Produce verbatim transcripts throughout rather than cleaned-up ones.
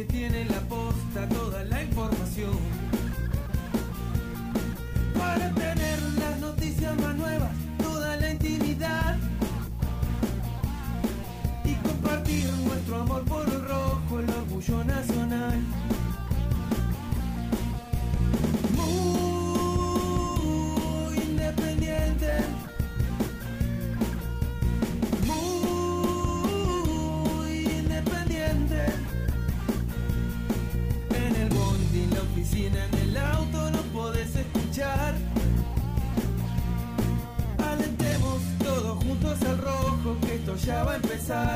que tiene la posta, toda la información. Para tener las noticias más nuevas, toda la intimidad. Y compartir nuestro amor por el rojo, el orgullo nacional. Muy independiente. Muy independiente. En el bondi, en la oficina, en el auto no podés escuchar. Alentemos todos juntos al rojo, que esto ya va a empezar.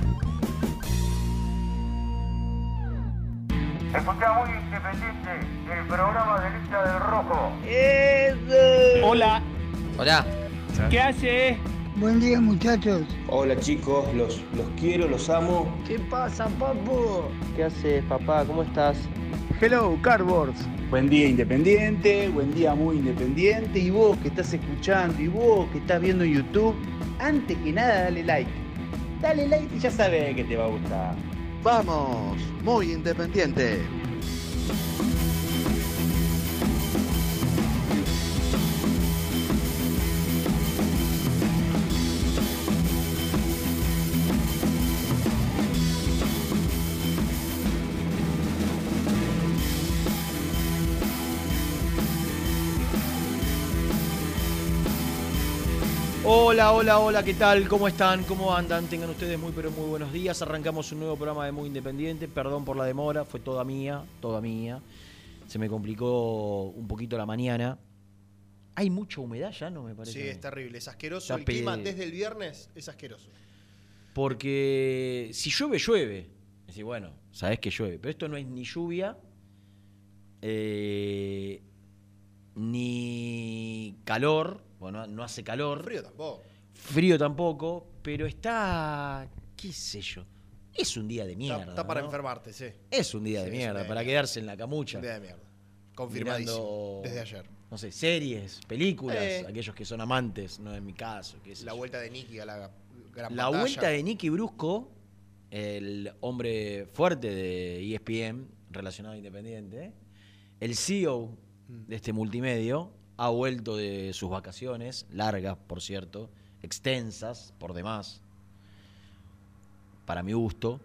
Escuchá Muy Independiente, el programa del hincha del rojo. ¡Eso! Hola. Hola. ¿Qué hace? Buen día, muchachos. Hola chicos, los, los quiero, los amo. ¿Qué pasa, papu? ¿Qué haces, papá? ¿Cómo estás? Hello, Cardboards. Buen día Independiente, buen día Muy Independiente. Y vos que estás escuchando, y vos que estás viendo en YouTube, antes que nada dale like. Dale like y ya sabes que te va a gustar. Vamos, Muy Independiente. Hola, hola, hola, ¿qué tal? ¿Cómo están? ¿Cómo andan? Tengan ustedes muy, pero muy buenos días. Arrancamos un nuevo programa de Muy Independiente. Perdón por la demora, fue toda mía, toda mía. Se me complicó un poquito la mañana. Hay mucha humedad ya, ¿no? Me parece. Sí, es terrible, es asqueroso. Está El clima pe- desde el viernes es asqueroso. Porque si llueve, llueve. Es decir, bueno, sabés que llueve. Pero esto no es ni lluvia, eh, ni calor. Bueno, no hace calor. Frío tampoco. Frío tampoco, pero está, qué sé yo, es un día de mierda. Está, está para ¿no? enfermarte, sí. Es un día Sí, de es un mierda, día de para mierda. quedarse en la camucha. Un día de mierda. Confirmadísimo. Mirando, desde ayer. No sé, series, películas, Eh. aquellos que son amantes, no en mi caso. Qué sé La yo. vuelta de Nicky a la gran La pantalla. vuelta de Nicky Brusco, el hombre fuerte de E S P N, relacionado a Independiente, el C E O de este multimedio, ha vuelto de sus vacaciones, largas, por cierto, extensas, por demás, para mi gusto.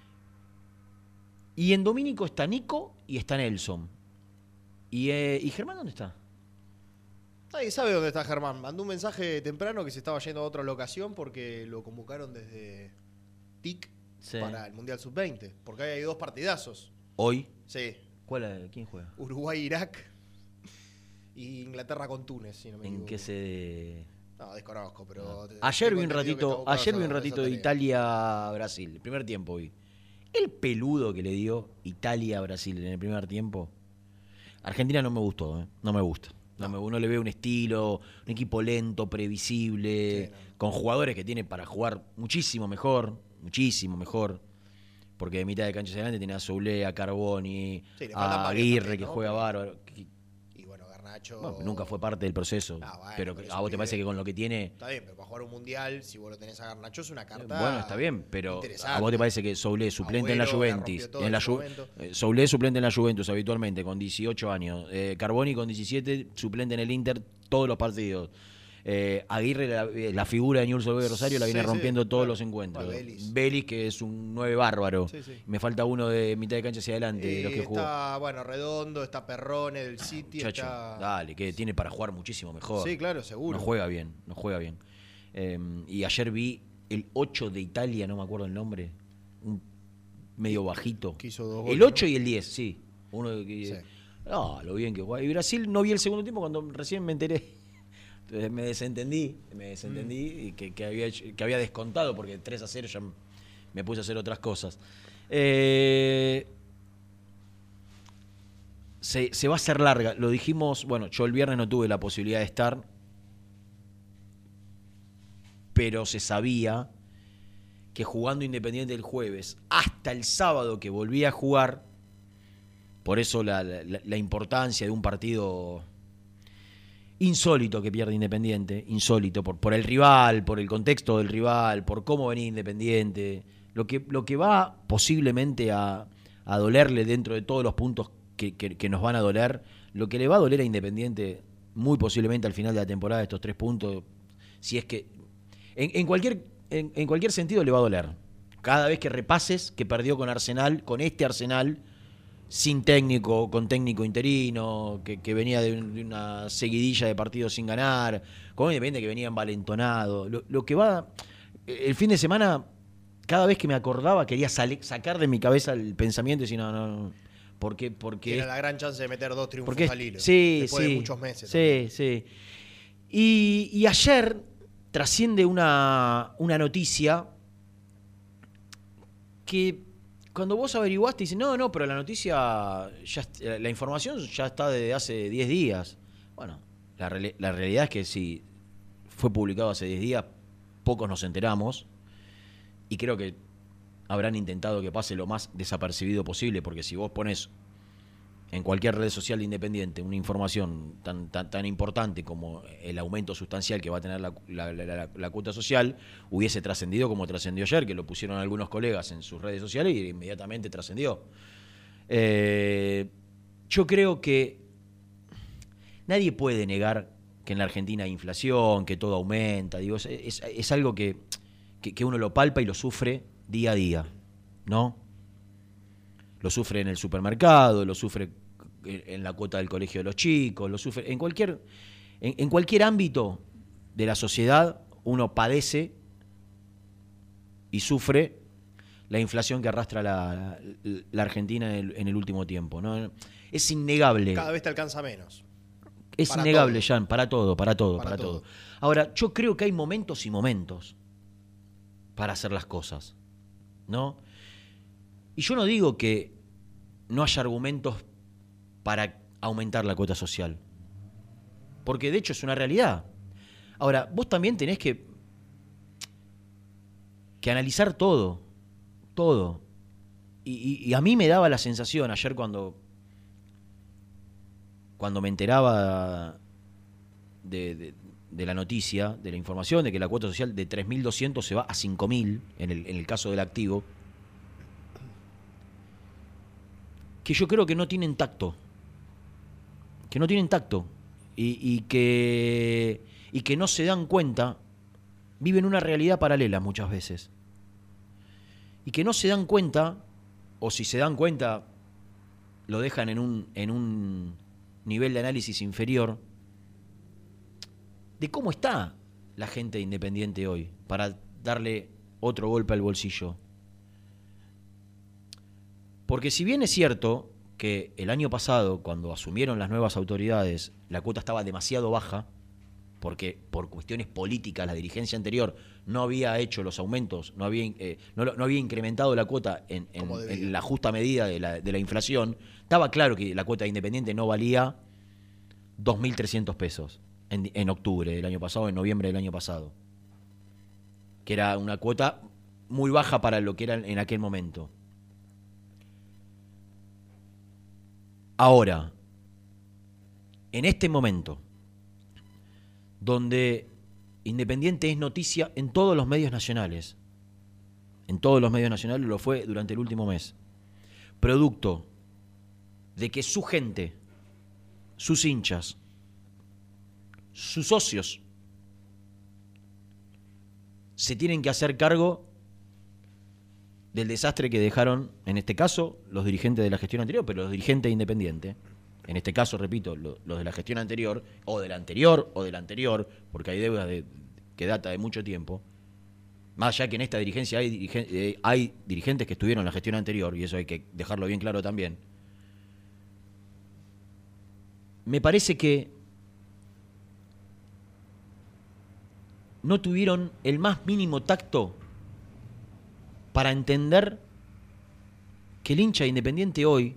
Y en Domínico está Nico y está Nelson. ¿Y, eh, ¿y Germán dónde está? Nadie sabe dónde está Germán. Mandó un mensaje temprano que se estaba yendo a otra locación porque lo convocaron desde T I C Sí. para el Mundial sub veinte. Porque hay dos partidazos. ¿Hoy? Sí. ¿Cuál, es- ¿Quién juega? Uruguay-Irak y Inglaterra con Túnez, si no me ¿En equivoco. qué sede? No, desconozco, pero... te- Ayer tengo vi un entendido que está ratito, buscado ayer vi un esa- ratito esa de tarea. Italia-Brasil, el primer tiempo vi. El peludo que le dio Italia-Brasil en el primer tiempo. Argentina no me gustó, ¿eh? No me gusta. No, me, no le veo un estilo, un equipo lento, previsible, Sí, no. con jugadores que tiene para jugar muchísimo mejor, muchísimo mejor. Porque de mitad de cancha hacia adelante tiene a Soulé, a Carboni, Sí, le faltan a varios Aguirre, también, que ¿no? juega Pero- bárbaro. Que- Y bueno, Garnacho... bueno, nunca fue parte del proceso. Ah, bueno, pero pero que- es a un vos te parece pibe. que con lo que tiene... Está bien, pero para jugar un mundial, si vos lo tenés a Garnacho, es una carta. Bueno, está bien, pero interesante. ¿a vos te parece que Soulé, suplente en la Agüero, la Juventus, rompió todo en en la su Ju- momento. eh, Soulé suplente en la Juventus habitualmente con dieciocho años, eh, Carboni con diecisiete, suplente en el Inter todos los partidos. Eh, Aguirre, la, eh, la figura de Newell's Old Boys de Rosario, la viene Sí, sí, rompiendo todos claro. los encuentros. Bueno, Vélez. Vélez, que es un nueve bárbaro. Sí, sí. Me falta uno de mitad de cancha hacia adelante, de Eh, los que jugó. está, bueno, Redondo, está Perrone del City, Chacho, está... dale, que tiene para jugar muchísimo mejor. Sí, claro, seguro. No juega bien, no juega bien. Eh, y ayer vi el ocho de Italia, no me acuerdo el nombre, un medio bajito. Que hizo dos El goles, ocho ¿no? y el diez, sí. Uno que, Sí. no, lo bien que juega. Y Brasil no vi el segundo tiempo cuando recién me enteré. Entonces me desentendí, me desentendí Mm. y que, que había, hecho- que había descontado porque tres a cero ya me puse a hacer otras cosas. Eh, se, se va a hacer larga. Lo dijimos, bueno, yo el viernes no tuve la posibilidad de estar, pero se sabía que jugando Independiente el jueves hasta el sábado que volvía a jugar, por eso la, la, la importancia de un partido insólito que pierde Independiente, insólito, por, por el rival, por el contexto del rival, por cómo venía Independiente, lo que, lo que va posiblemente a, a dolerle dentro de todos los puntos que, que, que nos van a doler. Lo que le va a doler a Independiente, muy posiblemente al final de la temporada, estos tres puntos, si es que en, en cualquier en, en cualquier sentido le va a doler. Cada vez que repases que perdió con Arsenal, con este Arsenal, sin técnico, con técnico interino, que, que venía de, un, de una seguidilla de partidos sin ganar, con Independiente que venía envalentonado. Lo, lo que va, el fin de semana, cada vez que me acordaba quería sale, sacar de mi cabeza el pensamiento y decir, no, no, no. Porque, porque Era la gran chance de meter dos triunfos porque, al hilo. Sí, después sí, de muchos meses. Sí, también. sí. Y, y ayer trasciende una, una noticia que cuando vos averiguaste dices, no, no, pero la noticia, ya, la información ya está desde hace diez días. Bueno, la, la realidad es que si fue publicado hace diez días, pocos nos enteramos. Y creo que habrán intentado que pase lo más desapercibido posible, porque si vos pones en cualquier red social de Independiente una información tan, tan, tan importante como el aumento sustancial que va a tener la, la, la, la, la cuota social, hubiese trascendido como trascendió ayer, que lo pusieron algunos colegas en sus redes sociales y inmediatamente trascendió. Eh, yo creo que nadie puede negar que en la Argentina hay inflación, que todo aumenta. Digo, es, es, es algo que, que, que uno lo palpa y lo sufre día a día, ¿no? Lo sufre en el supermercado, lo sufre en la cuota del colegio de los chicos, lo sufre en cualquier, en, en cualquier ámbito de la sociedad uno padece y sufre la inflación que arrastra la, la, la Argentina en el, en el último tiempo, ¿no? Es innegable. Cada vez te alcanza menos. Es Para innegable, todo. Jan, para todo, para todo, Para para, todo. todo. Ahora, yo creo que hay momentos y momentos para hacer las cosas, ¿no? Y yo no digo que no haya argumentos para aumentar la cuota social, porque de hecho es una realidad. Ahora, vos también tenés que, que analizar todo, todo. Y, y, y a mí me daba la sensación ayer cuando, cuando me enteraba de, de, de la noticia, de la información, de que la cuota social de tres mil doscientos se va a cinco mil en el, en el caso del activo, que yo creo que no tienen tacto, que no tienen tacto y, y, que, y que no se dan cuenta, viven una realidad paralela muchas veces, y que no se dan cuenta, o si se dan cuenta, lo dejan en un, en un nivel de análisis inferior, de cómo está la gente Independiente hoy, para darle otro golpe al bolsillo. Porque si bien es cierto que el año pasado, cuando asumieron las nuevas autoridades, la cuota estaba demasiado baja, porque por cuestiones políticas la dirigencia anterior no había hecho los aumentos, no había, eh, no, no había incrementado la cuota en, en, en la justa medida de la, de la inflación, estaba claro que la cuota de Independiente no valía dos mil trescientos pesos en, en octubre del año pasado, en noviembre del año pasado, que era una cuota muy baja para lo que era en aquel momento. Ahora, en este momento, donde Independiente es noticia en todos los medios nacionales, en todos los medios nacionales lo fue durante el último mes, producto de que su gente, sus hinchas, sus socios, se tienen que hacer cargo del desastre que dejaron, en este caso, los dirigentes de la gestión anterior, pero los dirigentes de Independiente, en este caso, repito, lo, los de la gestión anterior, o del anterior, o del anterior, porque hay deudas de, que data de mucho tiempo, más allá que en esta dirigencia hay, dirigen, eh, hay dirigentes que estuvieron en la gestión anterior, y eso hay que dejarlo bien claro también, me parece que no tuvieron el más mínimo tacto para entender que el hincha de Independiente hoy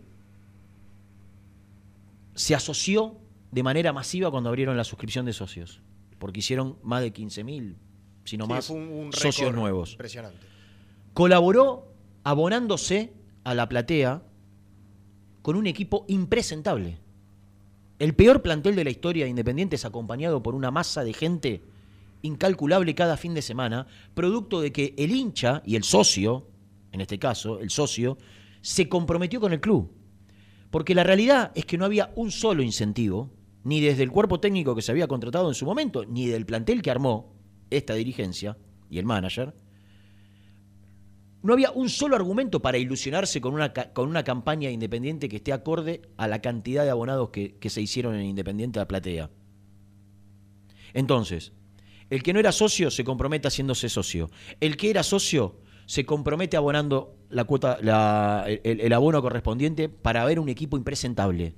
se asoció de manera masiva cuando abrieron la suscripción de socios, porque hicieron más de quince mil, si no sí, más, fue un, un socios nuevos. Impresionante. Colaboró abonándose a la platea con un equipo impresentable. El peor plantel de la historia de Independiente es acompañado por una masa de gente incalculable cada fin de semana, producto de que el hincha y el socio, en este caso, el socio, se comprometió con el club. Porque la realidad es que no había un solo incentivo, ni desde el cuerpo técnico que se había contratado en su momento, ni del plantel que armó esta dirigencia y el manager. No había un solo argumento para ilusionarse con una, con una campaña Independiente que esté acorde a la cantidad de abonados que, que se hicieron en Independiente de la Platea. Entonces, el que no era socio se compromete haciéndose socio. El que era socio se compromete abonando la cuota, la, el, el abono correspondiente para ver un equipo impresentable.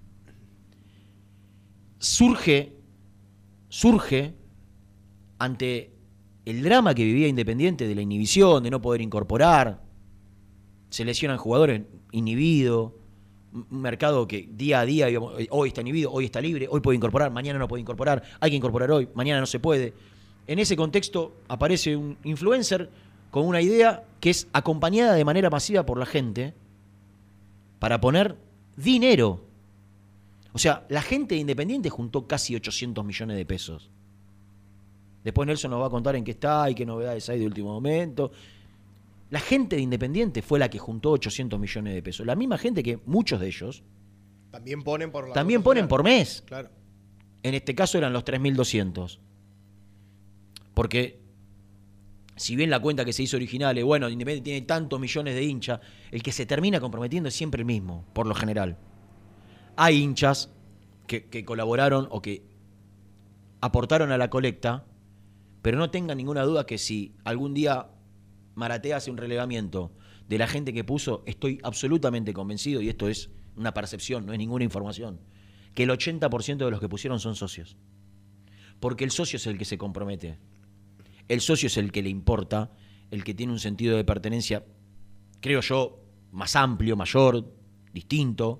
Surge, surge ante el drama que vivía Independiente de la inhibición, de no poder incorporar, se lesionan jugadores inhibidos, un mercado que día a día, digamos, hoy está inhibido, hoy está libre, hoy puede incorporar, mañana no puede incorporar, hay que incorporar hoy, mañana no se puede. En ese contexto aparece un influencer con una idea que es acompañada de manera masiva por la gente para poner dinero. O sea, la gente de Independiente juntó casi ochocientos millones de pesos. Después Nelson nos va a contar en qué está y qué novedades hay de último momento. La gente de Independiente fue la que juntó ochocientos millones de pesos. La misma gente que muchos de ellos También ponen por la también ponen por mes. Claro. En este caso eran los tres mil doscientos. Porque si bien la cuenta que se hizo original es, bueno, Independiente tiene tantos millones de hinchas, el que se termina comprometiendo es siempre el mismo, por lo general. Hay hinchas que, que colaboraron o que aportaron a la colecta, pero no tengan ninguna duda que si algún día Maratea hace un relevamiento de la gente que puso, estoy absolutamente convencido, y esto es una percepción, no es ninguna información, que el ochenta por ciento de los que pusieron son socios. Porque el socio es el que se compromete. El socio es el que le importa, el que tiene un sentido de pertenencia, creo yo, más amplio, mayor, distinto.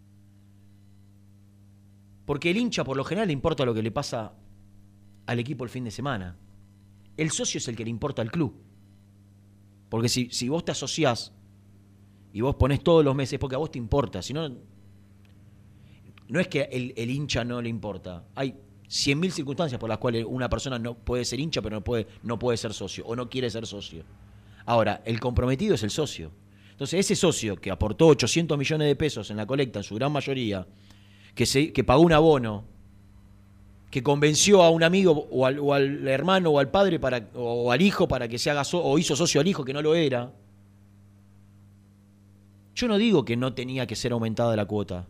Porque el hincha por lo general le importa lo que le pasa al equipo el fin de semana. El socio es el que le importa al club. Porque si, si vos te asociás y vos ponés todos los meses, porque a vos te importa. Si no, no es que el, el hincha no le importa. Hay cien mil circunstancias por las cuales una persona no puede ser hincha, pero no puede, no puede ser socio o no quiere ser socio. Ahora, el comprometido es el socio. Entonces, ese socio que aportó ochocientos millones de pesos en la colecta, en su gran mayoría, que, se, que pagó un abono, que convenció a un amigo o al, o al hermano o al padre para, o al hijo para que se haga so, o hizo socio al hijo que no lo era. Yo no digo que no tenía que ser aumentada la cuota,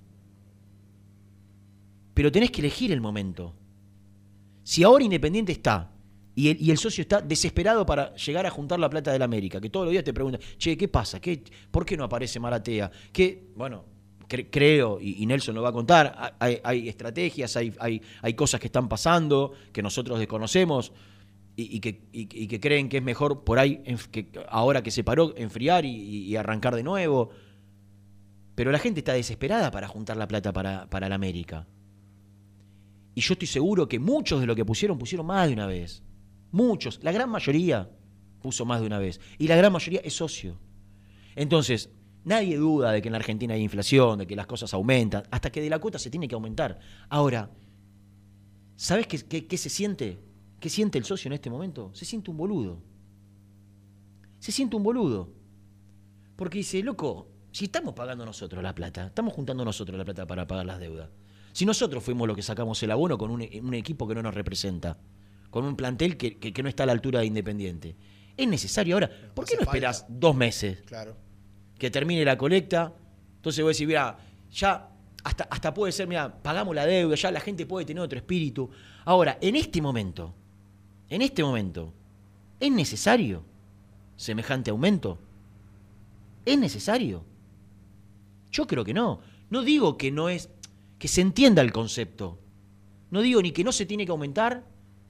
pero tenés que elegir el momento. Si ahora Independiente está y el, y el socio está desesperado para llegar a juntar la plata del América, que todos los días te preguntan, che, ¿qué pasa? ¿Qué, ¿Por qué no aparece Maratea? ¿Qué? Bueno, cre- creo, y, y Nelson lo va a contar, hay, hay estrategias, hay, hay, hay cosas que están pasando que nosotros desconocemos y, y, que, y, y que creen que es mejor por ahí, en, que ahora que se paró, enfriar y, y arrancar de nuevo. Pero la gente está desesperada para juntar la plata para, para el América. Y yo estoy seguro que muchos de los que pusieron, pusieron más de una vez. Muchos, la gran mayoría puso más de una vez. Y la gran mayoría es socio. Entonces, nadie duda de que en la Argentina hay inflación, de que las cosas aumentan, hasta que de la cuota se tiene que aumentar. Ahora, ¿sabés qué, qué, qué se siente? ¿Qué siente el socio en este momento? Se siente un boludo. Se siente un boludo. Porque dice, loco, si estamos pagando nosotros la plata, estamos juntando nosotros la plata para pagar las deudas. Si nosotros fuimos los que sacamos el abono con un, un equipo que no nos representa, con un plantel que, que, que no está a la altura de Independiente, es necesario ahora. ¿Por qué no esperás dos meses? Claro. Que termine la colecta. Entonces vos decís, mira, ya hasta, hasta puede ser, mira, pagamos la deuda, ya la gente puede tener otro espíritu. Ahora, en este momento, en este momento, ¿es necesario semejante aumento? ¿Es necesario? Yo creo que no. No digo que no es, que se entienda el concepto. No digo ni que no se tiene que aumentar,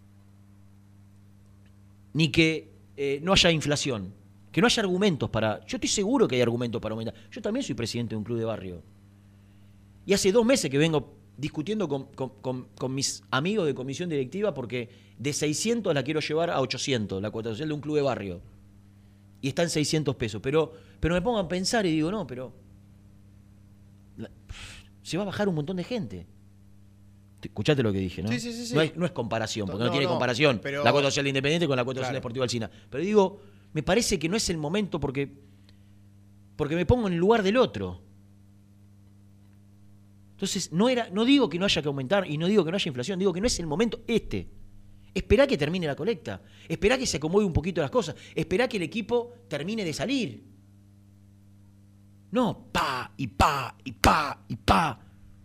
ni que eh, no haya inflación, que no haya argumentos para... Yo estoy seguro que hay argumentos para aumentar. Yo también soy presidente de un club de barrio. Y hace dos meses que vengo discutiendo con, con, con, con mis amigos de comisión directiva porque de seiscientos la quiero llevar a ochocientos, la cuota social de un club de barrio. Y está en seiscientos pesos. Pero, pero me pongo a pensar y digo, no, pero... La, se va a bajar un montón de gente. Escuchate lo que dije, ¿no? Sí, sí, sí, sí. No, es, no es comparación, porque no, no tiene no, comparación pero... la cuota social de Independiente con la cuota Claro. social deportiva Alsina. Pero digo, me parece que no es el momento porque porque me pongo en el lugar del otro. Entonces, no, era, no digo que no haya que aumentar y no digo que no haya inflación, digo que no es el momento este. Esperá que termine la colecta, esperá que se acomode un poquito las cosas, esperá que el equipo termine de salir. No, pa, y pa, y pa, y pa.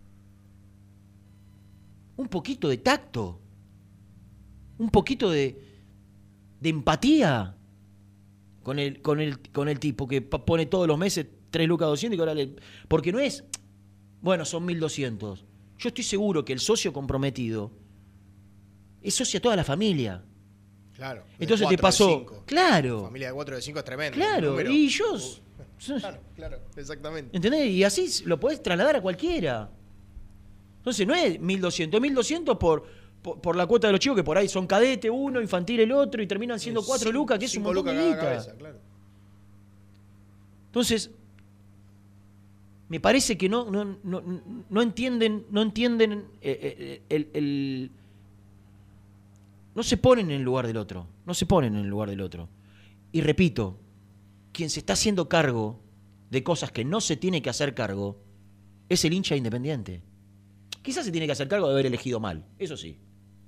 Un poquito de tacto, un poquito de, de empatía con el, con, el, con el tipo que pone todos los meses tres lucas doscientos y que ahora le... Porque no es, bueno, son mil doscientos. Yo estoy seguro que el socio comprometido es socio a toda la familia. Claro. Entonces de te pasó... cuatro, de claro. Familia de cuatro de cinco es tremendo. Claro, y yo... Claro, claro, exactamente. ¿Entendés? Y así lo podés trasladar a cualquiera. Entonces no es mil doscientos, es mil doscientos por, por, por la cuota de los chicos que por ahí son cadete uno, infantil el otro y terminan siendo cuatro lucas, que es un montón de guita. Cabeza, claro. Entonces, me parece que no, no, no, no entienden, no entienden el, el, el... No se ponen en el lugar del otro, no se ponen en el lugar del otro. Y repito, quien se está haciendo cargo de cosas que no se tiene que hacer cargo es el hincha Independiente. Quizás se tiene que hacer cargo de haber elegido mal, eso sí.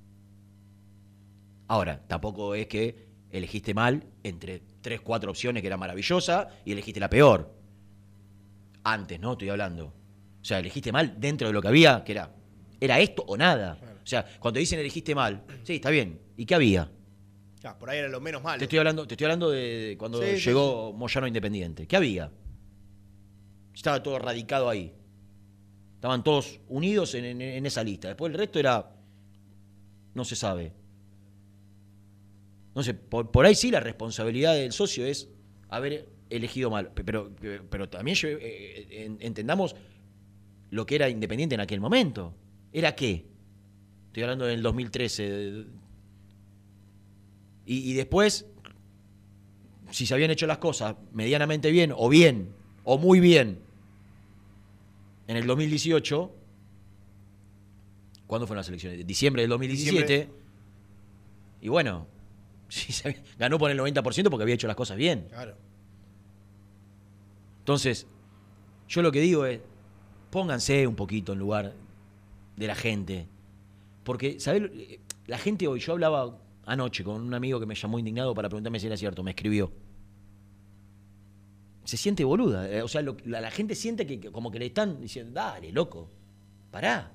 Ahora, tampoco es que elegiste mal entre tres, cuatro opciones que era maravillosa y elegiste la peor. Antes, ¿no? Estoy hablando. O sea, elegiste mal dentro de lo que había, que era, era esto o nada. Claro. O sea, cuando dicen elegiste mal, sí, está bien. ¿Y qué había? Ya, por ahí era lo menos malo. Te estoy hablando, te estoy hablando de cuando sí, llegó sí, sí. Moyano Independiente. ¿Qué había? Estaba todo radicado ahí. Estaban todos unidos en, en, en esa lista. Después el resto era... No se sabe. No sé, por, por ahí sí la responsabilidad del socio es haber elegido mal. Pero, pero, pero también eh, entendamos lo que era Independiente en aquel momento. ¿Era qué? Estoy hablando del dos mil trece. Y, y después, si se habían hecho las cosas medianamente bien, o bien, o muy bien, en el dos mil dieciocho, ¿cuándo fueron las elecciones? Diciembre del dos mil diecisiete. Diciembre. Y bueno, sí, se ganó por el noventa por ciento porque había hecho las cosas bien. Claro. Entonces, yo lo que digo es, pónganse un poquito en lugar de la gente. Porque, ¿sabés? La gente hoy, yo hablaba anoche con un amigo que me llamó indignado para preguntarme si era cierto, me escribió. Se siente boluda. O sea, lo, la, la gente siente que, que como que le están diciendo, dale, loco, pará.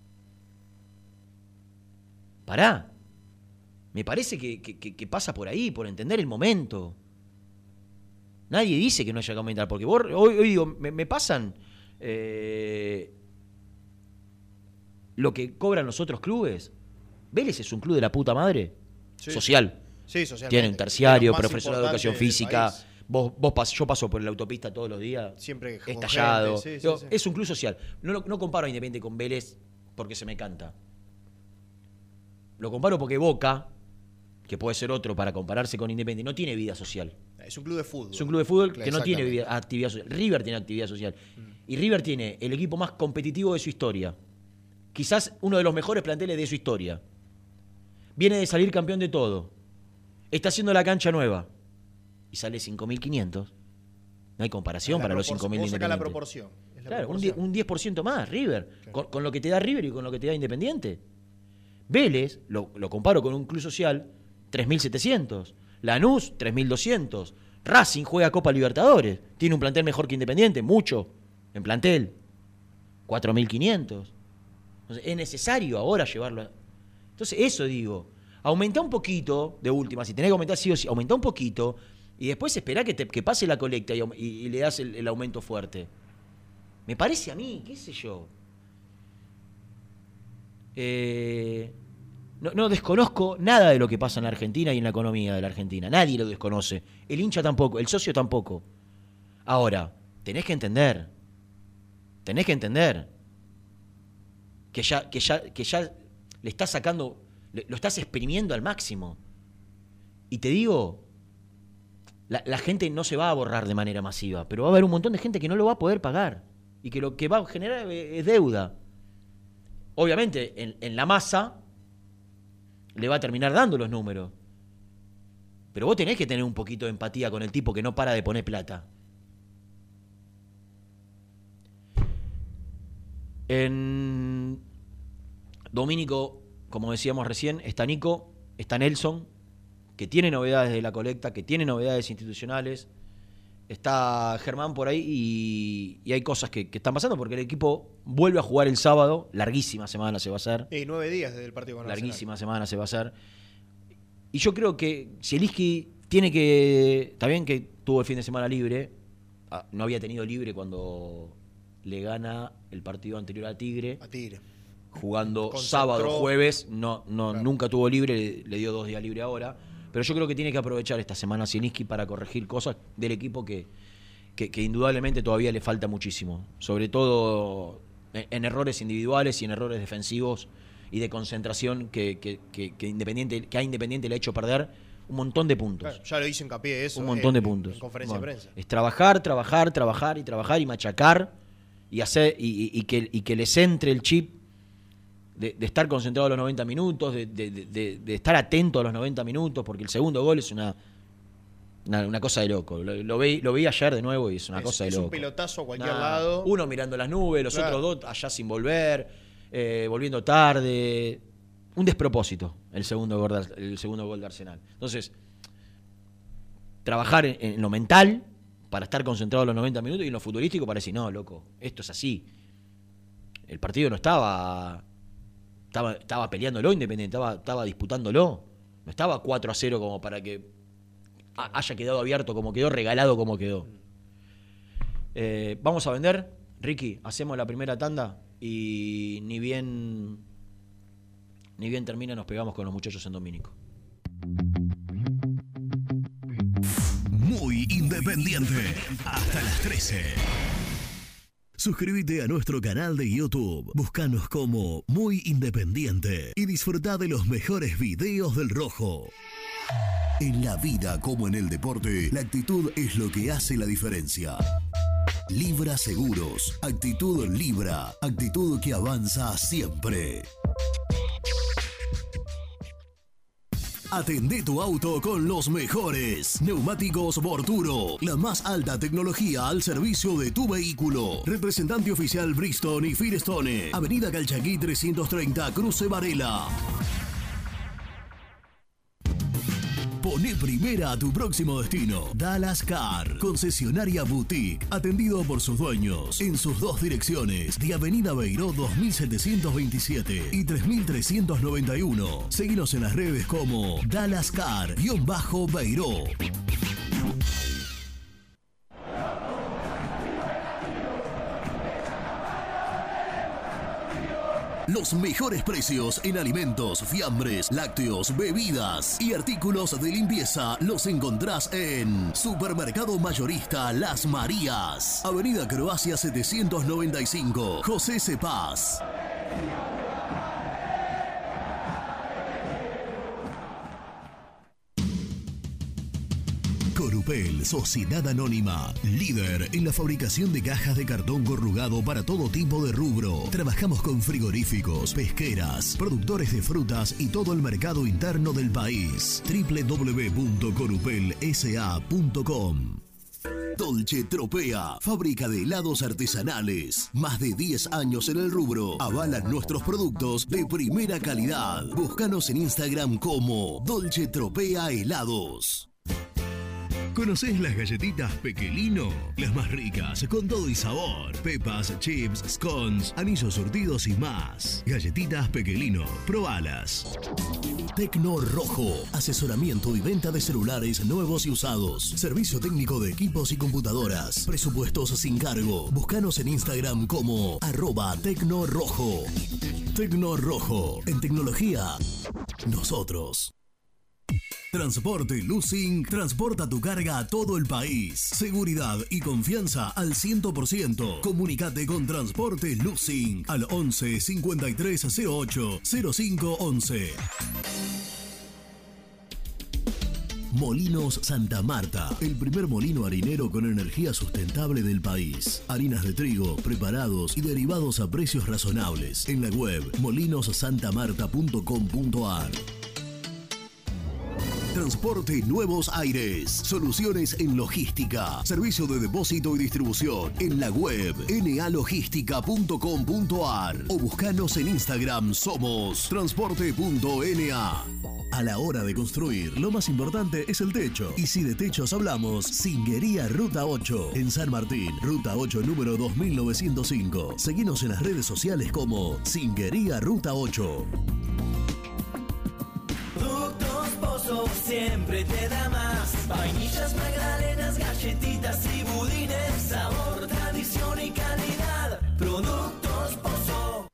Pará. Me parece que, que, que pasa por ahí, por entender el momento. Nadie dice que no haya que aumentar, porque vos, hoy, hoy digo, me, me pasan eh, lo que cobran los otros clubes. Vélez es un club de la puta madre, sí. social. Sí, socialmente. Tiene un terciario, profesor de educación física. Vos, vos pas, yo paso por la autopista todos los días, siempre estallado. Sí, sí, Digo, sí. Es un club social. No, no comparo a Independiente con Vélez porque se me canta. Lo comparo porque Boca, que puede ser otro para compararse con Independiente, no tiene vida social. Es un club de fútbol. Es un club de fútbol que no tiene vida, actividad social. River tiene actividad social. Mm. Y River tiene el equipo más competitivo de su historia. Quizás uno de los mejores planteles de su historia. Viene de salir campeón de todo. Está haciendo la cancha nueva. Y sale cinco mil quinientos. No hay comparación para los cinco mil de Independiente. La proporción. Es la claro, proporción. Un diez por ciento más, River. Claro. Con, con lo que te da River y con lo que te da Independiente. Vélez, lo, lo comparo con un club social, tres mil setecientos. Lanús, tres mil doscientos. Racing juega Copa Libertadores. Tiene un plantel mejor que Independiente, mucho. En plantel. cuatro mil quinientos. Entonces, es necesario ahora llevarlo a... Entonces, eso digo. Aumenta un poquito, de última, si tenés que aumentar sí o sí, aumenta un poquito, y después esperá que, te, que pase la colecta y, y, y le das el, el aumento fuerte. Me parece a mí, qué sé yo. Eh, no, no desconozco nada de lo que pasa en la Argentina y en la economía de la Argentina. Nadie lo desconoce. El hincha tampoco, el socio tampoco. Ahora, tenés que entender. Tenés que entender. Que ya, que ya, que ya le estás sacando, le, lo estás exprimiendo al máximo. Y te digo, la, la gente no se va a borrar de manera masiva, pero va a haber un montón de gente que no lo va a poder pagar. Y que lo que va a generar es deuda. Obviamente, en, en la masa le va a terminar dando los números. Pero vos tenés que tener un poquito de empatía con el tipo que no para de poner plata. En Domínico, como decíamos recién, está Nico, está Nelson, que tiene novedades de la colecta, que tiene novedades institucionales. Está Germán por ahí y, y hay cosas que, que están pasando porque el equipo vuelve a jugar el sábado. Larguísima semana se va a hacer. Y nueve días desde el partido con Arsenal. Larguísima semana se va a hacer. Y yo creo que Zielinski tiene que... Está bien que tuvo el fin de semana libre. No había tenido libre cuando le gana el partido anterior a Tigre. A Tigre. Jugando Concentró. sábado, jueves. No, no, Claro. Nunca tuvo libre, le, le dio dos días libre ahora. Pero yo creo que tiene que aprovechar esta semana Zielinski para corregir cosas del equipo que, que, que indudablemente todavía le falta muchísimo. Sobre todo en, en errores individuales y en errores defensivos y de concentración que, que, que, que, Independiente, que a Independiente le ha hecho perder un montón de puntos. Claro, ya lo hizo hincapié eso. Un montón en, de puntos. En conferencia Bueno, de prensa. es trabajar, trabajar, trabajar y trabajar y machacar y hacer y, y, y, que, y que les entre el chip de, de estar concentrado a los noventa minutos, de, de, de, de estar atento a los noventa minutos, porque el segundo gol es una una, una cosa de loco. Lo, lo, vi, lo vi ayer de nuevo y es una es, cosa de es loco. un pelotazo a cualquier Nah, lado. Uno mirando las nubes, los Claro. otros dos allá sin volver, eh, volviendo tarde. Un despropósito el segundo gol de, el segundo gol de Arsenal. Entonces, trabajar en, en lo mental para estar concentrado los noventa minutos y en lo futbolístico para decir, no, loco, esto es así. El partido no estaba estaba, estaba peleándolo Independiente, estaba, estaba disputándolo. No estaba cuatro a cero como para que ha- haya quedado abierto como quedó, regalado como quedó. Eh, vamos a vender, Ricky, hacemos la primera tanda y ni bien ni bien termina nos pegamos con los muchachos en Domínico. Muy independiente. Hasta las trece. Suscríbete a nuestro canal de YouTube. Búscanos como Muy Independiente y disfruta de los mejores videos del Rojo. En la vida como en el deporte, la actitud es lo que hace la diferencia. Libra Seguros. Actitud Libra. Actitud que avanza siempre. Atendé tu auto con los mejores neumáticos Borturo, la más alta tecnología al servicio de tu vehículo. Representante oficial Bristol y Firestone, Avenida Calchaquí trescientos treinta, Cruce Varela. Poné primera a tu próximo destino. Dallas Car, concesionaria boutique, atendido por sus dueños en sus dos direcciones, de Avenida Beiró dos mil setecientos veintisiete y tres mil trescientos noventa y uno. Seguinos en las redes como Dallas Car-Beiró. Los mejores precios en alimentos, fiambres, lácteos, bebidas y artículos de limpieza los encontrás en Supermercado Mayorista Las Marías, Avenida Croacia setecientos noventa y cinco, José Cepaz. Corupel, Sociedad Anónima, líder en la fabricación de cajas de cartón corrugado para todo tipo de rubro. Trabajamos con frigoríficos, pesqueras, productores de frutas y todo el mercado interno del país. doble u doble u doble u punto corupel s a punto com. Dolce Tropea, fábrica de helados artesanales. Más de diez años en el rubro. Avalan nuestros productos de primera calidad. Búscanos en Instagram como Dolce Tropea Helados. ¿Conocés las galletitas Pequelino? Las más ricas, con todo y sabor. Pepas, chips, scones, anillos surtidos y más. Galletitas Pequelino, probalas. Tecno Rojo, asesoramiento y venta de celulares nuevos y usados. Servicio técnico de equipos y computadoras. Presupuestos sin cargo. Búscanos en Instagram como arroba Tecno Rojo. Tecno Rojo, en tecnología, nosotros. Transporte Lucing transporta tu carga a todo el país. Seguridad y confianza al cien por ciento. Comunicate con Transporte Lucing al once cincuenta y tres cero ocho cero cinco once. Molinos Santa Marta, el primer molino harinero con energía sustentable del país. Harinas de trigo, preparados y derivados a precios razonables. En la web molinos santa marta punto com punto a r. Transporte Nuevos Aires. Soluciones en logística. Servicio de depósito y distribución. En la web n a logística punto com punto a r o buscanos en Instagram. Somos transporte punto n a. A la hora de construir, lo más importante es el techo. Y si de techos hablamos, Zinguería Ruta ocho. En San Martín, Ruta ocho, número dos mil novecientos cinco. Seguinos en las redes sociales como Zinguería Ruta ocho. Productos Pozo siempre te da más. Vainillas, magdalenas, galletitas y budines. Sabor, tradición y calidad. Productos Pozo.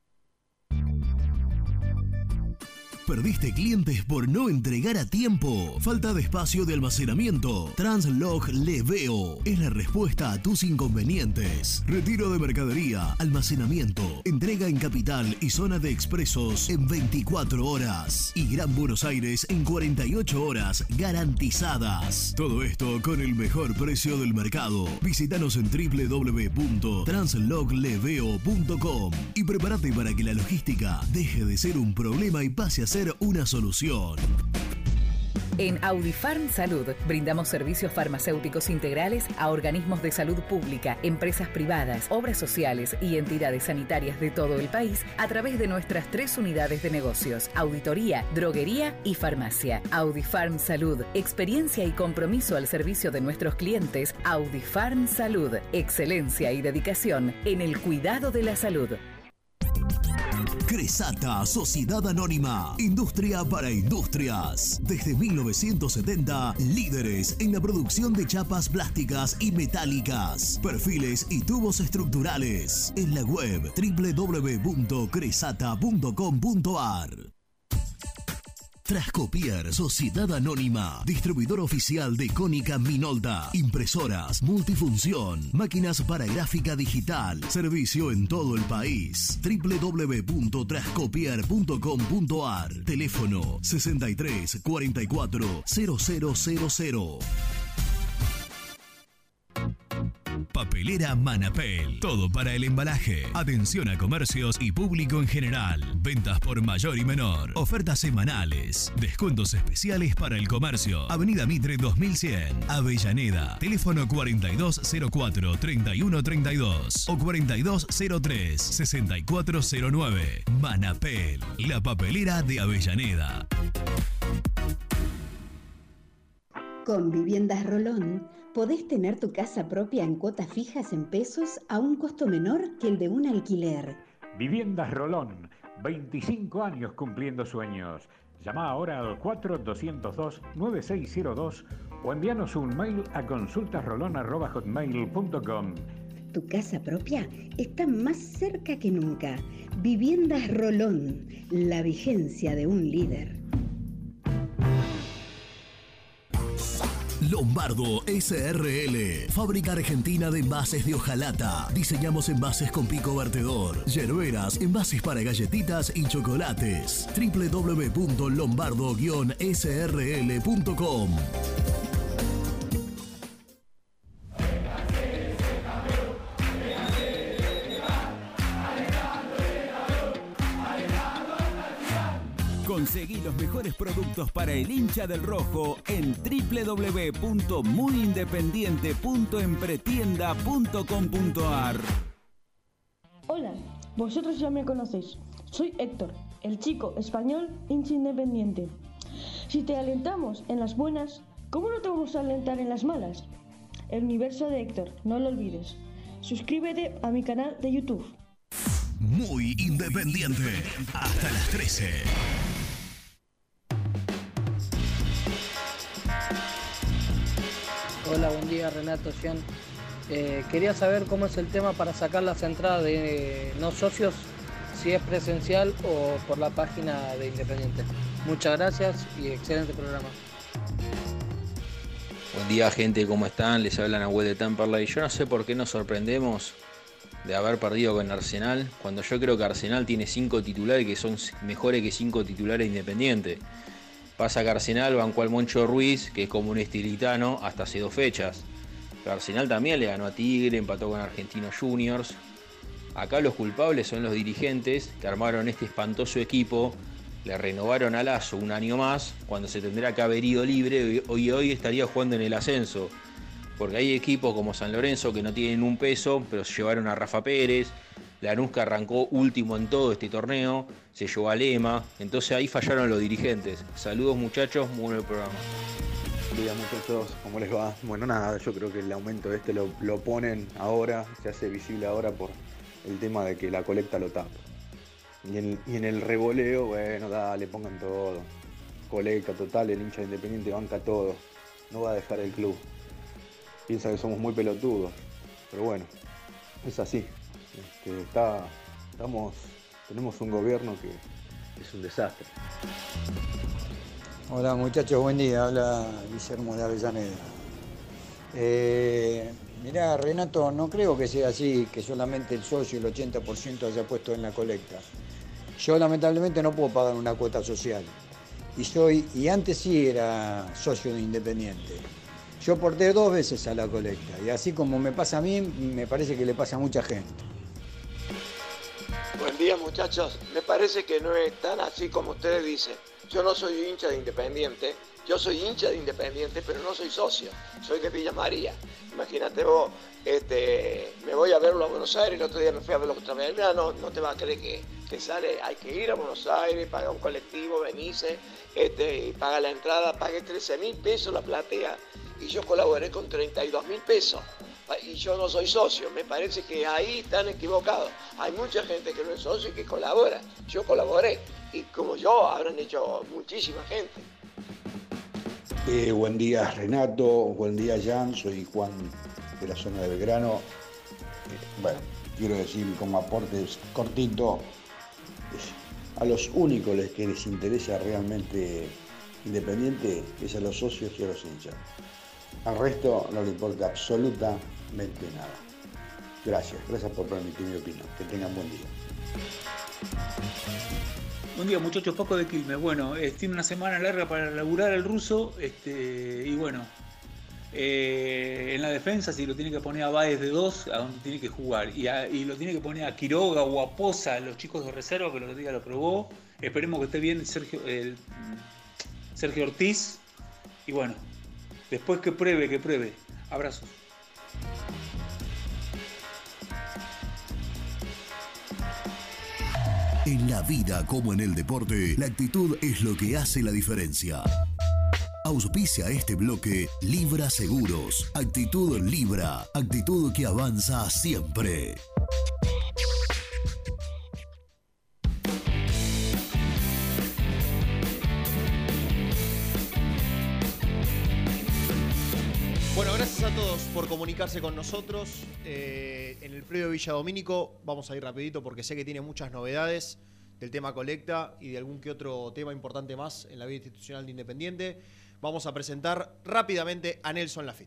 ¿Perdiste clientes por no entregar a tiempo? ¿Falta de espacio de almacenamiento? Translog Leveo es la respuesta a tus inconvenientes. Retiro de mercadería, almacenamiento, entrega en capital y zona de expresos en veinticuatro horas. Y Gran Buenos Aires en cuarenta y ocho horas garantizadas. Todo esto con el mejor precio del mercado. Visítanos en w w w punto translog leveo punto com y prepárate para que la logística deje de ser un problema y pase a ser una solución. En Audifarm Salud brindamos servicios farmacéuticos integrales a organismos de salud pública, empresas privadas, obras sociales y entidades sanitarias de todo el país a través de nuestras tres unidades de negocios: auditoría, droguería y farmacia. Audifarm Salud, experiencia y compromiso al servicio de nuestros clientes. Audifarm Salud, excelencia y dedicación en el cuidado de la salud. Cresata, Sociedad Anónima, industria para industrias. Desde mil novecientos setenta, líderes en la producción de chapas plásticas y metálicas, perfiles y tubos estructurales. En la web w w w punto cresata punto com punto a r. Trascopier, Sociedad Anónima, distribuidor oficial de Cónica Minolta, impresoras, multifunción, máquinas para gráfica digital, servicio en todo el país. w w w punto trascopier punto com punto a r, teléfono sesenta y tres cuarenta y cuatro cero cero cero cero. Papelera Manapel. Todo para el embalaje. Atención a comercios y público en general. Ventas por mayor y menor. Ofertas semanales. Descuentos especiales para el comercio. Avenida Mitre dos mil cien. Avellaneda. Teléfono cuarenta y dos cero cuatro, treinta y uno treinta y dos o cuarenta y dos cero tres, sesenta y cuatro cero nueve. Manapel. La papelera de Avellaneda. Con Viviendas Rolón podés tener tu casa propia en cuotas fijas en pesos a un costo menor que el de un alquiler. Viviendas Rolón, veinticinco años cumpliendo sueños. Llama ahora al cuatro dos cero dos, nueve seis cero dos o envíanos un mail a consultasrolón arroba hotmail punto com. Tu casa propia está más cerca que nunca. Viviendas Rolón, la vigencia de un líder. Lombardo S R L, fábrica argentina de envases de hojalata. Diseñamos envases con pico vertedor, yerberas, envases para galletitas y chocolates. w w w punto lombardo guion s r l punto com. Conseguí los mejores productos para el hincha del rojo en w w w punto muy independiente punto empretienda punto com punto a r. Hola, vosotros ya me conocéis. Soy Héctor, el chico español hincha independiente. Si te alentamos en las buenas, ¿cómo no te vamos a alentar en las malas? El universo de Héctor, no lo olvides. Suscríbete a mi canal de YouTube. Muy independiente. Hasta las trece. Hola, buen día, Renato, Jean. Eh, quería saber cómo es el tema para sacar las entradas de no socios, si es presencial o por la página de Independiente. Muchas gracias y excelente programa. Buen día, gente, ¿cómo están? Les habla Nahuel de Temperley. Yo no sé por qué nos sorprendemos de haber perdido con Arsenal, cuando yo creo que Arsenal tiene cinco titulares que son mejores que cinco titulares Independiente. Pasa que Arsenal bancó al Moncho Ruiz, que es como un estilitano, hasta hace dos fechas. Pero Arsenal también le ganó a Tigre, empató con Argentinos Juniors. Acá los culpables son los dirigentes que armaron este espantoso equipo Le renovaron a Lazo un año más, cuando se tendrá que haber ido libre, hoy hoy estaría jugando en el ascenso. Porque hay equipos como San Lorenzo que no tienen un peso, pero se llevaron a Rafa Pérez. Lanús, que arrancó último en todo este torneo, se llevó a Lema. Entonces ahí fallaron los dirigentes. Saludos, muchachos, muy buen programa. Buen día, muchachos, ¿cómo les va? Bueno, nada, yo creo que el aumento este lo, lo ponen ahora, se hace visible ahora por el tema de que la colecta lo tapa. Y en, y en el revoleo, bueno, dale, pongan todo. Colecta total, el hincha de Independiente banca todo. No va a dejar el club. Piensa que somos muy pelotudos, pero bueno, es así. Este, está, estamos, tenemos un gobierno que es un desastre. Hola muchachos, buen día. Habla Guillermo de Avellaneda. Eh, mirá, Renato, no creo que sea así, que solamente el socio el ochenta por ciento haya puesto en la colecta. Yo lamentablemente no puedo pagar una cuota social. Y soy, y antes sí era socio de Independiente. Yo aporté dos veces a la colecta. Y así como me pasa a mí, me parece que le pasa a mucha gente. Buen día muchachos, me parece que no es tan así como ustedes dicen. Yo no soy hincha de Independiente, yo soy hincha de Independiente, pero no soy socio, soy de Villa María. Imagínate vos, este, me voy a verlo a Buenos Aires, el otro día me fui a verlo otra vez. Mira, no, no te vas a creer que, que sale, hay que ir a Buenos Aires, pagar un colectivo, venirse, este, y pagar la entrada, pagué trece mil pesos la platea y yo colaboré con treinta y dos mil pesos. Y yo no soy socio, me parece que ahí están equivocados. Hay mucha gente que no es socio y que colabora. Yo colaboré y como yo habrán hecho muchísima gente. Eh, buen día Renato, buen día Jan, soy Juan de la zona de Belgrano. Eh, bueno, quiero decir como aporte cortito, eh, a los únicos que les interesa realmente Independiente es a los socios y a los hinchas. Al resto no le importa absolutamente nada. Gracias, gracias por permitir mi opinión. Que tengan buen día. Buen día muchachos, Paco de Quilmes. Bueno, eh, tiene una semana larga para laburar el ruso este, y bueno, eh, en la defensa si lo tiene que poner a Báez de dos, a donde tiene que jugar, y, a, y lo tiene que poner a Quiroga o a Poza, los chicos de reserva, que el otro día lo probó. Esperemos que esté bien Sergio, el, Sergio Ortiz y bueno, después que pruebe, que pruebe. Abrazos. En la vida como en el deporte, la actitud es lo que hace la diferencia. Auspicia este bloque Libra Seguros. Actitud Libra. Actitud que avanza siempre. Bueno, gracias a todos por comunicarse con nosotros. Eh, en el predio Villa Domínico vamos a ir rapidito porque sé que tiene muchas novedades del tema colecta y de algún que otro tema importante más en la vida institucional de Independiente. Vamos a presentar rápidamente a Nelson Lafitte.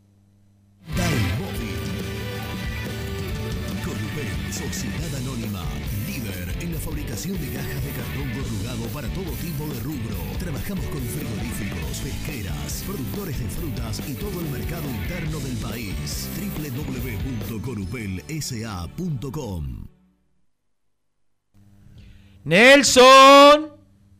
Corupel, Sociedad Anónima, líder en la fabricación de cajas de cartón corrugado para todo tipo de rubro. Trabajamos con frigoríficos, pesqueras, productores de frutas y todo el mercado interno del país. doble u doble u doble u punto corupel s a punto com. Nelson.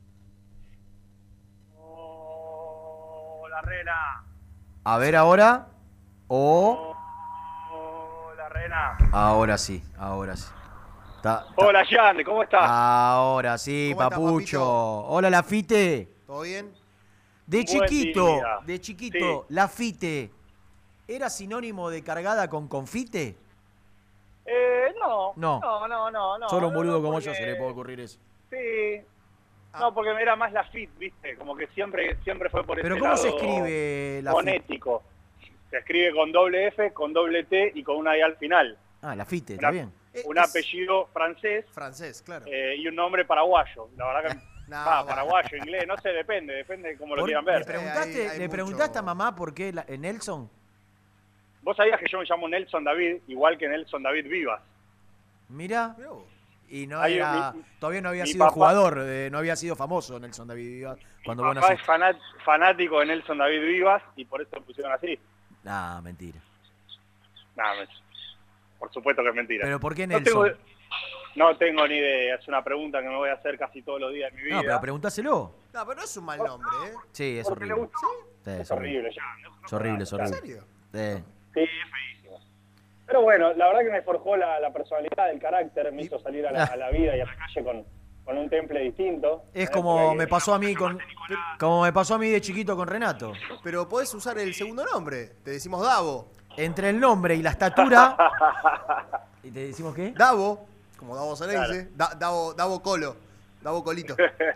Hola, Rena. A ver ahora. O. Hola, Rena. Ahora sí, ahora sí. Ta, ta. Hola, Jan, ¿cómo estás? Ahora sí, ¿Cómo papucho. estás, Hola, Lafite. ¿Todo bien? De Buen chiquito, día. de chiquito, Sí. Lafite, ¿era sinónimo de cargada con confite? Eh, no. No. No, no, no. no Solo un no, boludo no, como porque- yo se le puede ocurrir eso. Sí. No, porque era más la fit, ¿viste? Como que siempre, siempre fue por Pero ese ¿cómo se lado escribe Lafite? fonético. Se escribe con doble F, con doble T y con una I al final. Ah, Lafite, Una- está bien. Un apellido francés. Francés, claro. eh, y un nombre paraguayo. La verdad que. No, ah, bueno. paraguayo, inglés, no sé, depende, depende de cómo lo Por- quieran ¿Le ver. preguntaste, hay- hay ¿le mucho- preguntaste a mamá por qué la- eh, Nelson? Vos sabías que yo me llamo Nelson David, igual que Nelson David Vivas. Mira. Y no Hay- era, mi- todavía no había mi sido papá- jugador, eh, no había sido famoso Nelson David Vivas cuando Mi vos papá es naciste. fanat- fanático de Nelson David Vivas y por eso lo pusieron así. Ah, mentira. Nah, me- por supuesto que es mentira. ¿Pero por qué No Nelson? tengo- No tengo ni idea, es una pregunta que me voy a hacer casi todos los días de mi vida. No, pero preguntáselo. No, pero no es un mal nombre, ¿eh? Sí, es Porque le horrible. gustó. Sí, Es horrible, ya. No, no Es horrible, es jodas, horrible. ¿En serio? Sí. Sí, es feísimo. Pero bueno, la verdad que me forjó la, la personalidad, el carácter, me hizo salir a la, a la vida y a la calle con, con un temple distinto. Es ¿eh? como Porque- me pasó a mí con como me pasó a mí de chiquito con Renato. Pero podés usar el segundo nombre. Te decimos Davo. Entre el nombre y la estatura. ¿Y te decimos qué? Davo, como Davo se le Claro. dice. Da- Davo, Davo Colo. Davo Colito.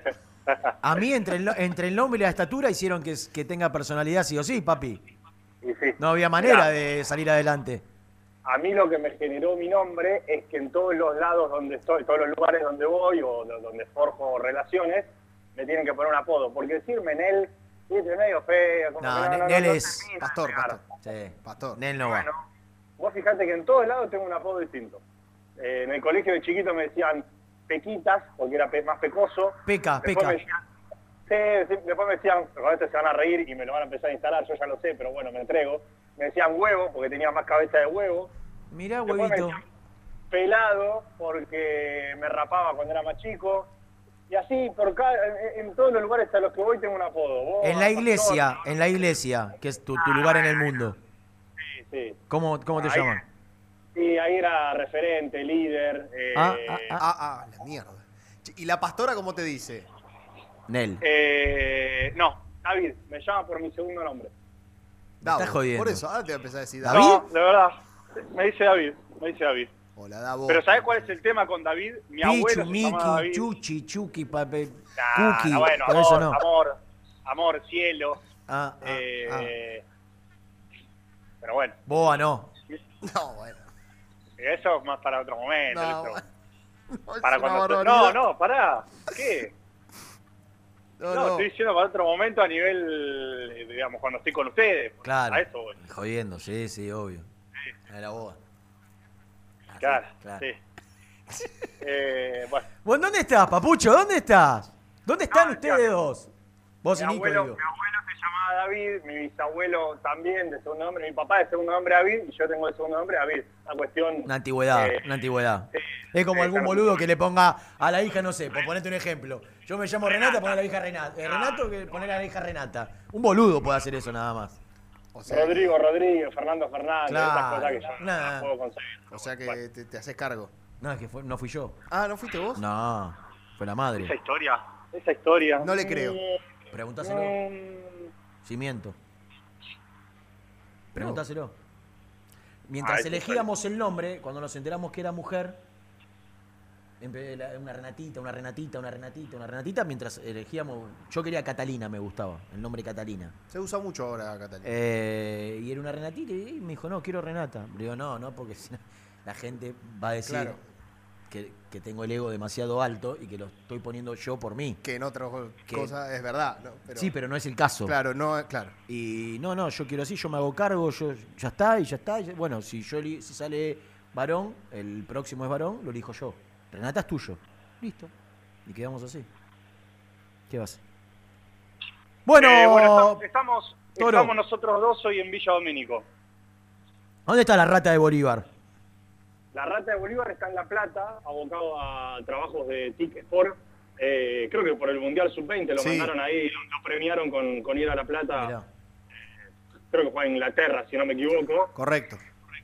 A mí entre el, entre el nombre y la estatura hicieron que, que tenga personalidad sí o sí, papi. Y sí. No había manera Mirá, de salir adelante. A mí lo que me generó mi nombre es que en todos los lados donde estoy, todos los lugares donde voy o do- donde forjo relaciones, me tienen que poner un apodo. Porque decirme Nel, viste, medio feo. Como No, que Ne- no, Nel no es- termina de Pastor, pegar. pastor. Sí. Pastor. Nel no va. Bueno, vos fijate que en todos lados tengo un apodo distinto. Eh, en el colegio de chiquito me decían Pequitas, porque era pe- más pecoso. Peca, Después peca. me decían, sí, sí, después me decían, con este se van a reír y me lo van a empezar a instalar, yo ya lo sé, pero bueno, me entrego. Me decían huevo, porque tenía más cabeza de huevo. Mirá, Después me huevito. decían pelado, porque me rapaba cuando era más chico. Y así, por cada, en, en todos los lugares a los que voy tengo un apodo. Vos, En la Pastor, iglesia, en la iglesia, que es tu, tu lugar en el mundo. Sí, sí. ¿Cómo, cómo te Ahí- llaman? Sí, ahí era referente, líder. Eh, Ah, ah, Ah, ah, la mierda. Che, ¿y la pastora cómo te dice? Nel. eh, no, David, me llama por mi segundo nombre. Davo. estás jodiendo. Por eso, ahora te voy a empezar a decir Davo. ¿David? No, de verdad, me dice David, me dice David. Hola, Davo. Pero ¿sabés cuál es el tema con David? Mi abuelo Pichu, se Miki, llamaba David. Chuchi, Chuki, pape, Nah, Cookie. no, bueno, Por amor, eso no. amor, amor, cielo. Ah, ah, eh, Pero bueno, Boa no. No, bueno. eso es más para otro momento. No, eso. bueno. No, es Para una cuando te- barbaridad. no, no, pará. ¿Qué? No, No, no. estoy diciendo para otro momento a nivel, eh, digamos, cuando estoy con ustedes. Claro. A eso voy. Jodiendo, sí, sí, obvio. A la boda. Ah, Claro, claro. sí. Eh, bueno, Bueno, ¿dónde estás, papucho? ¿Dónde estás? ¿Dónde están No, ustedes ya. dos? Vos y mi Nico, abuelo, digo. mi abuelo se llamaba David, mi bisabuelo también de segundo nombre, mi papá de segundo nombre David y yo tengo de segundo nombre David. Una cuestión... Una antigüedad, eh, una antigüedad. Es como sí, algún claro. boludo que le ponga a la hija, no sé, por ponerte un ejemplo. Yo me llamo Renata, poner a la hija Renata. Eh, Renato, que poner a la hija Renata. Un boludo puede hacer eso nada más. O sea, Rodrigo, Rodrigo, Fernando Fernández, esas Claro, cosas que yo no nah. las puedo conseguir. o sea que te, te haces cargo. No, es que fue- no fui yo. Ah, ¿no fuiste vos? No, fue la Esa madre. historia, esa historia. No le creo. Preguntáselo. Mm, Si miento. Preguntáselo. Mientras Ah, eso elegíamos el nombre, cuando nos enteramos que era mujer, empe- la- una Renatita, una Renatita, una Renatita, una Renatita, mientras elegíamos. Yo quería Catalina, me gustaba, el nombre Catalina. Se usa mucho ahora, Catalina. Eh, y era una Renatita y me dijo, no, quiero Renata. Le digo, no, no, porque si no, la gente va a decir Claro. que, que tengo el ego demasiado alto y que lo estoy poniendo yo por mí. Que en otras Que- cosas es verdad, ¿no? Pero, Sí, pero no es el caso. Claro, no, claro. Y no, no, yo quiero así, yo me hago cargo, yo ya está, y ya está. y ya- bueno, si yo eli- si sale varón, el próximo es varón, lo elijo yo. Renata es tuyo. Listo. Y quedamos así. ¿Qué vas? Bueno, eh, bueno, estamos, estamos, Toro. estamos nosotros dos hoy en Villa Domínico. ¿dónde está la rata de Bolívar? La Rata de Bolívar está en La Plata, abocado a trabajos de T I C Sport. Eh, creo que por el Mundial sub veinte lo Sí. mandaron ahí, lo, lo premiaron con, con ir a La Plata. Mirá. Creo que fue a Inglaterra, si no me equivoco. Correcto.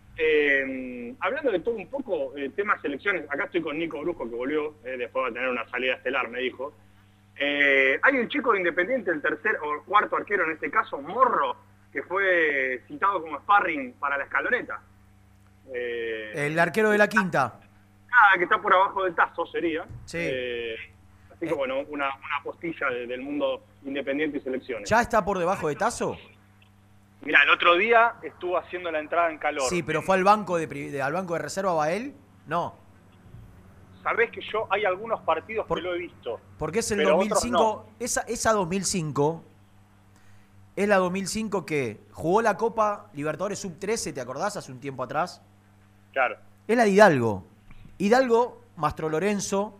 Eh, hablando de todo un poco, eh, temas selecciones, acá estoy con Nico Brusco que volvió, eh, después va a tener una salida estelar, me dijo. Eh, hay un chico de Independiente, el tercer o cuarto arquero en este caso, Morro, que fue citado como sparring para la escaloneta. Eh, El arquero de la quinta. Nada, que está por abajo del Tazo sería. Sí. Eh, así que bueno, una, una postilla de- del mundo independiente y selecciones. ¿Ya está por debajo de Tazo? Mira, el otro día estuvo haciendo la entrada en calor. Sí, pero fue al banco de, pri- de- al banco de reserva, ¿va él? No, Sabés que yo hay algunos partidos Por- que lo he visto. porque es el Pero dos mil otros cinco. Esa, esa dos mil cinco es la dos mil cinco que jugó la Copa Libertadores sub trece, ¿te acordás? Hace un tiempo atrás. Claro. Es la de Hidalgo. Hidalgo, Mastro Lorenzo,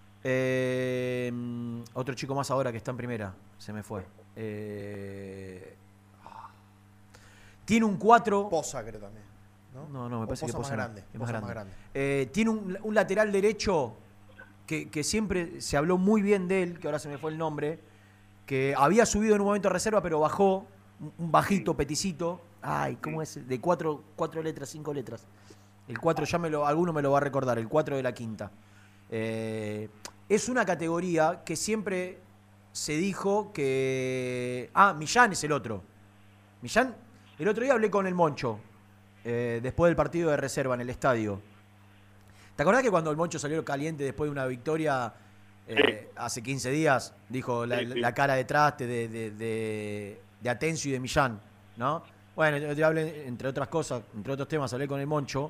eh, otro chico más ahora que está en primera, se me fue. Eh, tiene un cuatro. Posa, creo también. ¿no? No, no, me O parece que Poza más Poza no, grande. es más Poza grande. más grande. Eh, tiene un, un lateral derecho que, que siempre se habló muy bien de él, que ahora se me fue el nombre, que había subido en un momento de reserva, pero bajó, un- un bajito, peticito. Ay, ¿cómo es? De cuatro, cuatro letras, cinco letras. El cuatro, ya me lo, alguno me lo va a recordar, el cuatro de la quinta. Eh, es una categoría que siempre se dijo que... Ah, Millán es el otro. Millán, el otro día hablé con el Moncho, eh, después del partido de reserva en el estadio. ¿Te acordás que cuando el Moncho salió caliente después de una victoria eh, hace quince días, dijo la, Sí, sí. la cara de traste de, de, de, de Atencio y de Millán, ¿no? Bueno, yo te hablé, entre otras cosas, entre otros temas, hablé con el Moncho.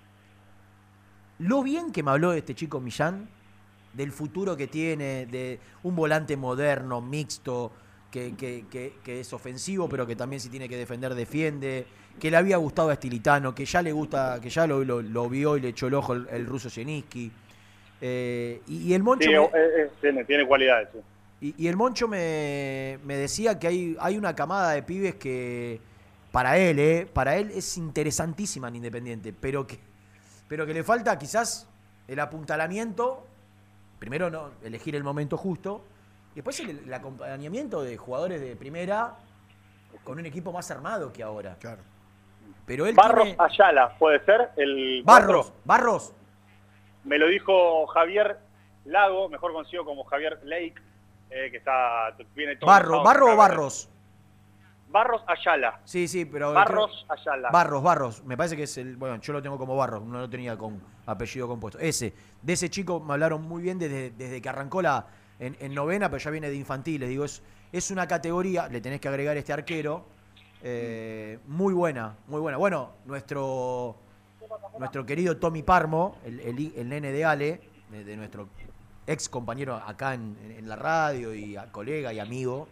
Lo bien que me habló de este chico Millán, del futuro que tiene, de un volante moderno, mixto, que, que, que, que es ofensivo, pero que también si tiene que defender, defiende, que le había gustado a Estilitano, que ya le gusta, que ya lo, lo, lo vio y le echó el ojo el, el ruso Zielinski. Eh, y, y el Moncho... Sí, me- eh, eh, tiene, tiene cualidades, sí. y, y el Moncho me, me decía que hay, hay una camada de pibes que para él, eh, para él es interesantísima en Independiente, pero que, pero que le falta quizás el apuntalamiento, primero no elegir el momento justo, y después el, el acompañamiento de jugadores de primera con un equipo más armado que ahora. Claro. Pero él Barros tiene- Ayala, ¿puede ser? El Barros, cuatro. Barros. Me lo dijo Javier Lago, mejor conocido como Javier Lake, eh, que está viene todo Barro, enojado Barro acá, o Barros. Barros Ayala. Sí, sí, pero... Barros Ayala. Barros, Barros. Me parece que es el... Bueno, yo lo tengo como Barros, no lo tenía con apellido compuesto. Ese. De ese chico me hablaron muy bien desde, desde que arrancó la en, en novena, pero ya viene de infantiles. Digo, es, es una categoría, le tenés que agregar este arquero, eh, muy buena, muy buena. Bueno, nuestro, nuestro querido Tommy Parmo, el, el, el nene de Ale, de, de nuestro ex compañero acá en, en la radio y a- colega y amigo,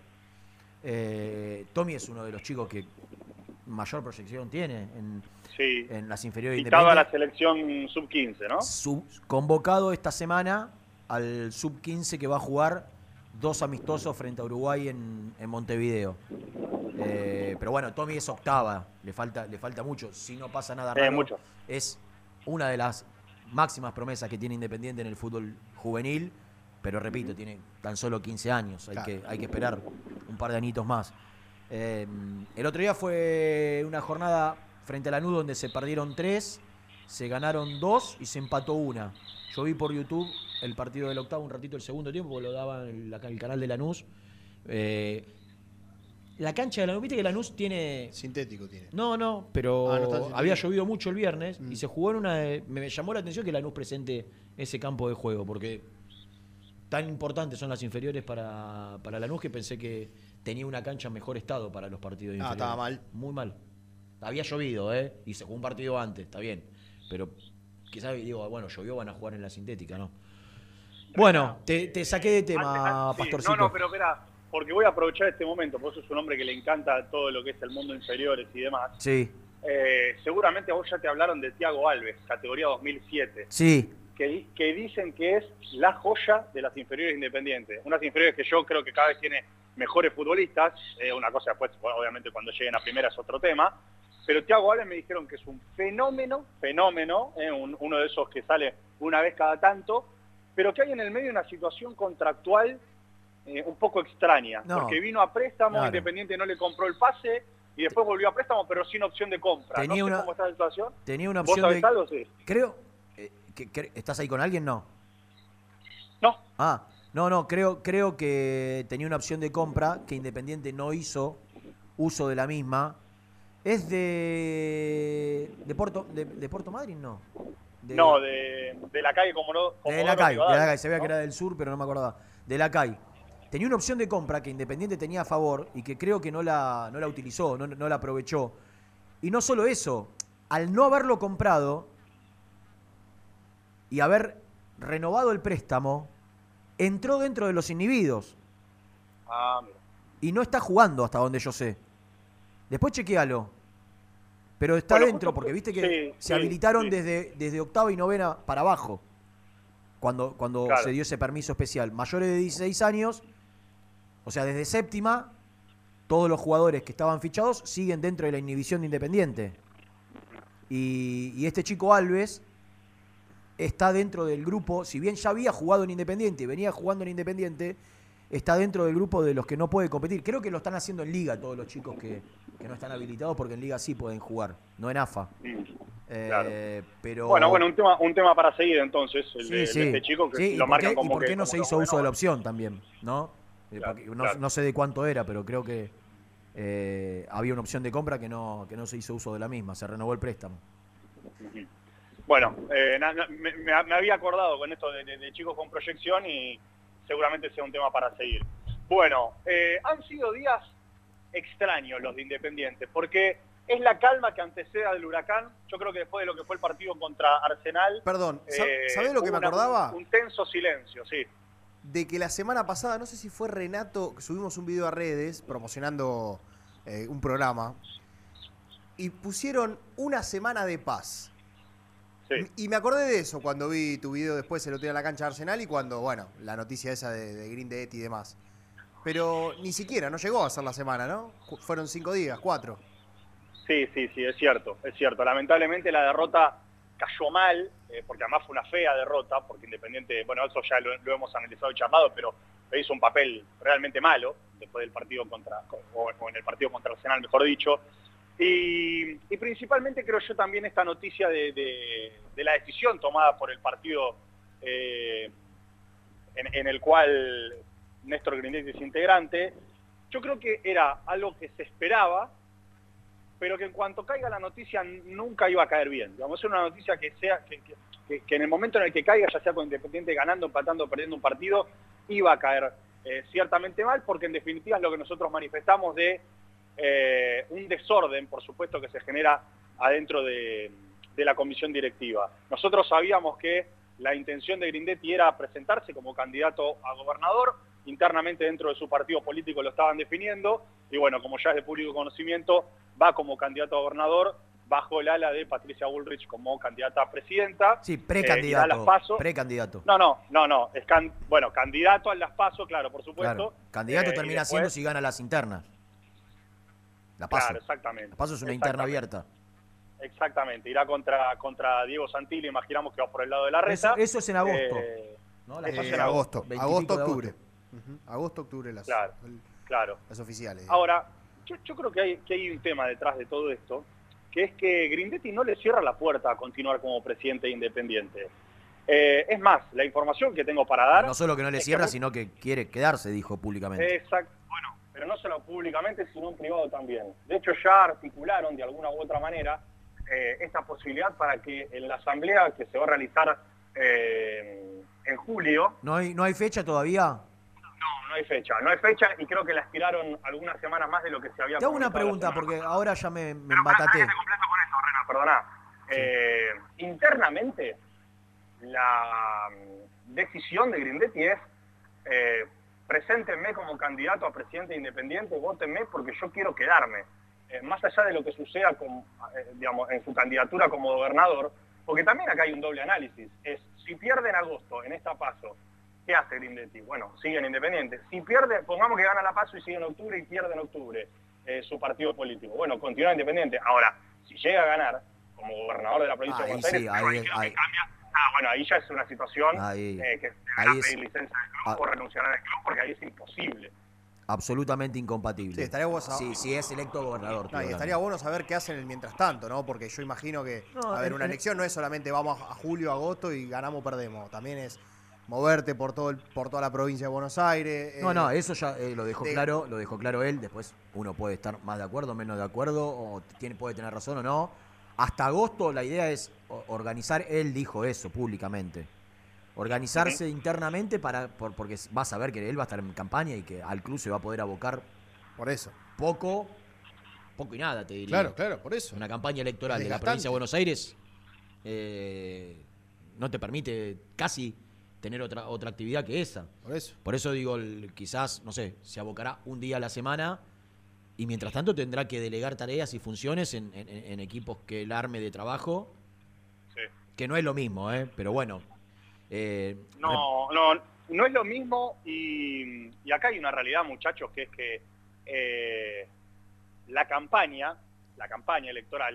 eh, Tommy es uno de los chicos que mayor proyección tiene en, Sí. en las inferiores de Citado a la Independiente. selección sub quince, ¿no? Sub- convocado esta semana al sub quince que va a jugar dos amistosos frente a Uruguay en, en Montevideo. Eh, pero bueno, Tommy es octava, le falta, le falta mucho. Si no pasa nada Eh, raro, mucho. es una de las máximas promesas que tiene Independiente en el fútbol juvenil. Pero repito, tiene tan solo quince años, hay, Claro. que, hay que esperar un par de añitos más. Eh, el otro día fue una jornada frente a Lanús donde se perdieron tres, se ganaron dos y se empató una. Yo vi por YouTube el partido del octavo un ratito el segundo tiempo, porque lo daba el, el canal de Lanús. Eh, la cancha de Lanús, viste que Lanús tiene... Sintético tiene. No, no, pero Ah, no está sintético. había llovido mucho el viernes Mm. y se jugó en una... de- Me llamó la atención que Lanús presente ese campo de juego, porque tan importantes son las inferiores para, para Lanús que pensé que tenía una cancha en mejor estado para los partidos Ah, inferiores. estaba mal. Muy mal. Había llovido, ¿eh? Y se jugó un partido antes, está bien. Pero quizás digo, bueno, llovió, van a jugar en la sintética, ¿no? Bueno, te, te saqué de tema, Sí, Pastorcito. No, no, pero espera, porque voy a aprovechar este momento, porque sos un hombre que le encanta todo lo que es el mundo inferiores y demás. Sí, Eh, seguramente a vos ya te hablaron de Thiago Alves, categoría dos mil siete. sí. Que, di- que dicen que es la joya de las inferiores independientes. Unas inferiores que yo creo que cada vez tiene mejores futbolistas. Eh, una cosa después, bueno, obviamente cuando lleguen a primera es otro tema. Pero Thiago Alves me dijeron que es un fenómeno, fenómeno, eh, un- uno de esos que sale una vez cada tanto, pero que hay en el medio una situación contractual eh, un poco extraña. No. Porque vino a préstamo, Claro. Independiente no le compró el pase y después volvió a préstamo, pero sin opción de compra. Tenía no sé una- cómo está la situación. Tenía una ¿Vos opción sabés de... algo? Sí. Creo... eh, que, que- ¿Estás ahí con alguien? No. No. Ah, no, no, creo, creo que tenía una opción de compra que Independiente no hizo uso de la misma. Es de... ¿De Porto, de, de Porto Madryn? No. De- No, de, de la calle como no. De la CAI, de la CAI, se veía que era del sur, pero no me acordaba. De la CAI. Tenía una opción de compra que Independiente tenía a favor y que creo que no la, no la utilizó, no, no la aprovechó. Y no solo eso, al no haberlo comprado y haber renovado el préstamo, entró dentro de los inhibidos Ah, mira. y no está jugando hasta donde yo sé. Después chequéalo. Pero está Bueno, dentro, justo- porque viste que sí, se sí, habilitaron sí. desde, desde octava y novena para abajo. Cuando, cuando Claro. se dio ese permiso especial. Mayores de dieciséis años, o sea, desde séptima, todos los jugadores que estaban fichados siguen dentro de la inhibición de Independiente. Y, y este chico Alves está dentro del grupo, si bien ya había jugado en Independiente y venía jugando en Independiente, está dentro del grupo de los que no puede competir. Creo que lo están haciendo en Liga todos los chicos que, que no están habilitados, porque en Liga sí pueden jugar, no en A F A. Mm, eh, claro. pero... Bueno, bueno, un tema, un tema para seguir entonces, el Sí, de, sí. de este chico que Sí, lo ¿y por marcan qué, como y por que- qué no como se que hizo bueno, uso de la opción también? ¿No? Eh, Claro, porque no, claro. no sé de cuánto era, pero creo que eh, había una opción de compra que no, que no se hizo uso de la misma, se renovó el préstamo. Ujú. Bueno, eh, na- na- me, me- me había acordado con esto de, de- de chicos con proyección y seguramente sea un tema para seguir. Bueno, eh, han sido días extraños los de Independiente, porque es la calma que antecede al huracán. Yo creo que después de lo que fue el partido contra Arsenal... Perdón, ¿sab- eh, ¿sabés lo que hubo me una- acordaba? Un, un tenso silencio, sí. De que la semana pasada, no sé si fue Renato, que subimos un video a redes promocionando eh, un programa y pusieron una semana de paz. Y me acordé de eso cuando vi tu video después, se lo tiré a la cancha de Arsenal y cuando, bueno, la noticia esa de, de Green Dead y demás. Pero ni siquiera, no llegó a ser la semana, ¿no? Ju- Fueron cinco días, cuatro. Sí, sí, sí, es cierto, es cierto. Lamentablemente la derrota cayó mal, eh, porque además fue una fea derrota, porque Independiente, bueno, eso ya lo, lo hemos analizado y charlado, pero hizo un papel realmente malo después del partido contra, o, o en el partido contra Arsenal, mejor dicho. Y, y principalmente creo yo también esta noticia de, de- de la decisión tomada por el partido eh, en, en el cual Néstor Grindetti es integrante. Yo creo que era algo que se esperaba, pero que en cuanto caiga la noticia nunca iba a caer bien. Digamos, es una noticia que sea que, que- que- que en el momento en el que caiga, ya sea con Independiente ganando, empatando, perdiendo un partido, iba a caer eh, ciertamente mal, porque en definitiva es lo que nosotros manifestamos de eh, un desorden, por supuesto, que se genera adentro de, de la comisión directiva. Nosotros sabíamos que la intención de Grindetti era presentarse como candidato a gobernador, internamente dentro de su partido político lo estaban definiendo, y bueno, como ya es de público conocimiento, va como candidato a gobernador bajo el ala de Patricia Bullrich como candidata a presidenta. Sí, Eh, irá a precandidato. las PASO. Precandidato. No, no, no, no. Es can- bueno, candidato a las PASO, claro, por supuesto. Claro. Candidato Eh, y termina después- siendo si gana las internas. La PASO. Claro, exactamente. La PASO es una interna Exactamente. abierta. Exactamente. Irá contra, contra Diego Santilli, imaginamos que va por el lado de la reta. Eso, eso es en agosto. Eh, ¿no? La eso PASO es Eh, en agosto, veintipico agosto, de octubre. agosto. Ujú, Agosto, octubre las, Claro, claro. las oficiales. Ahora, yo, yo creo que hay, que hay un tema detrás de todo esto, que es que Grindetti no le cierra la puerta a continuar como presidente independiente. Eh, es más, la información que tengo para dar... No solo que no le es cierra, mu- sino que quiere quedarse, dijo públicamente. Exacto, bueno, pero no solo públicamente, sino en privado también. De hecho, ya articularon de alguna u otra manera eh, esta posibilidad para que en la asamblea que se va a realizar eh, en julio, ¿No hay, ¿No hay fecha todavía? no, no hay fecha, no hay fecha y creo que la estiraron algunas semanas más de lo que se había Te hago una comunicado la pregunta, semana porque pasada. ahora ya me, me embataté. Rena, perdona. Eh, internamente, la mm, decisión de Grindetti es eh, preséntenme como candidato a presidente independiente, vótenme porque yo quiero quedarme. Eh, más allá de lo que suceda con, eh, digamos, en su candidatura como gobernador, porque también acá hay un doble análisis. Es, si pierde en agosto, en esta PASO, ¿qué hace Grindetti? Bueno, sigue en Independiente. Si pierde, pongamos que gana la PASO y sigue en octubre y pierde en octubre eh, su partido político. Bueno, continúa Independiente. Ahora, si llega a ganar como gobernador de la provincia Ahí de Buenos sí, Aires, ahí bueno, es- creo que ahí- cambia. Ah, bueno, ahí ya es una situación Ahí- eh, que ahí deberá es- pedir licencia del club ah. o renunciar al club porque ahí es imposible. Absolutamente incompatible. Sí, estaría bueno- Sí, sí es electo gobernador. No, estoy y hablando. estaría bueno saber qué hacen en el mientras tanto, ¿no? Porque yo imagino que, No, a ver, en- una en- elección no es solamente vamos a julio, agosto y ganamos o perdemos. También es moverte por todo el- por toda la provincia de Buenos Aires. No, eh, no, eso ya eh, lo dejó de- claro, lo dejó claro él. Después uno puede estar más de acuerdo, menos de acuerdo, o tiene, puede tener razón o no. Hasta agosto la idea es o- organizar, él dijo eso públicamente. Organizarse internamente para por- porque va a saber que él va a estar en campaña y que al club se va a poder abocar Por eso. poco, poco y nada, te diría. Claro, claro, por eso. Una campaña electoral de la Desgastante. provincia de Buenos Aires eh, no te permite casi tener otra otra actividad que esa. Por eso. Por eso digo, el- quizás, no sé, se abocará un día a la semana y mientras tanto tendrá que delegar tareas y funciones en, en- en equipos que él arme de trabajo, Sí. que no es lo mismo, ¿eh? Pero bueno. eh, No, no, no es lo mismo y, y acá hay una realidad, muchachos, que es que eh, la campaña, la campaña electoral,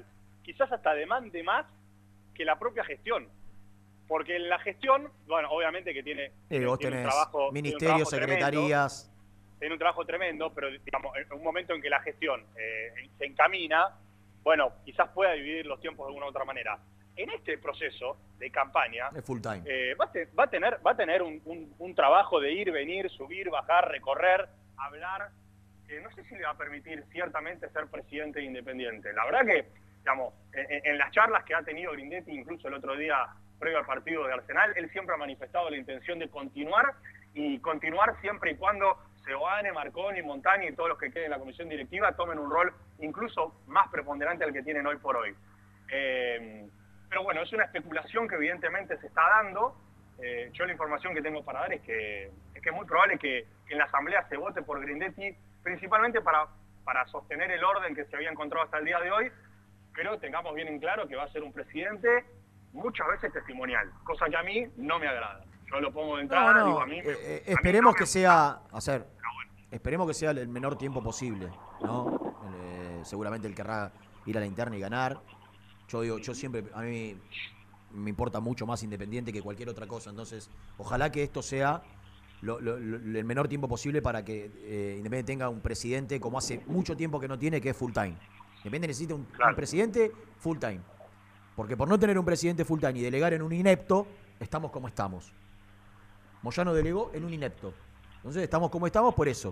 quizás hasta demande más que la propia gestión. Porque en la gestión, bueno, obviamente que tiene, Eh, vos tiene un tenés trabajo, ministerios, tiene un trabajo secretarías. tremendo, tiene un trabajo tremendo, pero digamos, en un momento en que la gestión eh, se encamina, bueno, quizás pueda dividir los tiempos de alguna u otra manera. En este proceso de campaña, Es full time. eh, va, a te- va a tener, va a tener un, un- un trabajo de ir, venir, subir, bajar, recorrer, hablar, que no sé si le va a permitir ciertamente ser presidente independiente. La verdad que, digamos, en, en las charlas que ha tenido Grindetti, incluso el otro día previo al partido de Arsenal, él siempre ha manifestado la intención de continuar y continuar siempre y cuando Seoane, Marconi, Montani y todos los que queden en la comisión directiva tomen un rol incluso más preponderante al que tienen hoy por hoy. Eh, pero bueno, es una especulación que evidentemente se está dando. Eh, yo la información que tengo para dar es que es que es muy probable que, que en la asamblea se vote por Grindetti, principalmente para, para sostener el orden que se había encontrado hasta el día de hoy, pero tengamos bien en claro que va a ser un presidente muchas veces testimonial, cosa que a mí no me agrada. Yo lo pongo de entrada, No, no, digo, a mí, eh, me- eh, a mí esperemos no me que gusta. sea, hacer, esperemos que sea el menor tiempo posible, ¿no? Eh, seguramente él querrá ir a la interna y ganar. Yo digo, yo siempre, a mí me importa mucho más Independiente que cualquier otra cosa, entonces ojalá que esto sea lo- lo- lo- el menor tiempo posible para que eh, Independiente tenga un presidente como hace mucho tiempo que no tiene, que es full time. Independiente necesita un, un presidente full time, porque por no tener un presidente full time y delegar en un inepto, estamos como estamos. Moyano delegó en un inepto. Entonces estamos como estamos por eso.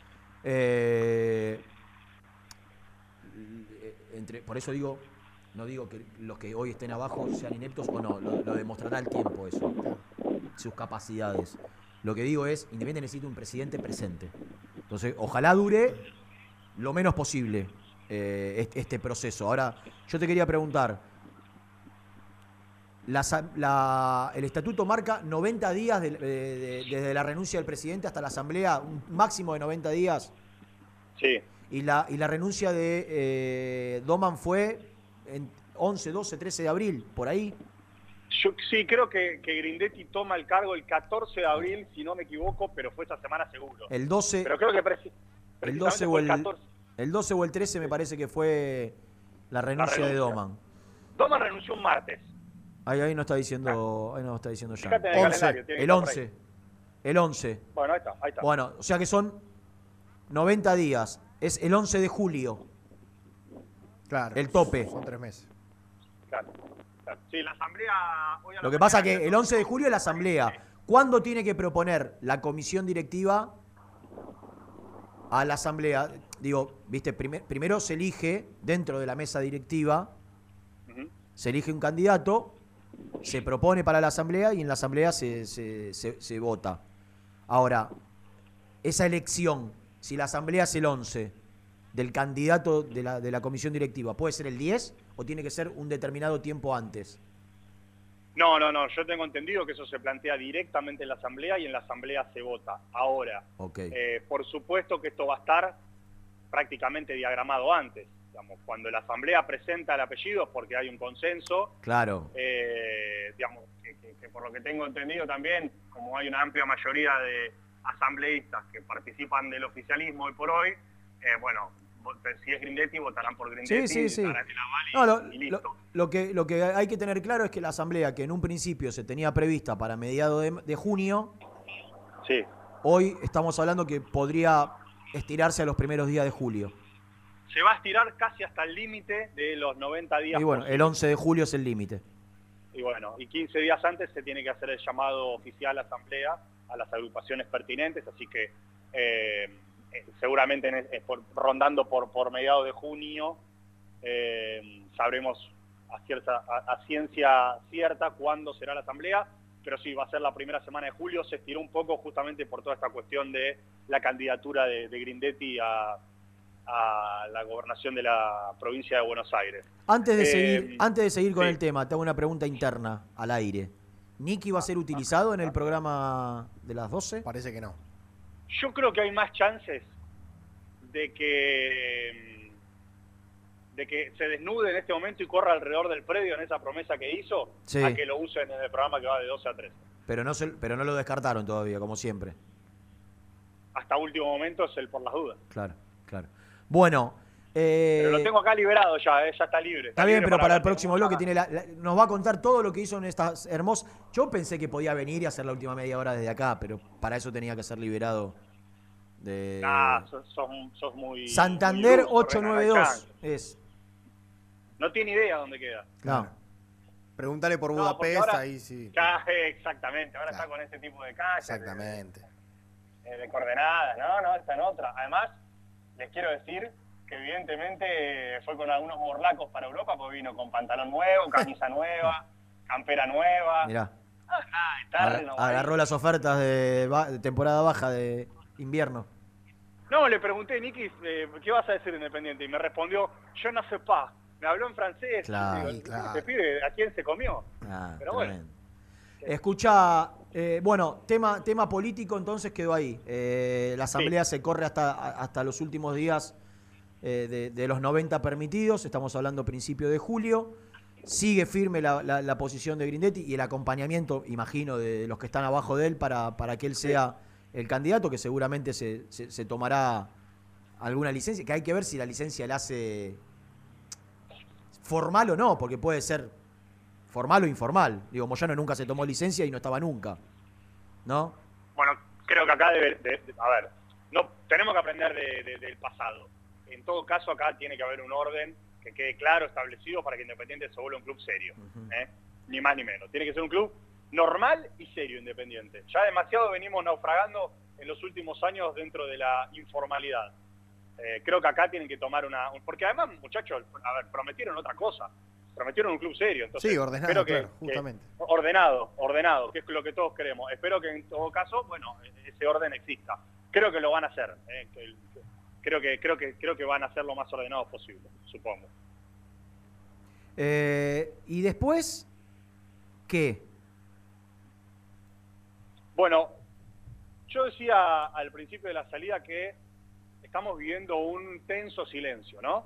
Eh, entre, por eso digo, no digo que los que hoy estén abajo sean ineptos o no, lo, lo demostrará el tiempo eso, sus capacidades. Lo que digo es, Independiente necesita un presidente presente. Entonces, ojalá dure lo menos posible eh, este, este proceso. Ahora, yo te quería preguntar, La, sa- la- el estatuto marca noventa días de- de- de- desde la renuncia del presidente hasta la asamblea, un máximo de noventa días. Sí. Y la, y la renuncia de eh, Doman fue en once, doce, trece de abril, por ahí. Yo sí creo que, que Grindetti toma el cargo el catorce de abril, si no me equivoco, pero fue esta semana seguro. El doce, Pero creo que preci- el precisamente doce, o fue el, catorce. el doce o el trece me parece que fue la renuncia, de renuncia. Doman. Doman renunció un martes. Ahí, ahí no está diciendo, ahí no está diciendo ya. Fíjate en el calendario, tiene que El estar por once. El once. Bueno, ahí está, ahí está. Bueno, o sea que son noventa días. Es el once de julio. Claro. El tope. Son tres meses. Claro, claro. Sí, la asamblea... hoy a la Lo que pasa mañana- que el once de julio es la asamblea. ¿Cuándo tiene que proponer la comisión directiva a la asamblea? Digo, viste, primer- primero se elige dentro de la mesa directiva, Ujú. se elige un candidato, se propone para la asamblea y en la asamblea se, se- se- se vota. Ahora, esa elección, si la asamblea es el once del candidato de la, de la comisión directiva, ¿puede ser el diez o tiene que ser un determinado tiempo antes? No, no, no, yo tengo entendido que eso se plantea directamente en la asamblea y en la asamblea se vota. Ahora, Ok. eh, por supuesto que esto va a estar prácticamente diagramado antes. Digamos, cuando la asamblea presenta el apellido es porque hay un consenso. Claro. Eh, digamos, que, que- que por lo que tengo entendido también, como hay una amplia mayoría de asambleístas que participan del oficialismo hoy por hoy, eh, bueno, vo- si es Grindetti, votarán por Grindetti, Sí, sí, sí. darán el aval y, No, lo, y listo. lo- lo que, lo que hay que tener claro es que la asamblea, que en un principio se tenía prevista para mediados de, de junio, Sí. hoy estamos hablando que podría estirarse a los primeros días de julio. Se va a estirar casi hasta el límite de los noventa días. Y bueno, el once de julio es el límite. Y bueno, y quince días antes se tiene que hacer el llamado oficial a asamblea a las agrupaciones pertinentes, así que eh, eh, seguramente en es- es por- rondando por, por mediados de junio eh, sabremos a, cierta, a, a ciencia cierta cuándo será la asamblea, pero sí, va a ser la primera semana de julio. Se estiró un poco justamente por toda esta cuestión de la candidatura de, de Grindetti a, a la gobernación de la provincia de Buenos Aires. Antes de Eh, seguir, antes de seguir con sí. el tema, te hago una pregunta interna al aire. ¿Nicky va a ser utilizado en el programa de las doce? Parece que no. Yo creo que hay más chances de que de que se desnude en este momento y corra alrededor del predio en esa promesa que hizo, Sí. a que lo usen en el programa que va de doce a trece. Pero no, se, pero no lo descartaron todavía, como siempre. Hasta último momento es el por las dudas. Claro, claro. Bueno, Eh, Pero lo tengo acá liberado ya, eh, ya está libre. Está bien, libre pero para el hablar. próximo bloque tiene la- la- nos va a contar todo lo que hizo en estas hermosas... Yo pensé que podía venir y hacer la última media hora desde acá, pero para eso tenía que ser liberado de... Ah, sos, sos, sos muy... Santander muy iluso, ocho nueve Renan, dos Alcán. es. No tiene idea dónde queda. No. Pregúntale por No, porque Budapest, ahora- ahí sí. Ya, eh, exactamente, ahora Claro. está con ese tipo de calles. Exactamente. De, de coordenadas, no, no, está en otra. Además, les quiero decir que evidentemente fue con algunos morlacos para Europa, porque vino con pantalón nuevo, camisa nueva, campera nueva. Mirá. Ah, está Aga- renovadito. Agarró las ofertas de, ba- de temporada baja de invierno. No, le pregunté, Nicky, eh, ¿qué vas a decir Independiente? Y me respondió, yo no sé pas. Me habló en francés. Claro, Digo, claro. ¿Este pibe a quién se comió? Ah, Pero bueno. tremendo. Escucha, eh, bueno, tema, tema político entonces quedó ahí. Eh, la asamblea se corre hasta, hasta los últimos días eh, de, de los noventa permitidos, estamos hablando principio de julio. Sigue firme la, la- la posición de Grindetti y el acompañamiento, imagino, de los que están abajo de él para, para que él sea el candidato, que seguramente se, se- se tomará alguna licencia, que hay que ver si la licencia la hace formal o no, porque puede ser formal o informal. Digo, Moyano nunca se tomó licencia y no estaba nunca, ¿no? Bueno, creo que acá debe, de- de- a ver, no tenemos que aprender de- de- del pasado. En todo caso, acá tiene que haber un orden que quede claro, establecido para que Independiente se vuelva un club serio, ¿eh? Ni más ni menos. Tiene que ser un club normal y serio Independiente. Ya demasiado venimos naufragando en los últimos años dentro de la informalidad. Eh, creo que acá tienen que tomar una... un- porque además, muchachos, a ver, prometieron otra cosa. Prometieron un club serio. Entonces, Sí, ordenado, espero que- claro, que- justamente. ordenado, ordenado, que es lo que todos queremos. Espero que en todo caso, bueno, ese orden exista. Creo que lo van a hacer. eh, que- que- creo que creo que creo que van a ser lo más ordenados posible, supongo. Eh, y después, ¿qué? Bueno, yo decía al principio de la salida que estamos viviendo un tenso silencio, ¿no?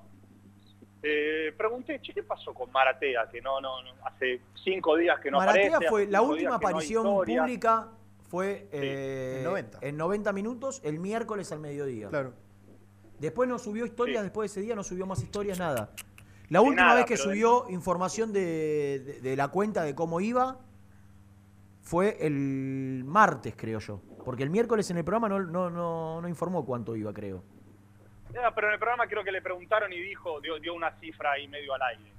Eh, pregunté, che, ¿qué pasó con Maratea? Que no, no, no hace cinco días que no Maratea aparece. fue hace la cinco última días que no hay aparición historia. pública fue eh, en noventa. en noventa minutos el miércoles al mediodía. Claro. Después no subió historias, Sí. después de ese día no subió más historias, nada. La De última nada, vez que pero de- subió información de, de- de la cuenta de cómo iba fue el martes, creo yo. Porque el miércoles en el programa no, no, no, no informó cuánto iba, creo. Ya, pero en el programa creo que le preguntaron y dijo, dio, dio una cifra ahí medio al aire.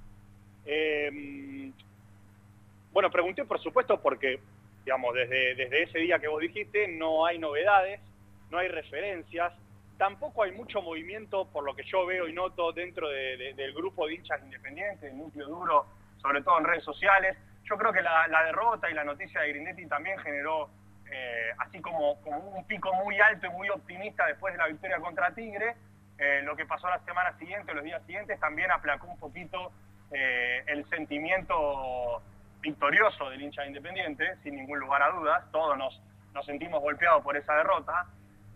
Eh, bueno, pregunté por supuesto porque, digamos, desde, desde ese día que vos dijiste, no hay novedades, no hay referencias, tampoco hay mucho movimiento por lo que yo veo y noto dentro de- de- del grupo de hinchas independientes, del núcleo duro, sobre todo en redes sociales. Yo creo que la, la derrota y la noticia de Grindetti también generó eh, así como, como un pico muy alto y muy optimista después de la victoria contra Tigre. Eh, lo que pasó la semana siguiente, los días siguientes, también aplacó un poquito eh, el sentimiento victorioso del hincha de Independiente, sin ningún lugar a dudas. Todos nos, nos sentimos golpeados por esa derrota.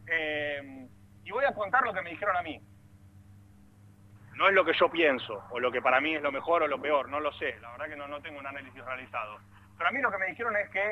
Eh, y voy a contar lo que me dijeron a mí. No es lo que yo pienso, o lo que para mí es lo mejor o lo peor, no lo sé. La verdad que no, no tengo un análisis realizado. Pero a mí lo que me dijeron es que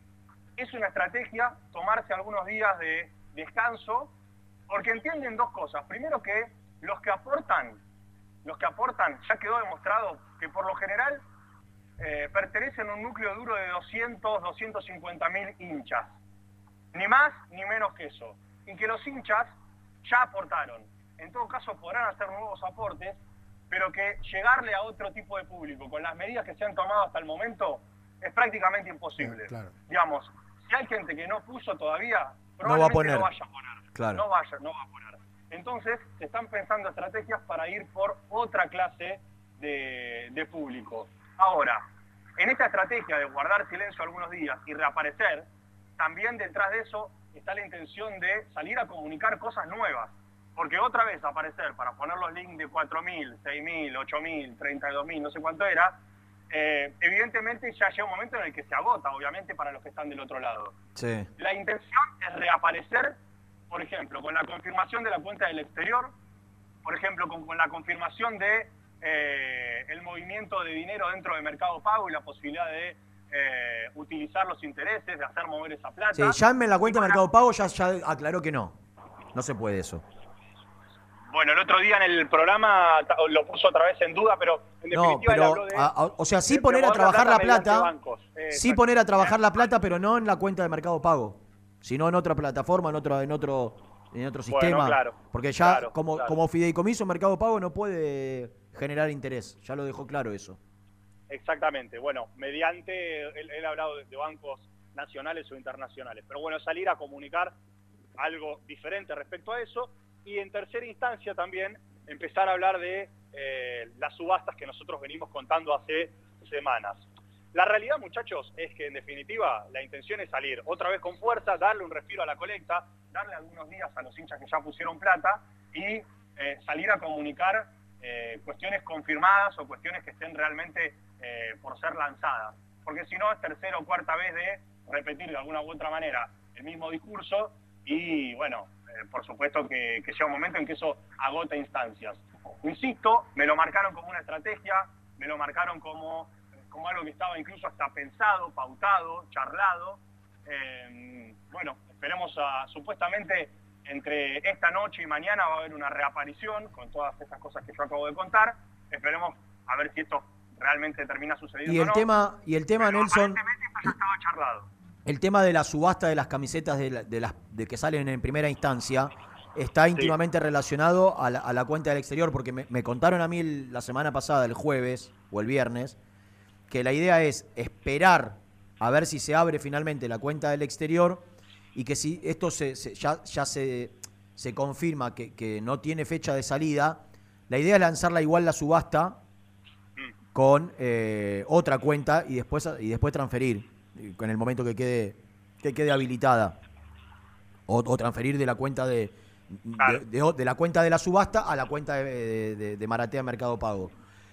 es una estrategia tomarse algunos días de descanso, porque entienden dos cosas. Primero, que los que aportan, los que aportan, ya quedó demostrado que por lo general eh, pertenecen a un núcleo duro de doscientos, doscientos cincuenta mil hinchas. Ni más ni menos que eso. Y que los hinchas ya aportaron. En todo caso podrán hacer nuevos aportes, pero que llegarle a otro tipo de público con las medidas que se han tomado hasta el momento es prácticamente imposible. Claro. Digamos, si hay gente que no puso todavía, No va a probablemente poner. no vaya a poner. Claro. No vaya, no va a poner. Entonces, se están pensando estrategias para ir por otra clase de, de público. Ahora, en esta estrategia de guardar silencio algunos días y reaparecer, también detrás de eso está la intención de salir a comunicar cosas nuevas. Porque otra vez aparecer para poner los links de cuatro mil, seis mil, ocho mil, treinta y dos mil, no sé cuánto era, eh, evidentemente ya llega un momento en el que se agota, obviamente, para los que están del otro lado. Sí. La intención es reaparecer, por ejemplo, con la confirmación de la cuenta del exterior, por ejemplo, con, con la confirmación de eh, el movimiento de dinero dentro del Mercado Pago y la posibilidad de eh, utilizar los intereses, de hacer mover esa plata. Sí, ya en la cuenta de Mercado Pago ya, ya aclaró que no. No se puede eso. Bueno, el otro día en el programa ta- lo puso otra vez en duda, pero en No, definitiva él pero, habló de... a- a- o sea, sí de poner a promover trabajar la mediante plata, bancos. Eh, sí exacto. poner a trabajar la plata, pero no en la cuenta de Mercado Pago, sino en otra plataforma, en otro, en otro, en otro Bueno, sistema. claro, Porque ya claro, como, claro. como fideicomiso Mercado Pago no puede generar interés, ya lo dejó claro eso. Exactamente, bueno, mediante, él, él ha hablado de, de bancos nacionales o internacionales, pero bueno, salir a comunicar algo diferente respecto a eso, y en tercera instancia también empezar a hablar de eh, las subastas que nosotros venimos contando hace semanas. La realidad, muchachos, es que en definitiva la intención es salir otra vez con fuerza, darle un respiro a la colecta, darle algunos días a los hinchas que ya pusieron plata y eh, salir a comunicar eh, cuestiones confirmadas o cuestiones que estén realmente eh, por ser lanzadas. Porque si no es tercera o cuarta vez de repetir de alguna u otra manera el mismo discurso y bueno, eh, por supuesto que, que llega un momento en que eso agota instancias. Insisto, me lo marcaron como una estrategia, me lo marcaron como, como algo que estaba incluso hasta pensado, pautado, charlado. Eh, bueno, esperemos a, supuestamente entre esta noche y mañana va a haber una reaparición con todas esas cosas que yo acabo de contar. Esperemos a ver si esto realmente termina sucediendo Y o el no. tema, y el tema Pero Nelson, aparentemente esto ya estaba charlado. el tema de la subasta de las camisetas de, la- de las de que salen en primera instancia está íntimamente relacionado a la, a la cuenta del exterior, porque me, me contaron a mí el- la semana pasada, el jueves o el viernes, que la idea es esperar a ver si se abre finalmente la cuenta del exterior y que si esto se, se- ya, ya se, se confirma que, que no tiene fecha de salida, la idea es lanzarla igual la subasta con eh, otra cuenta y después y después transferir eh, en el momento que quede que quede habilitada o, o transferir de la cuenta de de, de- de la cuenta de la subasta a la cuenta de, de- de- de Maratea Mercado Pago.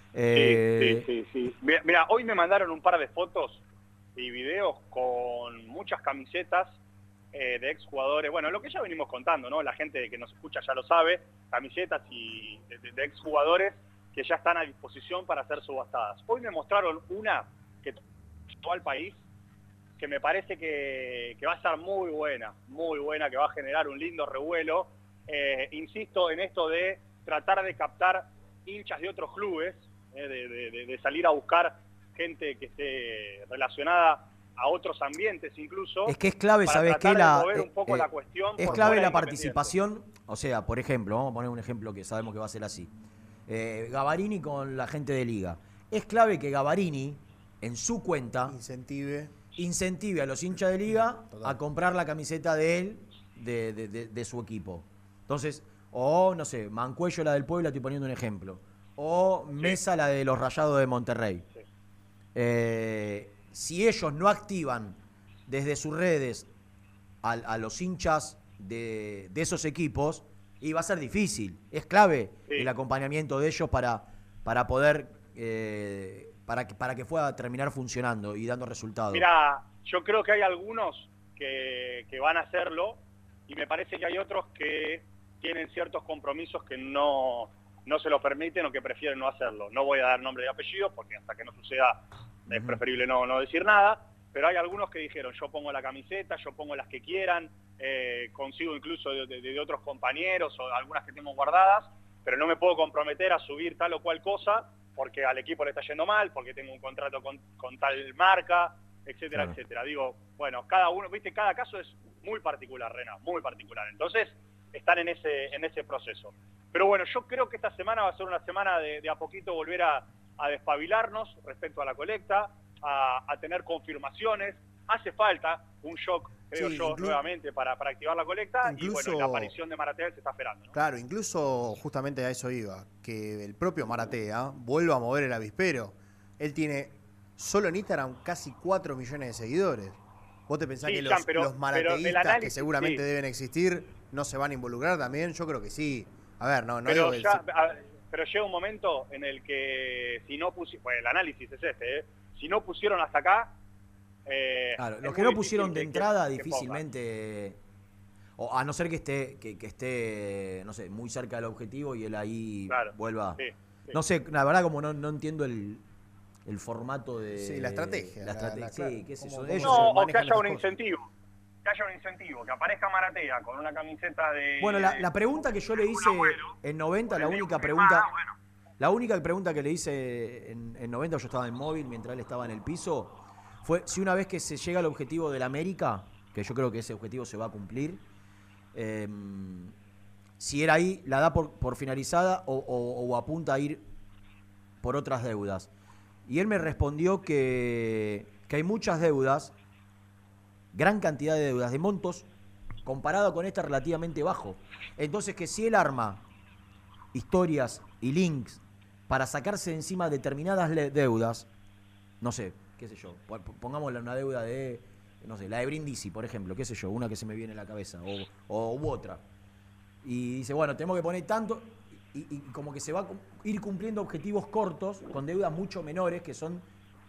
Eh, Sí, sí, sí, sí. Mira, mira, hoy me mandaron un par de fotos y videos con muchas camisetas eh, de exjugadores. Bueno, lo que ya venimos contando, ¿no? La gente que nos escucha ya lo sabe. Camisetas y de, de- de exjugadores que ya están a disposición para ser subastadas. Hoy me mostraron una que todo al país, que me parece que, que va a estar muy buena, muy buena, que va a generar un lindo revuelo. Eh, insisto en esto de tratar de captar hinchas de otros clubes, eh, de, de- de- de salir a buscar gente que esté relacionada a otros ambientes incluso. Es que es clave, para ¿sabes tratar qué? de La, mover eh, un poco eh, la cuestión es por clave fuera la de participación, o sea, por ejemplo, vamos a poner un ejemplo que sabemos que va a ser así. Eh, Gavarini con la gente de Liga. Es clave que Gavarini, en su cuenta, incentive, incentive a los hinchas de Liga a comprar la camiseta de él, de, de- de- de su equipo. Entonces, o no sé, Mancuello la del Puebla, estoy poniendo un ejemplo. O Mesa la de los Rayados de Monterrey. Eh, si ellos no activan desde sus redes a, a los hinchas de, de esos equipos, y va a ser difícil. Es clave el acompañamiento de ellos para, para poder, eh, para, que, para que pueda terminar funcionando y dando resultados. Mira, yo creo que hay algunos que, que van a hacerlo y me parece que hay otros que tienen ciertos compromisos que no, no se lo permiten o que prefieren no hacerlo. No voy a dar nombre y apellidos porque hasta que no suceda es preferible no, no decir nada, pero hay algunos que dijeron yo pongo la camiseta, yo pongo las que quieran, eh, consigo incluso de, de- de otros compañeros o algunas que tengo guardadas, pero no me puedo comprometer a subir tal o cual cosa porque al equipo le está yendo mal, porque tengo un contrato con, con tal marca, etcétera, Claro. etcétera. Digo, bueno, cada uno, viste, cada caso es muy particular, Rena, muy particular. Entonces, están en ese, en ese proceso. Pero bueno, yo creo que esta semana va a ser una semana de, de a poquito volver a, a despabilarnos respecto a la colecta, a, a tener confirmaciones. Hace falta un shock, creo Sí, yo, inclu- nuevamente para, para activar la colecta. Incluso- Y bueno, la aparición de Maratea se está esperando, ¿no? Claro, incluso justamente a eso iba, que el propio Maratea vuelva a mover el avispero. Él tiene solo en Instagram casi cuatro millones de seguidores. ¿Vos te pensás Sí, que Jan, los, pero- los pero el marateístas, que análisis, seguramente sí. deben existir, no se van a involucrar también? Yo creo que sí. A ver, no, no pero, digo que ya- sí. a- pero llega un momento en el que si no pusieron, bueno, el análisis es este, ¿eh? Si no pusieron hasta acá, eh, Claro, es los que muy no pusieron de difícil que- entrada que pongan. difícilmente, o a no ser que esté, que, que esté, no sé, muy cerca del objetivo y él ahí Claro, vuelva. sí, sí. No sé, la verdad como no, no entiendo el, el formato de... Sí, la estrategia, La la- estrategia, la- sí, claro, qué sé cómo- yo. cómo Ellos No, o que manejan haya las un cosas. incentivo. Que haya un incentivo, que aparezca Maratea con una camiseta de... Bueno, la, la pregunta que yo le hice en noventa, la única pregunta... La única pregunta que le hice en, en noventa, yo estaba en móvil mientras él estaba en el piso, fue si una vez que se llega al objetivo del América, que yo creo que ese objetivo se va a cumplir, eh, si era ahí, la da por, por finalizada o, o, o apunta a ir por otras deudas. Y él me respondió que, que hay muchas deudas, gran cantidad de deudas, de montos, comparado con esta relativamente bajo. Entonces que si él arma historias y links para sacarse de encima determinadas deudas, no sé, qué sé yo, pongámosle una deuda de, no sé, la de Brindisi, por ejemplo, qué sé yo, una que se me viene a la cabeza, o, o u otra. Y dice, bueno, tenemos que poner tanto, y, y como que se va a ir cumpliendo objetivos cortos con deudas mucho menores que son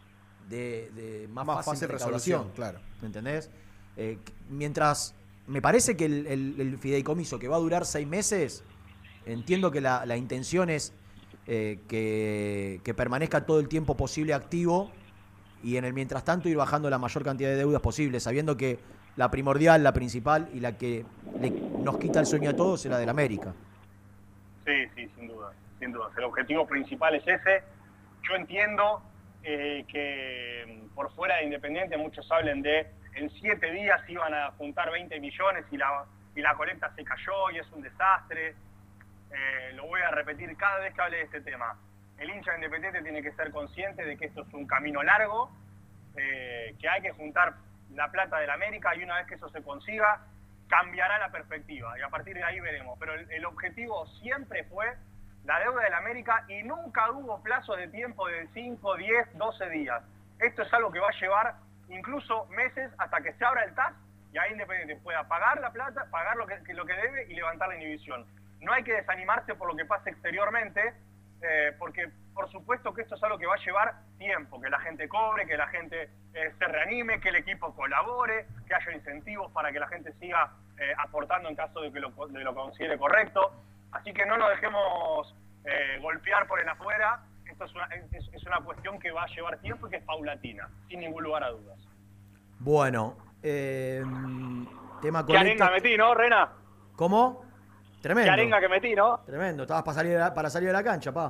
de, de más, Más fácil, fácil recaudación, resolución, claro. ¿me entendés? Eh, mientras, me parece que el, el, el fideicomiso que va a durar seis meses, entiendo que la, la intención es eh, que, que permanezca todo el tiempo posible activo y en el mientras tanto ir bajando la mayor cantidad de deudas posible, sabiendo que la primordial, la principal y la que le, nos quita el sueño a todos es la del América. Sí, sí, sin duda, sin duda. El objetivo principal es ese. Yo entiendo eh, que por fuera de Independiente muchos hablen de en siete días iban a juntar veinte millones y la, y la colecta se cayó y es un desastre. Eh, lo voy a repetir cada vez que hable de este tema. El hincha Independiente tiene que ser consciente de que esto es un camino largo, eh, que hay que juntar la plata del América y una vez que eso se consiga, cambiará la perspectiva y a partir de ahí veremos. Pero el, el objetivo siempre fue la deuda del América y nunca hubo plazo de tiempo de cinco, diez, doce días. Esto es algo que va a llevar incluso meses hasta que se abra el T A S y ahí Independiente pueda pagar la plata, pagar lo que, lo que debe y levantar la inhibición. No hay que desanimarse por lo que pase exteriormente, eh, porque por supuesto que esto es algo que va a llevar tiempo, que la gente cobre, que la gente eh, se reanime, que el equipo colabore, que haya incentivos para que la gente siga eh, aportando en caso de que lo, de lo considere correcto. Así que no nos dejemos eh, golpear por el afuera. Esto es una, es, es una cuestión que va a llevar tiempo y que es paulatina, sin ningún lugar a dudas. Bueno, eh, tema Qué arenga metí, ¿no, Rena? ¿Cómo? Tremendo. Qué arenga que metí, ¿no? Tremendo. Estabas para salir de la, para salir de la cancha, pa.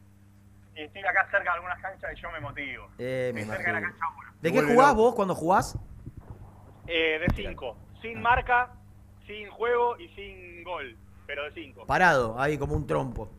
Y estoy acá cerca de algunas canchas y yo me motivo. Eh, me Estoy cerca de la imagino. cancha uno. ¿De qué jugás vos cuando jugás? Eh, de cinco. Sin marca, sin juego y sin gol. Pero de cinco. Parado, ahí como un trompo.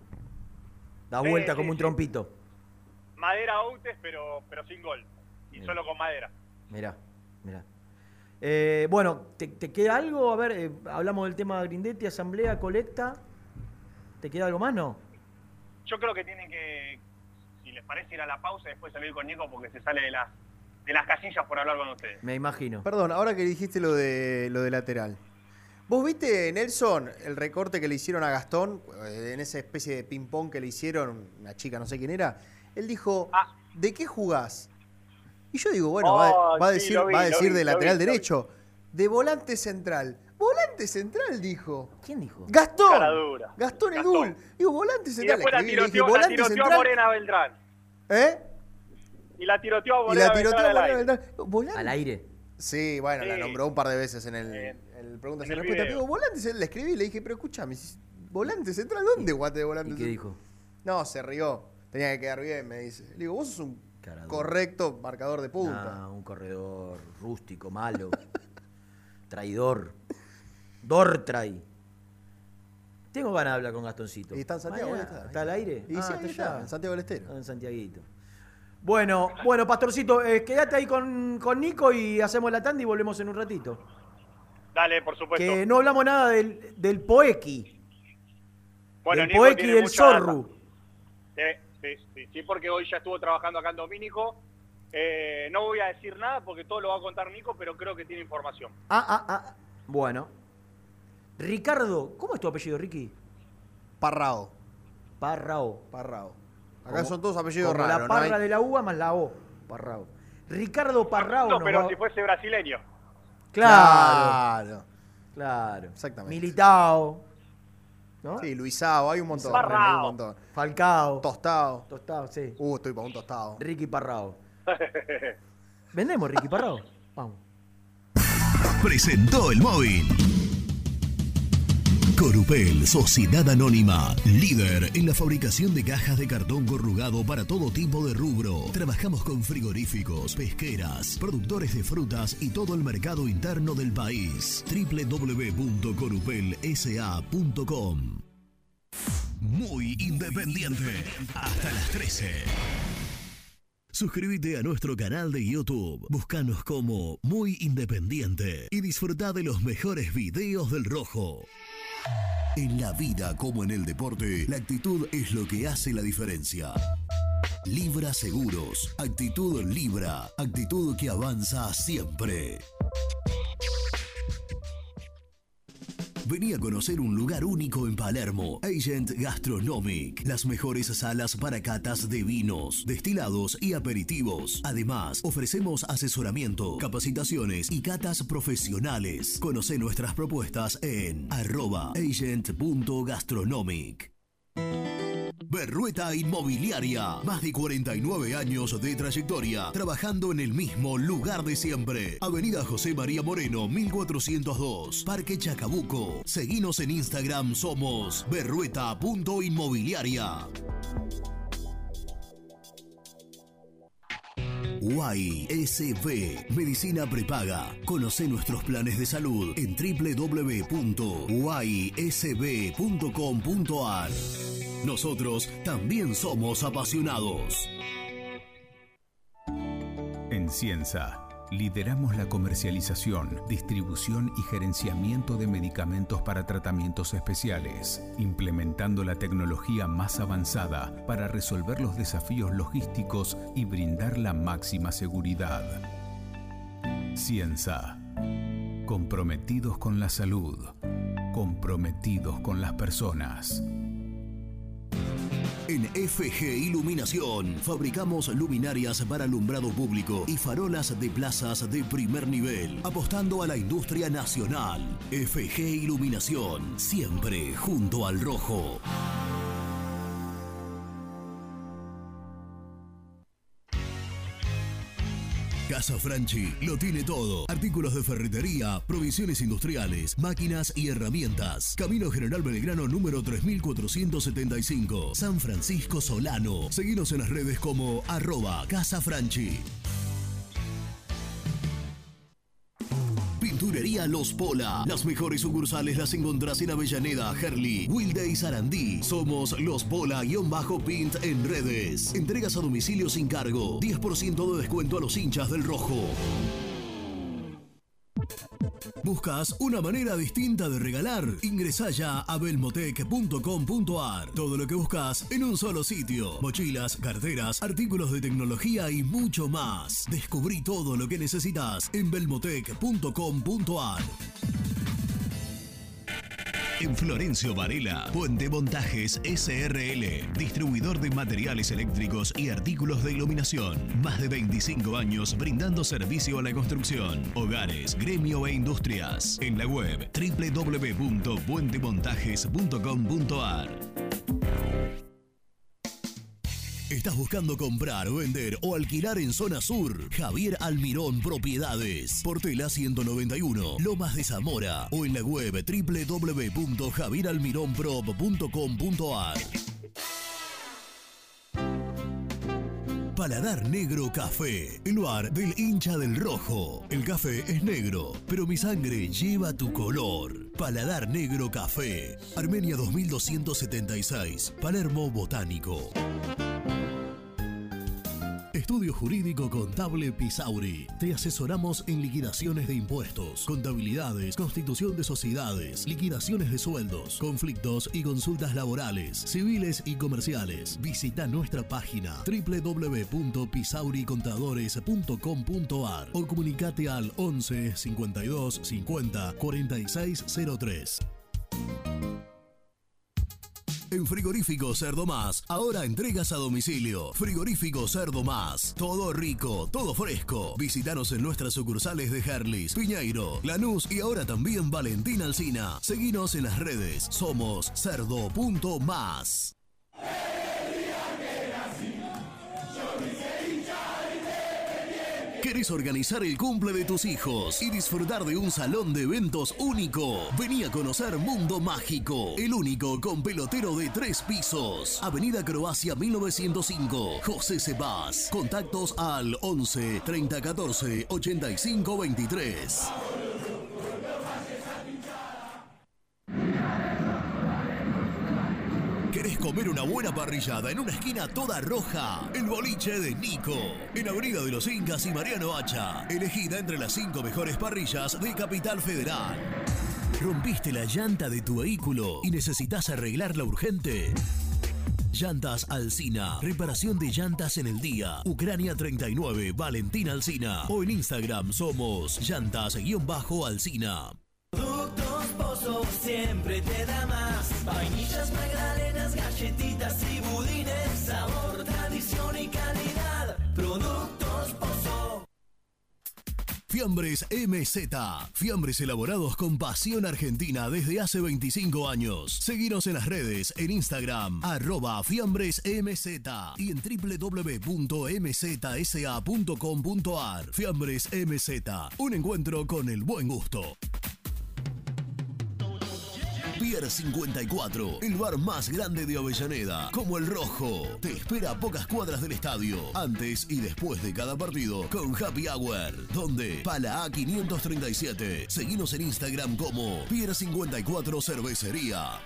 Da Sí, vuelta sí, como un sí. trompito. Madera Outes, pero, pero sin gol. Y Bien. solo con madera. Mirá, mirá. Eh, bueno, ¿te, te queda algo? A ver, eh, hablamos del tema de Grindetti, asamblea, colecta. ¿Te queda algo más, no? Yo creo que tienen que, si les parece, ir a la pausa y después salir con Nico porque se sale de las, de las casillas por hablar con ustedes. Me imagino. Perdón, ahora que dijiste lo de lo de lateral. ¿Vos viste, Nelson, el recorte que le hicieron a Gastón, eh, en esa especie de ping-pong que le hicieron, una chica, no sé quién era? Él dijo, ¿de qué jugás? Y yo digo, bueno, Oh, va, va a sí, decir, lo vi, va a lo decir vi, de lo lateral vi, lo vi. derecho, de volante central. Volante central, dijo. ¿Quién dijo? Gastón. Cara dura. Gastón el Gastón. Gul. Digo, volante Y central. después la Escribí, le dije, tiroteó, la volante tiroteó a central. Morena Beltrán. ¿Eh? Y la tiroteó a Y Morena la tiroteó Beltrán a al Morena aire. Beltrán. ¿Volante? Al aire. Sí, bueno, la Sí. nombró un par de veces en el, el preguntas y en el respuestas. video. Digo, volante central. Le escribí y le dije, pero escúchame, si- volante central, ¿dónde guate de volante ¿Y qué central? dijo? No, se rió. Tenía que quedar bien, me dice. Le digo, vos sos un Cara dura. correcto marcador de punta. Ah, un corredor rústico, malo. Traidor. Dortray. Tengo ganas de hablar con Gastoncito. Y está en Santiago, Mañana. ¿dónde está? ¿Está al aire? Y Ah, sí, ahí está está, allá. en Santiago del Estero. Está en Santiaguito. Bueno, bueno, Pastorcito, eh, quédate ahí con, con Nico y hacemos la tanda y volvemos en un ratito. Dale, por supuesto. Que no hablamos nada del, del Poequi. Bueno, del Nico Poequi y tiene del mucha data. Zorru. Sí, sí, sí, sí, porque hoy ya estuvo trabajando acá en Domínico. Eh, no voy a decir nada porque todo lo va a contar Nico, pero creo que tiene información. Ah, ah, ah. Bueno. Ricardo, ¿cómo es tu apellido, Ricky? Parrao. Parrao. Parrao. Acá Como- son todos apellidos como raros. la ¿no? parra Hay- de la uva más la O. Parrao. Ricardo Parrao. No, nos pero va- si fuese brasileño. Claro. Claro. Claro. Exactamente. Militao. ¿No? Sí, Luisao, hay un montón. Parrao. Hay un montón. Falcao. Tostado. Tostado, sí. Uh, estoy para un tostado. Ricky Parrao. ¿Vendemos Ricky Parrao? Vamos. presentó el móvil. Corupel, Sociedad Anónima, líder en la fabricación de cajas de cartón corrugado para todo tipo de rubro. Trabajamos con frigoríficos, pesqueras, productores de frutas y todo el mercado interno del país. doble u doble u doble u punto corupel s a punto com. Muy independiente. Hasta las trece. Suscríbete a nuestro canal de YouTube. Búscanos como Muy Independiente y disfruta de los mejores videos del Rojo. En la vida como en el deporte, la actitud es lo que hace la diferencia. Libra Seguros. Actitud Libra. Actitud que avanza siempre. Vení a conocer un lugar único en Palermo. Agent Gastronomic. Las mejores salas para catas de vinos, destilados y aperitivos. Además, ofrecemos asesoramiento, capacitaciones y catas profesionales. Conoce nuestras propuestas en arroba agent punto gastronomic. Berrueta Inmobiliaria, más de cuarenta y nueve años de trayectoria, trabajando en el mismo lugar de siempre. Avenida José María Moreno, mil cuatrocientos dos, Parque Chacabuco. Seguinos en Instagram, somos berrueta punto inmobiliaria. Y S B, Medicina Prepaga. Conoce nuestros planes de salud en doble u doble u doble u punto y s b punto com punto a r. Nosotros también somos apasionados. En Cienza, lideramos la comercialización, distribución y gerenciamiento de medicamentos para tratamientos especiales, implementando la tecnología más avanzada para resolver los desafíos logísticos y brindar la máxima seguridad. Cienza, comprometidos con la salud, comprometidos con las personas. En F G Iluminación fabricamos luminarias para alumbrado público y farolas de plazas de primer nivel, apostando a la industria nacional. F G Iluminación, siempre junto al rojo. Casa Franchi lo tiene todo. Artículos de ferretería, provisiones industriales, máquinas y herramientas. Camino General Belgrano número tres mil cuatrocientos setenta y cinco. San Francisco Solano. Seguinos en las redes como arroba Casa Franchi. Pinturería Los Pola. Las mejores sucursales las encontrás en Avellaneda, Herli, Wilde y Sarandí. Somos Los Pola-Pint en redes. Entregas a domicilio sin cargo. diez por ciento de descuento a los hinchas del rojo. ¿Buscas una manera distinta de regalar? Ingresá ya a belmotec punto com punto a r. Todo lo que buscas en un solo sitio. Mochilas, carteras, artículos de tecnología y mucho más. Descubrí todo lo que necesitas en belmotec punto com punto a r. En Florencio Varela, Puente Montajes S R L, distribuidor de materiales eléctricos y artículos de iluminación. Más de veinticinco años brindando servicio a la construcción, hogares, gremio e industrias. En la web doble u doble u doble u punto puente montajes punto com punto a r. ¿Estás buscando comprar, vender o alquilar en Zona Sur? Javier Almirón Propiedades. Portela ciento noventa y uno, Lomas de Zamora. O en la web doble u doble u doble u punto javier almirón prop punto com punto a r. Paladar Negro Café, el bar del hincha del rojo. El café es negro, pero mi sangre lleva tu color. Paladar Negro Café, Armenia dos mil doscientos setenta y seis, Palermo Botánico. Estudio Jurídico Contable Pisauri. Te asesoramos en liquidaciones de impuestos, contabilidades, constitución de sociedades, liquidaciones de sueldos, conflictos y consultas laborales, civiles y comerciales. Visita nuestra página doble u doble u doble u punto pisauri contadores punto com punto a r o comunicate al once cincuenta y dos cincuenta cuarenta y seis cero tres. En Frigorífico Cerdo Más, ahora entregas a domicilio. Frigorífico Cerdo Más, todo rico, todo fresco. Visítanos en nuestras sucursales de Herlis, Piñeiro, Lanús y ahora también Valentín Alsina. Seguinos en las redes, somos cerdo punto más. ¿Querés organizar el cumple de tus hijos y disfrutar de un salón de eventos único? Vení a conocer Mundo Mágico, el único con pelotero de tres pisos. Avenida Croacia mil novecientos cinco, José Cepaz. Contactos al once, treinta, catorce, ochenta y cinco, veintitrés. ¿Querés comer una buena parrillada en una esquina toda roja? El boliche de Nico. En Avenida de los Incas y Mariano Hacha. Elegida entre las cinco mejores parrillas de Capital Federal. ¿Rompiste la llanta de tu vehículo y necesitas arreglarla urgente? Llantas Alsina. Reparación de llantas en el día. Ucrania treinta y nueve, Valentín Alsina. O en Instagram somos llantas-alsina. Productos Pozo siempre te da más. Vainillas, magdalenas, galletitas y budines. Sabor, tradición y calidad. Productos Pozo. Fiambres M Z. Fiambres elaborados con pasión argentina desde hace veinticinco años. Seguinos en las redes, en Instagram, arroba fiambresmz y en doble u doble u doble u punto m z s a punto com punto a r. Fiambres M Z. Un encuentro con el buen gusto. Pier cincuenta y cuatro, el bar más grande de Avellaneda, como el Rojo. Te espera a pocas cuadras del estadio, antes y después de cada partido, con Happy Hour. Donde Pala A quinientos treinta y siete. Seguinos en Instagram como Pier cincuenta y cuatro Cervecería.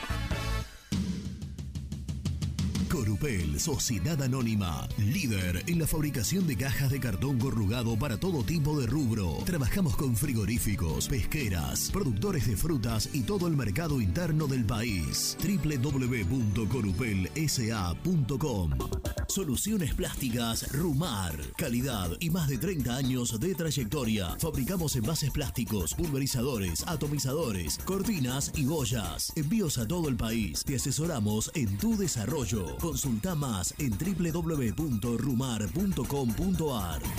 Corupel, Sociedad Anónima, líder en la fabricación de cajas de cartón corrugado para todo tipo de rubro. Trabajamos con frigoríficos, pesqueras, productores de frutas y todo el mercado interno del país. doble u doble u doble u punto corupel s a punto com. Soluciones plásticas Rumar, calidad y más de treinta años de trayectoria. Fabricamos envases plásticos, pulverizadores, atomizadores, cortinas y boyas. Envíos a todo el país. Te asesoramos en tu desarrollo. Consulta más en doble u doble u doble u punto rumar punto com punto a r.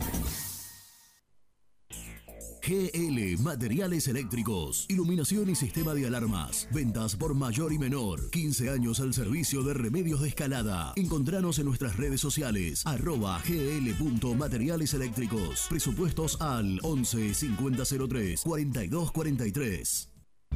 G L Materiales Eléctricos, iluminación y sistema de alarmas, ventas por mayor y menor, quince años al servicio de remedios de escalada. Encontranos en nuestras redes sociales, arroba gl.materiales eléctricos, presupuestos al once, cincuenta cero tres, cuarenta y dos cuarenta y tres.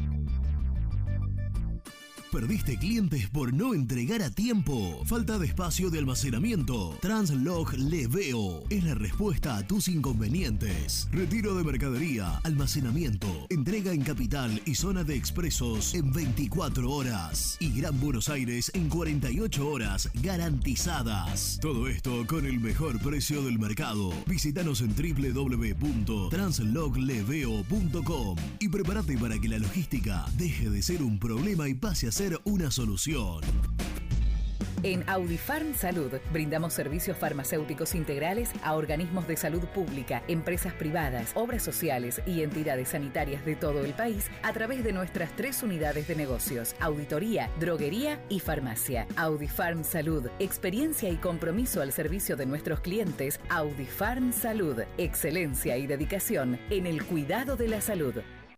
¿Perdiste clientes por no entregar a tiempo? ¿Falta de espacio de almacenamiento? Translog Leveo es la respuesta a tus inconvenientes. Retiro de mercadería, almacenamiento, entrega en Capital y zona de expresos en veinticuatro horas. Y Gran Buenos Aires en cuarenta y ocho horas garantizadas. Todo esto con el mejor precio del mercado. Visítanos en doble u doble u doble u punto translog leveo punto com y prepárate para que la logística deje de ser un problema y pase a ser una solución. En Audifarm Salud brindamos servicios farmacéuticos integrales a organismos de salud pública, empresas privadas, obras sociales y entidades sanitarias de todo el país a través de nuestras tres unidades de negocios: auditoría, droguería y farmacia. Audifarm Salud, experiencia y compromiso al servicio de nuestros clientes. Audifarm Salud, excelencia y dedicación en el cuidado de la salud.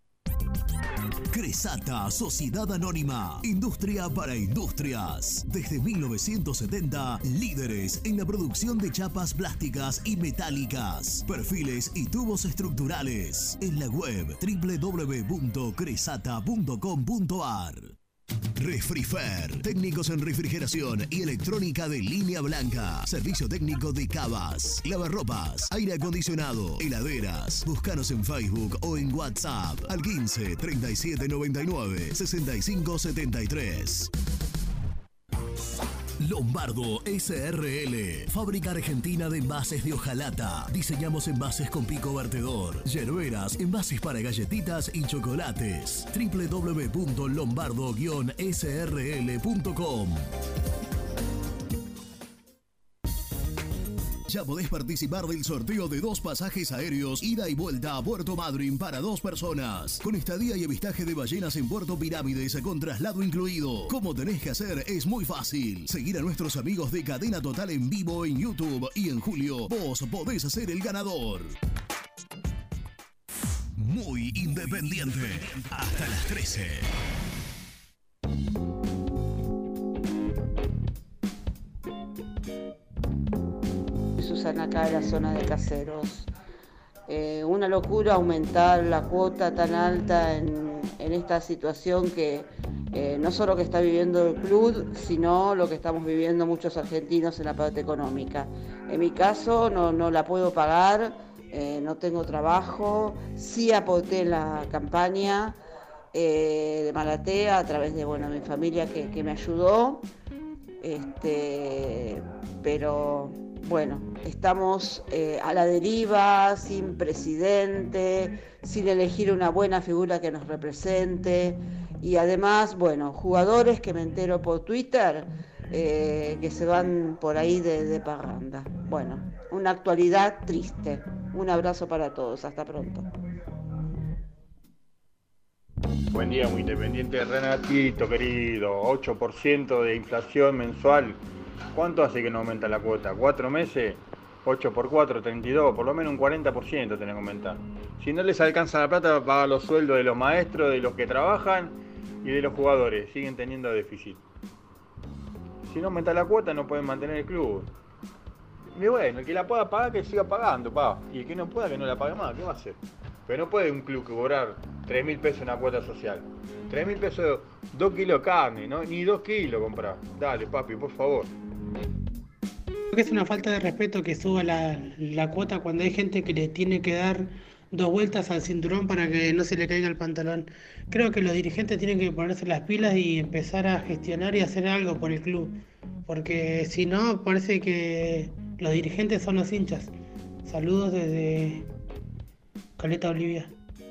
Cresata, Sociedad Anónima, industria para industrias. Desde mil novecientos setenta, líderes en la producción de chapas plásticas y metálicas, perfiles y tubos estructurales. En la web doble u doble u doble u punto cresata punto com punto a r. Refrifer, técnicos en refrigeración y electrónica de línea blanca. Servicio técnico de cavas, lavarropas, aire acondicionado, heladeras. Búscanos en Facebook o en WhatsApp al quince, treinta y siete, noventa y nueve, sesenta y cinco, setenta y tres. Lombardo S R L, fábrica argentina de envases de hojalata. Diseñamos envases con pico vertedor, yerberas, envases para galletitas y chocolates. doble u doble u doble u punto lombardo guion s r l punto com. Ya podés participar del sorteo de dos pasajes aéreos ida y vuelta a Puerto Madryn para dos personas, con estadía y avistaje de ballenas en Puerto Pirámides con traslado incluido. ¿Cómo tenés que hacer? Es muy fácil. Seguir a nuestros amigos de Cadena Total en vivo en YouTube y en julio vos podés ser el ganador. Muy independiente. Hasta las trece. Susana acá en la zona de Caseros. Eh, una locura aumentar la cuota tan alta en, en esta situación que eh, no solo que está viviendo el club, sino lo que estamos viviendo muchos argentinos en la parte económica. En mi caso no, no la puedo pagar, eh, no tengo trabajo, sí aporté en la campaña eh, de Malatea a través de bueno, mi familia que, que me ayudó, este, pero bueno, estamos eh, a la deriva, sin presidente, sin elegir una buena figura que nos represente y además, bueno, jugadores que me entero por Twitter eh, que se van por ahí de, de parranda. Bueno, una actualidad triste. Un abrazo para todos, hasta pronto. Buen día, muy independiente. Renatito, querido, ocho por ciento de inflación mensual. ¿Cuánto hace que no aumenta la cuota? ¿Cuatro meses? ocho por cuatro, treinta y dos, por lo menos un cuarenta por ciento tienen que aumentar. Si no les alcanza la plata para pagar los sueldos de los maestros, de los que trabajan y de los jugadores, siguen teniendo déficit. Si no aumenta la cuota no pueden mantener el club. Y bueno, el que la pueda pagar que siga pagando, pa. Y el que no pueda que no la pague más, ¿qué va a hacer? Pero no puede un club cobrar tres mil pesos en una cuota social. tres mil pesos, dos kilos de carne, ¿no? Ni dos kilos comprar. Dale, papi, por favor. Creo que es una falta de respeto que suba la, la cuota cuando hay gente que le tiene que dar dos vueltas al cinturón para que no se le caiga el pantalón. Creo que los dirigentes tienen que ponerse las pilas y empezar a gestionar y hacer algo por el club. Porque si no, parece que los dirigentes son los hinchas. Saludos desde Caleta, Olivia.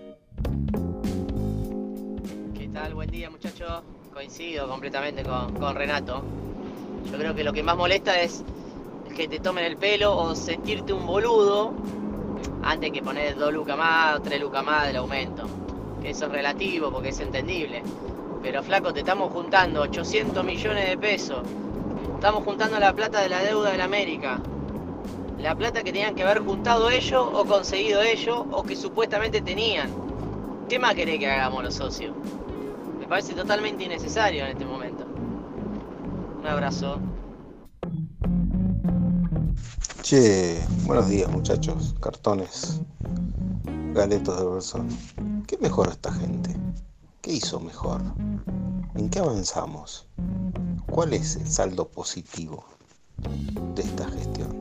¿Qué tal? Buen día, muchachos. Coincido completamente con, con Renato. Yo creo que lo que más molesta es que te tomen el pelo o sentirte un boludo antes que poner dos lucas más o tres lucas más del aumento. Que eso es relativo porque es entendible. Pero flaco, te estamos juntando ochocientos millones de pesos. Estamos juntando la plata de la deuda de la América. La plata que tenían que haber juntado ellos o conseguido ellos o que supuestamente tenían. ¿Qué más querés que hagamos los socios? Me parece totalmente innecesario en este momento. Un abrazo. Che, buenos días muchachos, cartones, galetos de bolsón. ¿Qué mejoró esta gente? ¿Qué hizo mejor? ¿En qué avanzamos? ¿Cuál es el saldo positivo de esta gestión?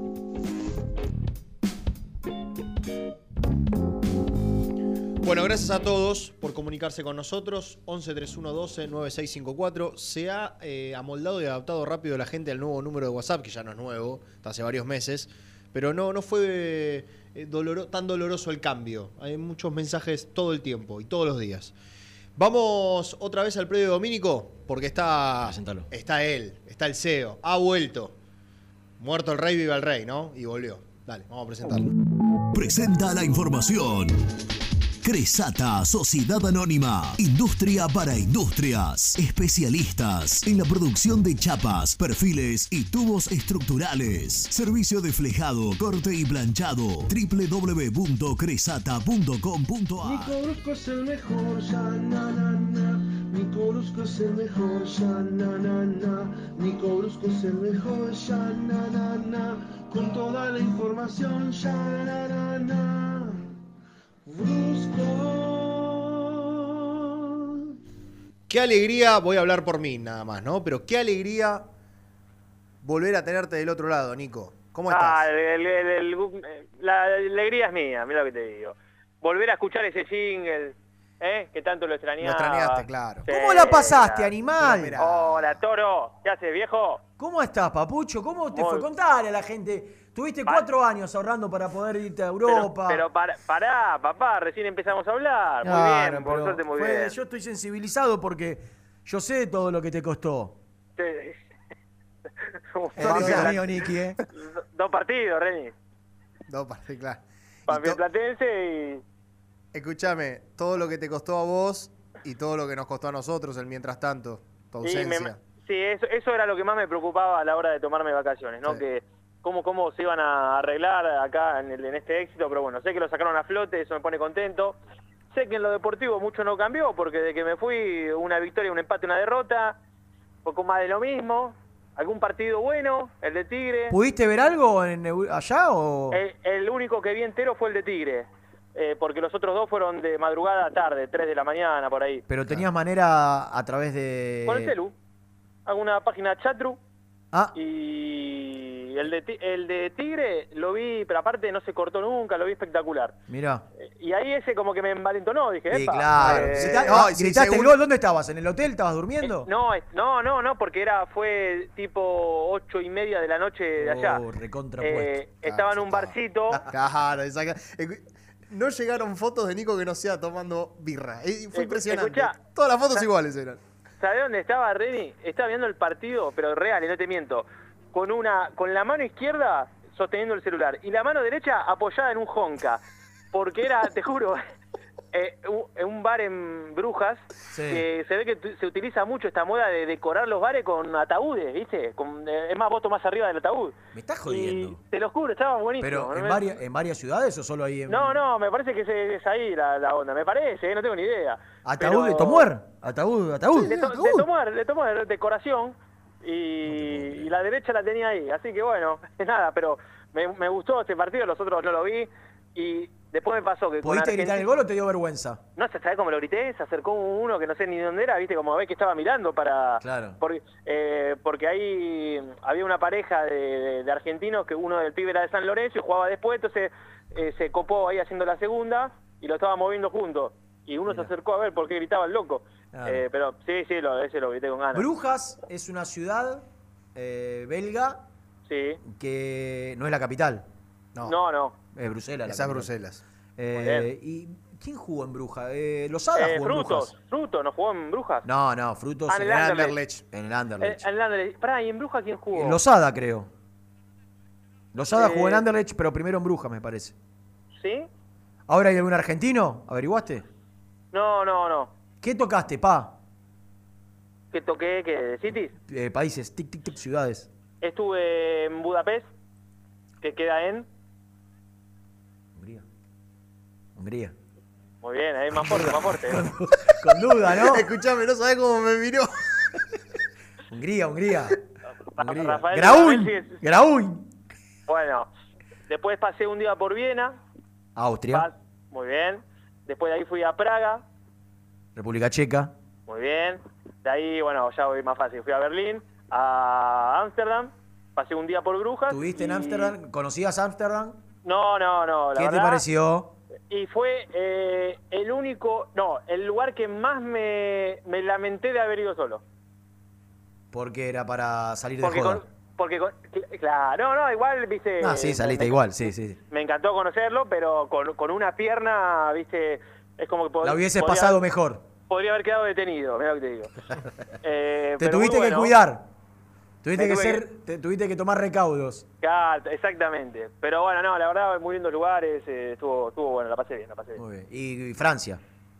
Bueno, gracias a todos por comunicarse con nosotros. once treinta y uno doce noventa y seis cincuenta y cuatro. Se ha eh, amoldado y adaptado rápido la gente al nuevo número de WhatsApp, que ya no es nuevo, está hace varios meses. Pero no, no fue eh, doloro, tan doloroso el cambio. Hay muchos mensajes todo el tiempo y todos los días. Vamos otra vez al predio Domínico, porque está, está él, está el C E O. Ha vuelto. Muerto el rey, viva el rey, ¿no? Y volvió. Dale, vamos a presentarlo. Presenta la información. Cresata, Sociedad Anónima, Industria para Industrias, especialistas en la producción de chapas, perfiles y tubos estructurales. Servicio de flejado, corte y planchado. doble u doble u doble u punto cresata punto com punto a r. Nico Brusco es el mejor, ya na na na. Nico Brusco es el mejor, ya na na na. Nico Brusco es el mejor, ya na na na. Con toda la información, ya na na na. Brusco. Qué alegría, voy a hablar por mí nada más, ¿no? Pero qué alegría volver a tenerte del otro lado, Nico. ¿Cómo estás? Ah, el, el, el, el, la alegría es mía, mira lo que te digo. Volver a escuchar ese jingle, ¿eh? Que tanto lo extrañaba. Lo extrañaste, claro. Sí, ¿Cómo la pasaste, animal? Hola, Toro. ¿Qué haces, viejo? ¿Cómo estás, papucho? ¿Cómo te Muy... fue? Contale a la gente. Tuviste Pa... cuatro años ahorrando para poder irte a Europa. Pero, pero para, pará, papá, recién empezamos a hablar. Muy Claro, bien, por pero suerte muy fue- bien. Yo estoy sensibilizado porque yo sé todo lo que te costó. Sí. Eres mío, Nicky, ¿eh? Dos partidos, Reni. Dos partidos, claro. Banfield Platense y... Escúchame, todo lo que te costó a vos y todo lo que nos costó a nosotros, el mientras tanto, tu Y me- ausencia. sí, eso, eso era lo que más me preocupaba a la hora de tomarme vacaciones, ¿no? Sí. Que cómo, cómo se iban a arreglar acá en, el- en este éxito, pero bueno, sé que lo sacaron a flote, eso me pone contento. Sé que en lo deportivo mucho no cambió, porque de que me fui, una victoria, un empate, una derrota, poco más de lo mismo. algún partido bueno, el de Tigre. ¿Pudiste ver algo en, Eu- allá o...? El, el único que vi entero fue el de Tigre, eh, porque los otros dos fueron de madrugada a tarde, tres de la mañana, por ahí. Pero tenías manera a través de... Con el celu. Hago una página chatru. Ah. Y el de, Ti- el de Tigre lo vi, pero aparte no se cortó nunca, lo vi espectacular. Mirá. Y ahí ese como que me envalentonó, dije, Sí, epa. claro. eh, Grita- no, ah, y sí, ¿Gritaste el según- gol? ¿Dónde estabas? ¿En el hotel? ¿Estabas durmiendo? No, es- no, no, no, porque era fue tipo ocho y media de la noche de allá. Oh, recontra Eh, estaba en un barcito. Claro, exacto. Eh, No llegaron fotos de Nico que no sea tomando birra. Eh, Fue Escu- impresionante. escuchá. Todas las fotos Sa- iguales eran. ¿Sabés dónde estaba Reni? Estaba viendo el partido, pero real, y no te miento. Con una, con la mano izquierda sosteniendo el celular y la mano derecha apoyada en un honka. Porque era, te juro, eh, un, un bar en Brujas, que se ve que tu- se utiliza mucho esta moda de decorar los bares con ataúdes, ¿viste? Con, eh, es más, vos tomás arriba del ataúd. Me estás jodiendo. Y te lo juro, estaba buenísimo. ¿Pero ¿no? en Me- varias, en varias ciudades o solo ahí en...? No, no, me parece que es, es ahí la, la onda, me parece, eh, no tengo ni idea. ¿Ataúd de Pero- Tomuer? ¿Ataúd? ¿Ataúd? de, to- de tomar, de tomar decoración y, y la derecha la tenía ahí, así que bueno, es nada, pero me, me gustó este partido, los otros no lo vi y después me pasó que con ¿Pudiste gritar el Argentina- gol o te dio vergüenza? No sé, ¿sabés cómo lo grité? Se acercó uno que no sé ni dónde era, viste, como ve que estaba mirando para... Claro. Porque, eh, porque ahí había una pareja de, de- de argentinos que uno del pibe era de San Lorenzo y jugaba después, entonces eh, se copó ahí haciendo la segunda y lo estaba moviendo juntos. Y uno se acercó a ver por qué gritaba el loco. Claro. Eh, pero sí, sí, lo, ese lo grité con ganas. Brujas es una ciudad eh, belga Sí. que no es la capital. No, no. Es Bruselas. la Esa es capital. Bruselas. Eh, ¿Y quién jugó en Brujas? Eh, ¿Losada Eh, jugó en Frutos, Brujas? Frutos, ¿no jugó en Brujas? No, no, Frutos Ah, en el Anderlecht. En el Anderlecht. Eh, en el Anderlecht. Pará, ¿y en Brujas quién jugó? En Losada, creo. Losada Eh, jugó en Anderlecht, pero primero en Brujas, me parece. ¿Sí? ¿Ahora hay algún argentino? ¿Averiguaste? No, no, no. ¿Qué tocaste, pa? ¿Qué toqué? ¿Qué? ¿De Cities? Eh, países, tic, tic, tic, ciudades. Estuve en Budapest, que queda en... Hungría. Muy bien, ahí más fuerte, más fuerte. Con duda, ¿no? Escuchame, no sabés cómo me miró. Hungría, Hungría. Hungría. Rafael Graún, Dudamel, sí. Graún. Bueno, después pasé un día por Viena. Austria, Pas- Muy bien. Después de ahí fui a Praga. República Checa. Muy bien. De ahí, bueno, ya voy más fácil. Fui a Berlín, a Ámsterdam. Pasé un día por Brujas. ¿Estuviste en y- Ámsterdam? ¿Conocías Ámsterdam? No, no, no. La ¿Qué te verdad- pareció? Y fue eh, el único, no, el lugar que más me, me lamenté de haber ido solo. Porque era para salir de Porque joda. con, porque con, cl- claro, no, no, igual, viste. Ah, sí, saliste me, igual, sí, sí. Me encantó conocerlo, pero con, con una pierna, viste, es como que pod- La hubieses podría- pasado mejor. Podría haber quedado detenido, mirá lo que te digo. Eh, Te pero tuviste muy que bueno. cuidar. Tuviste Me que tuve ser, te, tuviste que tomar recaudos. Claro, exactamente. Pero bueno, no, la verdad, muy lindos lugares, eh, estuvo, estuvo bueno, la pasé bien, la pasé bien. Muy bien. Y, y Francia.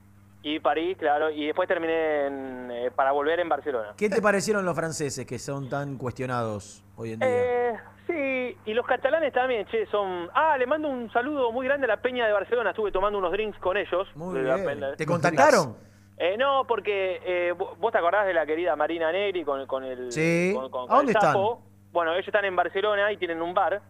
Y París, claro, y después terminé en, eh, para volver en Barcelona. ¿Qué te parecieron los franceses que son tan cuestionados hoy en día? Eh, sí, y los catalanes también, che, son... Ah, le mando un saludo muy grande a la Peña de Barcelona, estuve tomando unos drinks con ellos. Muy De la bien. Peña- ¿Te contactaron? Eh, no, porque eh, vo- vos te acordás de la querida Marina Negri con, con el... Sí. con- con- ¿A con dónde el están? Sapo. Bueno, ellos están en Barcelona y tienen un bar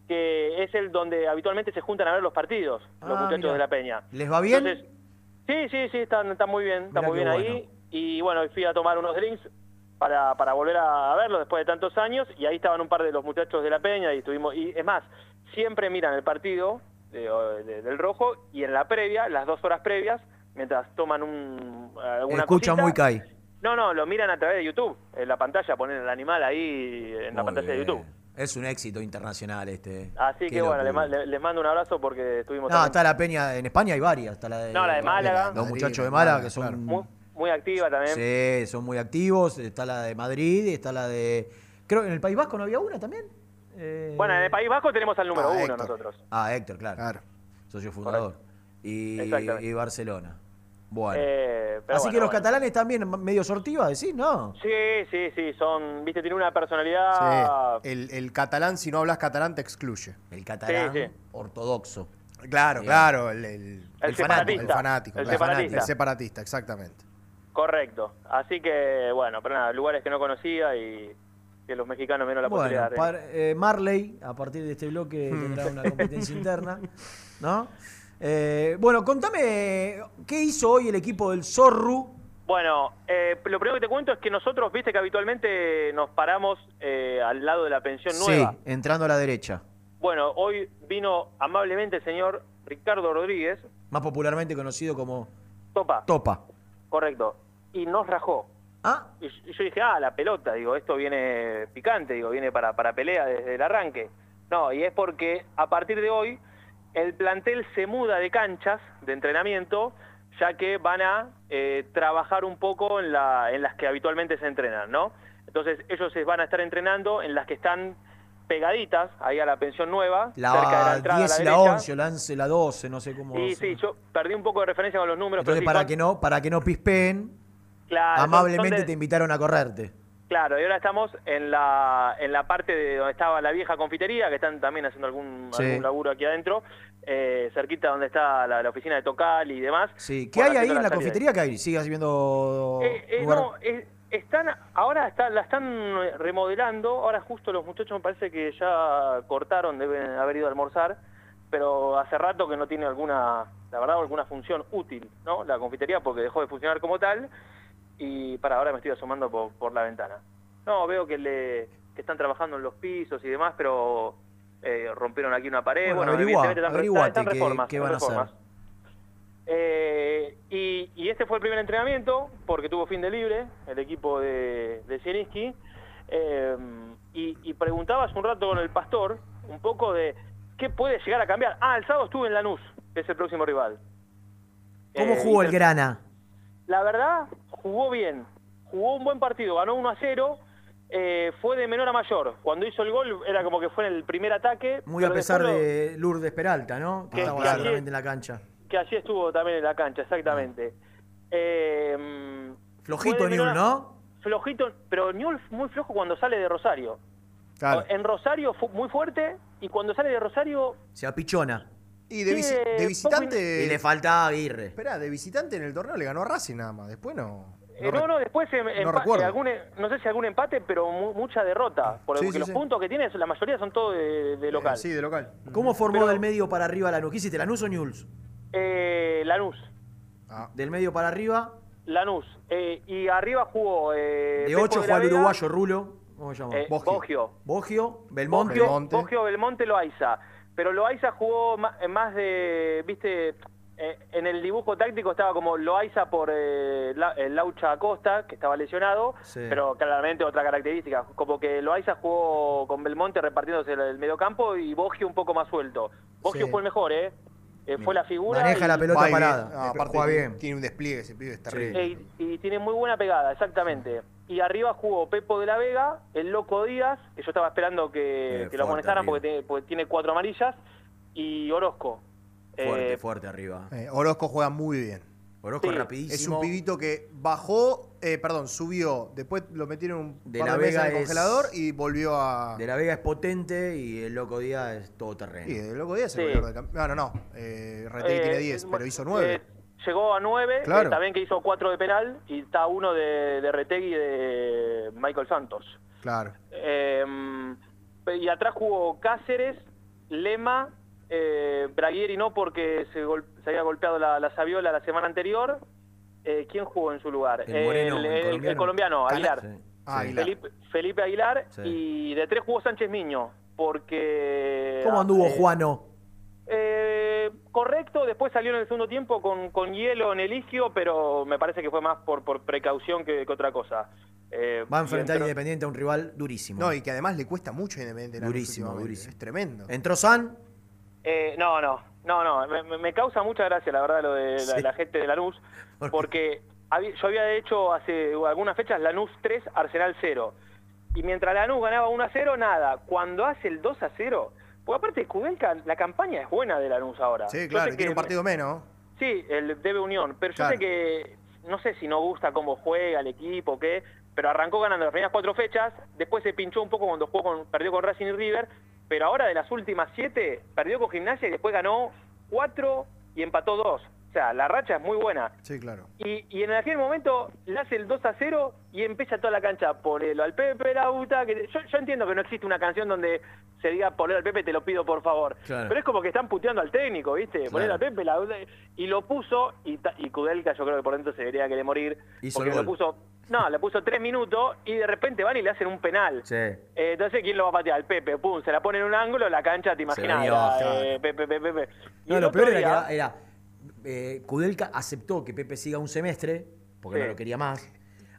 que es el donde habitualmente se juntan a ver los partidos, los Ah, muchachos mirá. de la Peña. ¿Les va bien? Entonces, sí, sí, sí, están, están muy bien, están Mirá muy qué bien bueno. ahí. Y bueno, fui a tomar unos drinks para, para volver a verlos después de tantos años y ahí estaban un par de los muchachos de la Peña y estuvimos, y es más, siempre miran el partido de- de- del Rojo y en la previa, las dos horas previas, mientras toman un, alguna Escuchan cosita, muy Kai. no, no, lo miran a través de YouTube, en la pantalla, ponen el animal ahí en la Muy pantalla de bien. YouTube. Es un éxito internacional este. Así Qué que bueno, les, locura. ma- le- les mando un abrazo porque estuvimos No, también está la peña, en España hay varias. Está la de, No, la de Málaga. Los muchachos de Málaga que son... muy, muy activa también. Sí, son muy activos. Está la de Madrid y está la de... Creo que en el País Vasco no había una también. Eh, Bueno, en el País Vasco tenemos al número Ah, uno Héctor. nosotros. Ah, Héctor, claro. Socio fundador. Y, Exactamente. y Barcelona. Bueno. Eh, pero Así bueno, que los bueno. catalanes también medio sortivas, decís, ¿no? Sí, sí, sí, son, viste, tiene una personalidad... Sí, el, el catalán, si no hablas catalán, te excluye. El catalán Sí, sí. ortodoxo. Claro, Bien. claro. El, el, El fanático. separatista. El fanático. El claro. separatista. El separatista, exactamente. Correcto. Así que, bueno, pero nada, lugares que no conocía y, que los mexicanos menos la Bueno, posibilidad. par- eh, Marley, a partir de este bloque, tendrá una competencia interna, ¿no? Eh, bueno, contame, ¿qué hizo hoy el equipo del Zorru? Bueno, eh, lo primero que te cuento es que nosotros, viste que habitualmente nos paramos eh, al lado de la pensión nueva. Sí, entrando a la derecha. Bueno, hoy vino amablemente el señor Ricardo Rodríguez. Más popularmente conocido como Topa. Topa. Correcto. Y nos rajó. ¿Ah? Y y yo dije, ah, la pelota, digo, esto viene picante, digo, viene para, para pelea desde el arranque. No, y es porque a partir de hoy el plantel se muda de canchas de entrenamiento, ya que van a eh, trabajar un poco en, la, en las que habitualmente se entrenan, ¿no? Entonces ellos se van a estar entrenando en las que están pegaditas, ahí a la pensión nueva, cerca de la La entrada diez a y la la derecha. once, o la once, la doce, no sé cómo. Sí, sí, yo perdí un poco de referencia con los números. Entonces, pero sí, para, son- que no, para que no pispeen, claro, son- amablemente son de- te invitaron a correrte. Claro, y ahora estamos en la en la parte de donde estaba la vieja confitería, que están también haciendo algún, Sí. algún laburo aquí adentro, eh, cerquita donde está la, la oficina de Tocal y demás. Sí. ¿Qué Bueno, hay ahí haciendo en la salida. confitería? ¿Qué hay? ¿Sigues viendo Eh, eh, lugar? no, eh, están, ahora está, la están remodelando, ahora justo los muchachos me parece que ya cortaron, deben haber ido a almorzar, pero hace rato que no tiene alguna, la verdad, alguna función útil, ¿no? La confitería, porque dejó de funcionar como tal, y para ahora me estoy asomando por, por la ventana. No, veo que, le, que están trabajando en los pisos y demás, pero eh, rompieron aquí una pared, Bueno, bueno, averigua, evidentemente están, averiguate están qué- reformas, qué están van a hacer. reformas. Eh, y, y este fue el primer entrenamiento, porque tuvo fin de libre, el equipo de, de Zielinski. Eh, y, y preguntabas un rato con el pastor, un poco de qué puede llegar a cambiar. Ah, el sábado estuve en Lanús, que es el próximo rival. ¿Cómo Eh, jugó y el per- Grana? La verdad, jugó bien. Jugó un buen partido, ganó uno a cero. Eh, fue de menor a mayor. Cuando hizo el gol era como que fue en el primer ataque. Muy a pero pesar después lo- de Lourdes Peralta, ¿no? Que Que- estaba que seguramente allí- en la cancha. que allí estuvo también en la cancha, exactamente. Eh, Flojito fue de menor Newell, a- ¿no? Flojito, pero Newell muy flojo cuando sale de Rosario. Claro. En Rosario fu- muy fuerte y cuando sale de Rosario... Se apichona. Y de, visi- Tiene de visitante. Y le falta Aguirre. Espera, de visitante en el torneo le ganó a Racing nada más. Después no. Eh, no, no, después em- empa- recuerdo. eh, algún, no sé si algún empate, pero mu- mucha derrota. Porque Sí, sí, los sí. puntos que tiene, la mayoría son todos de, de local. sí, de local. ¿Cómo formó Pero- del medio para arriba Lanús? ¿Qué hiciste, Lanús o Newell's? Eh, Lanús. Del medio para arriba, Lanús. Eh, y arriba jugó... Eh, de Pepo ocho de juega la el Vega, uruguayo Rulo. ¿Cómo se llama? eh, Bogio. Bogio, Belmonte. Bogio, Bogio, Belmonte, Loaiza. Pero Loaiza jugó ma- más de, viste, eh, en el dibujo táctico estaba como Loaiza por eh, la- el Laucha Acosta, que estaba lesionado, Sí. pero claramente otra característica, como que Loaiza jugó con Belmonte repartiéndose el, el mediocampo y Bogio un poco más suelto. Bogio Sí. fue el mejor, ¿eh? Eh, fue la figura. Maneja y- la pelota Va y parada. bien. Ah, aparte juega tiene- bien. Tiene un despliegue ese pibe, es terrible. Eh, y, y tiene muy buena pegada, exactamente. Y arriba jugó Pepo de la Vega, el Loco Díaz, que yo estaba esperando que, Eh, que lo fuerte amonestaran arriba. porque tiene, porque tiene cuatro amarillas, y Orozco. Fuerte, Eh, fuerte arriba. Eh, Orozco juega muy bien. Orozco sí. rapidísimo. Es un pibito que bajó, eh, perdón, subió, después lo metieron un De par la de meses en Vega el es- congelador y volvió a... De la Vega es potente y el Loco Díaz es todoterreno. Y de loco Díaz Sí. el goleador del campeonato. No, no, no. Eh, Retegui eh, tiene diez, pero hizo nueve. eh, llegó a nueve, Claro. eh, también que hizo cuatro de penal, y está uno de, de Retegui y de Michael Santos. Claro. Eh, y atrás jugó Cáceres, Lema, eh, Braguieri no porque se, gol- se había golpeado la, la Saviola la semana anterior. Eh, ¿Quién jugó en su lugar? El moreno, el, el el- colombiano. el colombiano, Aguilar. Sí. Ah, Sí. Aguilar. Felipe, Felipe Aguilar, Sí. y de tres jugó Sánchez Miño, porque... ¿Cómo anduvo eh, Juano? eh, correcto, después salió en el segundo tiempo con, con hielo en el isquio, pero me parece que fue más por, por precaución que, que otra cosa. Eh, Va a enfrentar y entró- Independiente a un rival durísimo. No, y que además le cuesta mucho a Independiente. Lanús Durísimo, últimamente. durísimo. Es tremendo. ¿Entró San? Eh, no, no, no, no, me, me- me causa mucha gracia la verdad lo de la, Sí. la gente de Lanús, ¿Por qué? porque habí- yo había hecho hace algunas fechas Lanús tres, Arsenal cero, y mientras Lanús ganaba uno a cero, nada, cuando hace el dos a cero, porque aparte Kudelka, la campaña es buena de Lanús ahora. Sí, Yo claro, sé tiene que- un partido menos. Sí, el Debe Unión, pero yo Claro. sé que, no sé si no gusta cómo juega el equipo o qué, pero arrancó ganando las primeras cuatro fechas, después se pinchó un poco cuando jugó con, perdió con Racing y River, pero ahora de las últimas siete, perdió con Gimnasia y después ganó cuatro y empató dos. O sea, la racha es muy buena. Sí, claro. Y, y en aquel momento le hace el dos a cero y empieza toda la cancha, ponelo al Pepe, Lauta, que yo, yo entiendo que no existe una canción donde se diga ponelo al Pepe, te lo pido por favor. Claro. Pero es como que están puteando al técnico, ¿viste? Claro. Ponelo al Pepe, Lauta, y lo puso, y, ta- y Kudelka yo creo que por dentro se debería querer morir. Hizo porque el lo gol. puso, no, le puso tres minutos y de repente van y le hacen un penal. Sí. Eh, entonces, ¿quién lo va a patear? El Pepe, pum, se la pone en un ángulo, la cancha, te imaginas, venía era, abajo. eh, Pepe, Pepe, Pepe. Y No, el lo otro peor era que día- era, era, eh, Kudelka aceptó que Pepe siga un semestre, porque Sí. no lo quería más.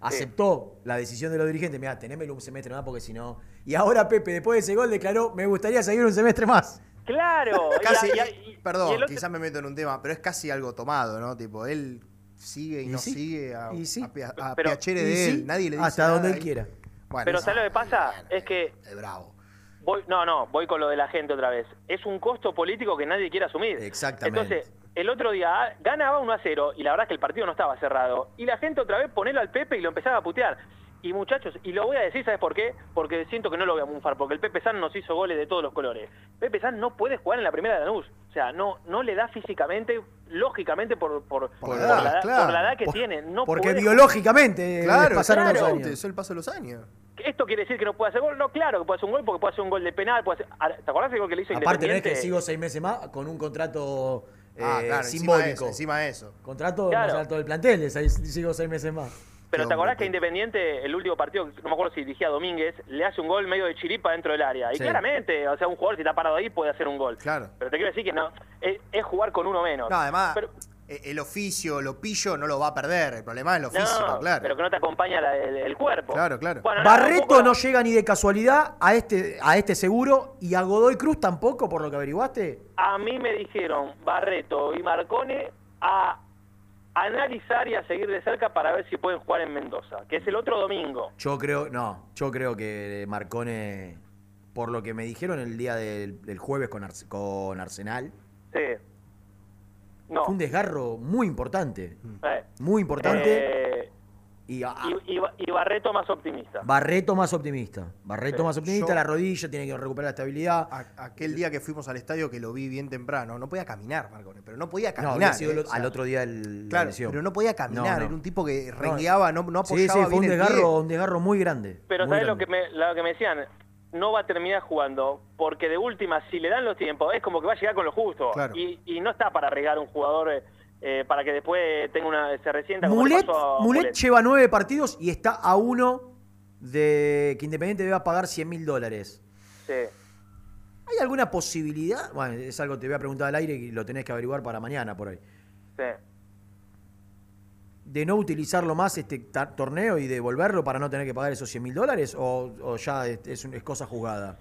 Aceptó la decisión de los dirigentes, mira, tenémelo un semestre más porque si no... Y ahora Pepe, después de ese gol, declaró, me gustaría seguir un semestre más. Claro. Casi, y- y- y- perdón, y el otro- quizás me meto en un tema, pero es casi algo tomado, ¿no? Tipo, él sigue y, Y no sí, sigue a, y sí. a, pia- a Pero- piacere y de sí, él. Nadie le dice hasta donde nada él y- quiera. Bueno, Pero eso- ¿sabes lo que pasa? Es que es bravo. voy, no, no, voy con lo de la gente otra vez. Es un costo político que nadie quiere asumir. Exactamente. Entonces, el otro día ah, ganaba uno a cero y la verdad es que el partido no estaba cerrado. Y la gente otra vez ponelo al Pepe y lo empezaba a putear. Y muchachos, y lo voy a decir, ¿sabes por qué? Porque siento que no lo voy a mufar, porque el Pepe San nos hizo goles de todos los colores. Pepe San no puede jugar en la primera de Lanús. O sea, no no le da físicamente, lógicamente, por, por, por, la edad, la, edad- claro. por la edad que Por- tiene. No porque puede biológicamente eh, Claro, pasaron claro, los años. Es el paso de los años. ¿Esto quiere decir que no puede hacer gol? No, claro que puede hacer un gol porque puede hacer un gol de penal. Puede hacer... Ahora, ¿te acordás del gol que le hizo Aparte no es Independiente? que sigo seis meses más con un contrato eh, Ah, claro, encima simbólico. de eso, encima de eso. Contrato Claro. más alto del plantel, es ahí sigo seis meses más. Pero Qué ¿te acordás hombre, que Independiente, el último partido, no me acuerdo si dirigía a Domínguez, le hace un gol medio de chiripa dentro del área? Y Sí. claramente, o sea, un jugador si está parado ahí puede hacer un gol. Claro. Pero te quiero decir que no, es, es jugar con uno menos. No, además, Pero- eh, el oficio, lo pillo, no lo va a perder. El problema es lo físico, no, claro. pero que no te acompaña la- el, el cuerpo. Claro, claro. Bueno, nada, un Barreto poco- no llega ni de casualidad a este, a este seguro y a Godoy Cruz tampoco, por lo que averiguaste. A mí me dijeron Barreto y Marcone a analizar y a seguir de cerca para ver si pueden jugar en Mendoza, que es el otro domingo. Yo creo, no, yo creo que Marcone, por lo que me dijeron el día del, del jueves con, Arse- con Arsenal, Sí. No. fue un desgarro muy importante. Eh, Muy importante. eh, y, a- y, y- y Barreto más optimista. Barreto más optimista. Barreto Sí. más optimista, Yo- la rodilla tiene que recuperar la estabilidad. A- aquel día que fuimos al estadio que lo vi bien temprano, no podía caminar, Marcone, pero no podía No, caminar. había sido eh, el- o sea, al otro día el, la Claro, lesión. pero no podía caminar, No, no. era un tipo que rengueaba, no, no apoyaba Sí, sí, fue bien un el desgarro, pie. un desgarro muy grande. Pero muy ¿sabes lo grande. que, me, lo que me decían? No va a terminar jugando, porque de última, si le dan los tiempos, es como que va a llegar con lo justo. Claro. Y, y no está para arriesgar un jugador eh, eh, para que después tenga una se resienta. como le Mulet, pasó a Mulet Mulet. lleva nueve partidos y está a uno de que Independiente deba pagar cien mil dólares. Sí. ¿Hay alguna posibilidad? Bueno, es algo que te voy a preguntar al aire y lo tenés que averiguar para mañana por ahí. Sí. ¿De no utilizarlo más este ta- torneo y devolverlo para no tener que pagar esos cien mil dólares? ¿O, o ya es, es un- es cosa jugada?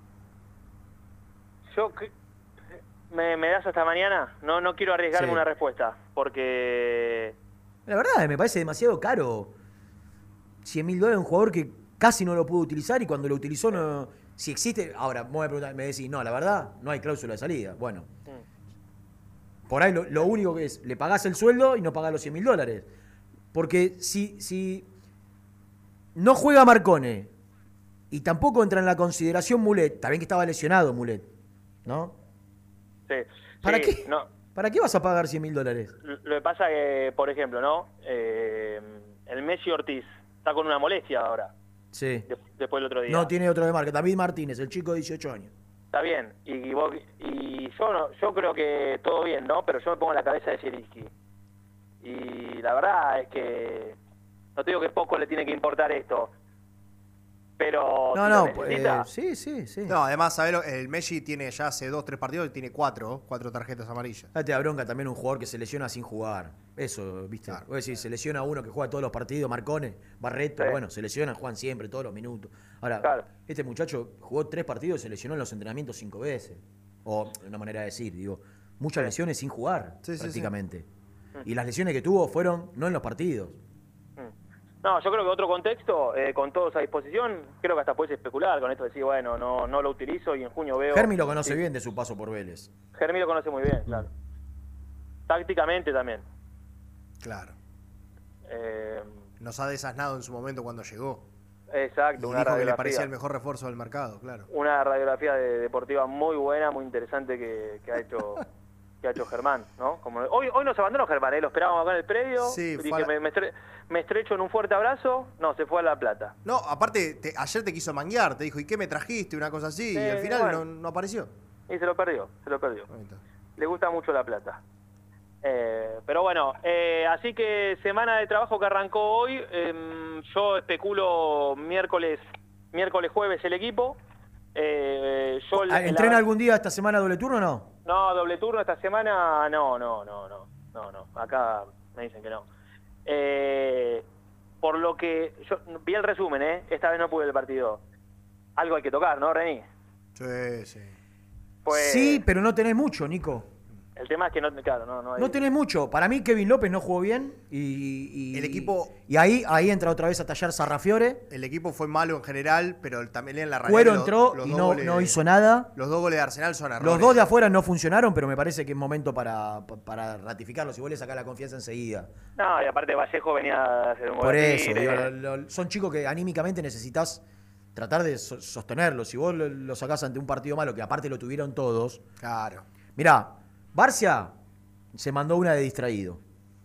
Yo cre- me, me das hasta mañana, no no quiero arriesgarme Sí. una respuesta, porque La verdad, me parece demasiado caro. cien mil dólares un jugador que casi no lo pudo utilizar y cuando lo utilizó no... Si existe... Ahora, me voy a preguntar, me decís, no, la verdad, no hay cláusula de salida. Bueno, por ahí lo, lo único que es, le pagás el sueldo y no pagás los cien mil dólares. Porque si, si no juega Marcone y tampoco entra en la consideración Mulet, también que estaba lesionado Mulet, ¿no? sí. ¿Para sí, qué? No, ¿Para qué vas a pagar cien mil dólares? lo que pasa que, por ejemplo, ¿no? Eh, el Messi Ortiz está con una molestia ahora, Sí. de- después del otro día. No tiene otro de marca. David Martínez, el chico de dieciocho años. Está bien, y, vos- y yo no, yo creo que todo bien, ¿no? Pero yo me pongo en la cabeza de Zielinski. Y la verdad es que no te digo que poco le tiene que importar esto, pero No, si no, lo pues, necesita, eh, sí, sí, sí. No, además, ¿sabés lo? El Messi tiene ya hace dos, tres partidos y tiene cuatro, cuatro tarjetas amarillas. Ya te da bronca también un jugador que se lesiona sin jugar. Eso, ¿viste? Claro. Vos decís, se lesiona uno que juega todos los partidos, Marcone, Barreto, Sí. bueno, se lesionan, juegan siempre, todos los minutos. Ahora, Claro. este muchacho jugó tres partidos y se lesionó en los entrenamientos cinco veces. O, de una manera de decir, digo, muchas lesiones sin jugar, Sí, sí, sí. prácticamente. Y las lesiones que tuvo fueron no en los partidos. no, yo creo que otro contexto, eh, con todos a disposición, creo que hasta puedes especular con esto, decir, bueno, no no lo utilizo y en junio veo... Germi lo conoce sí. bien de su paso por Vélez. Germi lo conoce muy bien, claro. Tácticamente también. Claro. Eh, Nos ha desasnado en su momento cuando llegó. exacto, Y una dijo que le radiografía. parecía el mejor refuerzo del mercado, claro. Una radiografía de- deportiva muy buena, muy interesante que, que ha hecho que ha hecho Germán, ¿no? Como hoy hoy nos abandonó Germán, ¿eh? Lo esperábamos acá en el predio. Sí, dije, fue a la- me, me, estre- me estrecho en un fuerte abrazo. No, se fue a La Plata. No, aparte, te- ayer te quiso manguear, te dijo, ¿y qué me trajiste? Una cosa así, Sí, y al final bueno. no, no apareció. Y se lo perdió, se lo perdió. Le gusta mucho La Plata. Eh, pero bueno, eh, así que semana de trabajo que arrancó hoy. eh, yo especulo miércoles, miércoles, jueves el equipo. Eh, yo la- ¿Entrena la- algún día esta semana doble turno o no? No, doble turno esta semana, no, no, no, no, no, no. Acá me dicen que no. Eh, por lo que yo vi el resumen, ¿eh? Esta vez no pude ver el partido. Algo hay que tocar, ¿no, Reni? Sí, sí. Pues, Sí, pero no tenés mucho, Nico. El tema es que no, claro, no, no hay... No tenés mucho. Para mí Kevin López no jugó bien y, y- El equipo- y ahí ahí entra otra vez a tallar Sarrafiore. El equipo fue malo en general, pero también en la realidad. Cuero los- entró los y dos no, goles- no hizo nada. Los dos goles de Arsenal son errores. Los dos de afuera no funcionaron, pero me parece que es momento para, para ratificarlos. Si vos le sacás la confianza enseguida. No, y aparte Vallejo venía a hacer un gol Por de eso, Tigre. digo, lo- lo- son chicos que anímicamente necesitas tratar de so- sostenerlos. Si vos lo, lo sacás ante un partido malo, que aparte lo tuvieron todos. Claro. Mirá, Barcia se mandó una de distraído.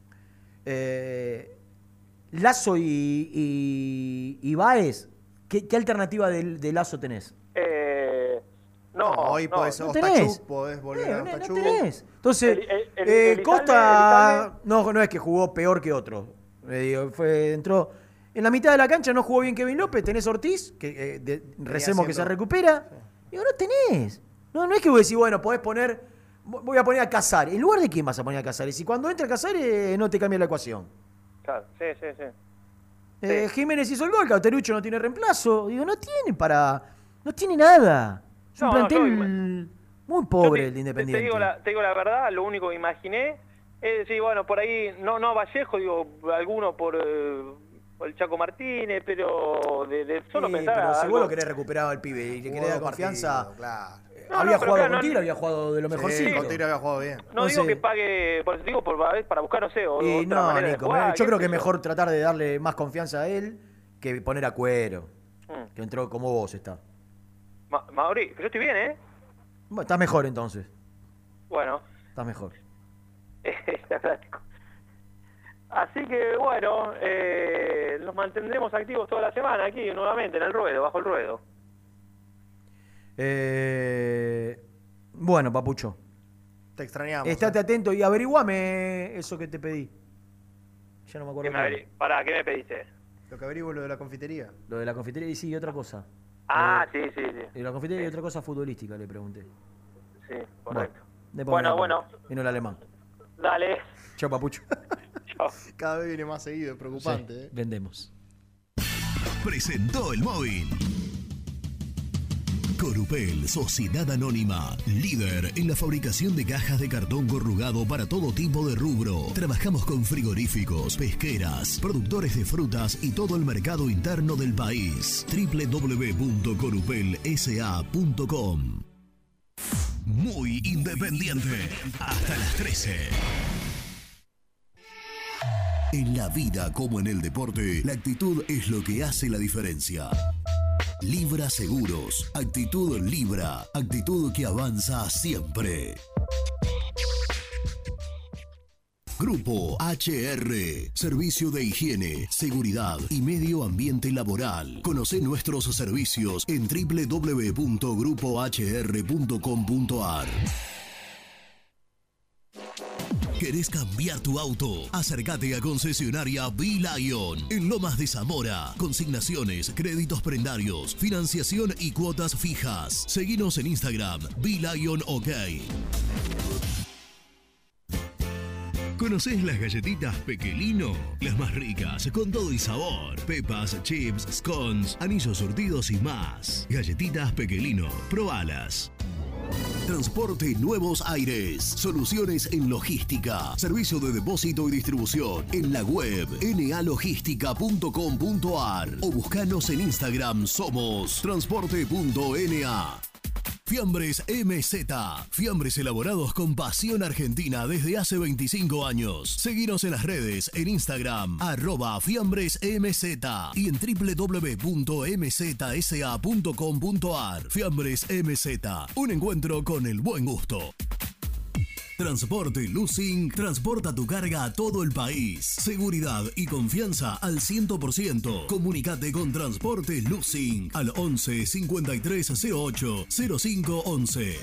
Eh, Lazo y, y, y Báez, ¿qué, qué alternativa de, de Lazo tenés? Eh, no, hoy no, podés, no Ostachuk, tenés. podés volver Eh, a no- no Ostachuk. tenés. Entonces, El- el- el- eh, el Costa Italia- no, no es que jugó peor que otro. Eh, digo, fue, entró en la mitad de la cancha, no jugó bien Kevin López, tenés Ortiz, que eh, de- recemos que se haciendo- recupera. Digo, no tenés. No, no es que vos decís, bueno, podés poner, voy a poner a Casares. ¿En lugar de quién vas a poner a Casares? Si cuando entra Casares no te cambia la ecuación. Claro, sí, sí, sí. Eh, Jiménez hizo el gol, Cauterucho no tiene reemplazo. Digo, no tiene para. No tiene nada. Es un No, no, plantel yo- muy pobre Yo el de te, Independiente. te digo la, te digo la verdad, lo único que imaginé es decir, bueno, por ahí, no no Vallejo, digo, alguno por, eh, por el Chaco Martínez, pero de, de solo Sí, pensar pero a si algo- vos lo querés recuperar al pibe y le querés dar Jugó confianza. partido, claro. eh, No, había no, pero jugado claro, con no- Tigre, había jugado de lo Sí, mejorcito. con Tigre había jugado bien. No Entonces- digo que pague, por eso digo, por, para buscar, no sé, o, Y otra no, manera de Nico, jugar, me- yo qué creo sé que es mejor tratar de darle más confianza a él que poner a Cuero, Mm. que entró como vos está. Ma- Mauri, yo estoy bien, ¿eh? Bueno, estás mejor entonces, Bueno, estás mejor. te agradezco. Así que bueno, eh, nos mantendremos activos toda la semana aquí nuevamente en el ruedo, bajo el ruedo. Eh, bueno, Papucho, Te extrañamos. estate eh. atento y averiguame eso que te pedí. Ya no me ¿Qué acuerdo. me cómo. averi- Pará, ¿qué me pediste? Lo que averiguo lo de la confitería. Lo de la confitería y sí, y otra cosa. Ah, Eh, sí, sí, sí. Y la confitería y otra cosa futbolística, le pregunté. Sí, correcto. después Bueno, me la bueno. pongo. Vino el alemán. Dale. Chao, Papucho. Chao. Cada vez viene más seguido, es preocupante. Sí, ¿eh? vendemos. Presentó el móvil. Corupel, Sociedad Anónima, líder en la fabricación de cajas de cartón corrugado para todo tipo de rubro. Trabajamos con frigoríficos, pesqueras, productores de frutas y todo el mercado interno del país. doble u doble u doble u punto corupel s a punto com. Muy independiente. Hasta las trece. En la vida como en el deporte, la actitud es lo que hace la diferencia. Libra Seguros, actitud Libra, actitud que avanza siempre. Grupo H R, servicio de higiene, seguridad y medio ambiente laboral. Conoce nuestros servicios en doble u doble u doble u punto grupo h r punto com punto a r. ¿Querés cambiar tu auto? Acércate a concesionaria B-Lion en Lomas de Zamora. Consignaciones, créditos prendarios, financiación y cuotas fijas. Seguinos en Instagram, B-Lion OK. ¿Conocés las galletitas Pequelino? Las más ricas, con todo y sabor. Pepas, chips, scones, anillos surtidos y más. Galletitas Pequelino, probalas. Transporte Nuevos Aires. Soluciones en logística. Servicio de depósito y distribución. En la web n a logística punto com punto a r o buscanos en Instagram. Somos transporte punto n a. Fiambres M Z. Fiambres elaborados con pasión argentina desde hace veinticinco años. Seguinos en las redes, en Instagram, arroba Fiambres M Z y en doble u doble u doble u punto m z s a punto com punto a r. Fiambres M Z. Un encuentro con el buen gusto. Transporte Lucing transporta tu carga a todo el país. Seguridad y confianza al cien por ciento. Comunicate con Transporte Lucing al once cincuenta y tres cero ocho cero cinco once.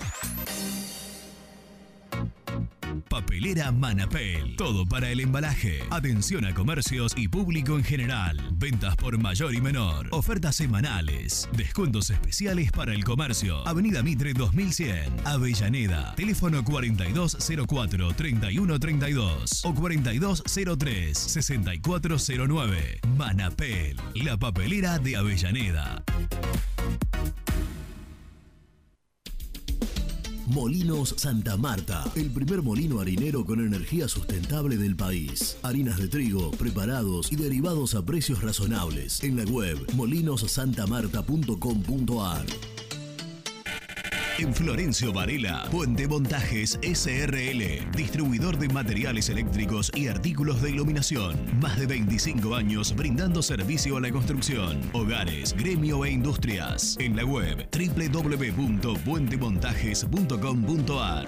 Papelera Manapel. Todo para el embalaje. Atención a comercios y público en general. Ventas por mayor y menor. Ofertas semanales. Descuentos especiales para el comercio. Avenida Mitre dos mil cien. Avellaneda. Teléfono cuarenta y dos cero cuatro treinta y uno treinta y dos o cuarenta y dos cero tres sesenta y cuatro cero nueve. Manapel. La papelera de Avellaneda. Molinos Santa Marta, el primer molino harinero con energía sustentable del país. Harinas de trigo, preparados y derivados a precios razonables. En la web molinos santa marta punto com punto ar. En Florencio Varela, Puente Montajes S R L, distribuidor de materiales eléctricos y artículos de iluminación. Más de veinticinco años brindando servicio a la construcción, hogares, gremio e industrias. En la web doble u doble u doble u punto puente montajes punto com punto ar.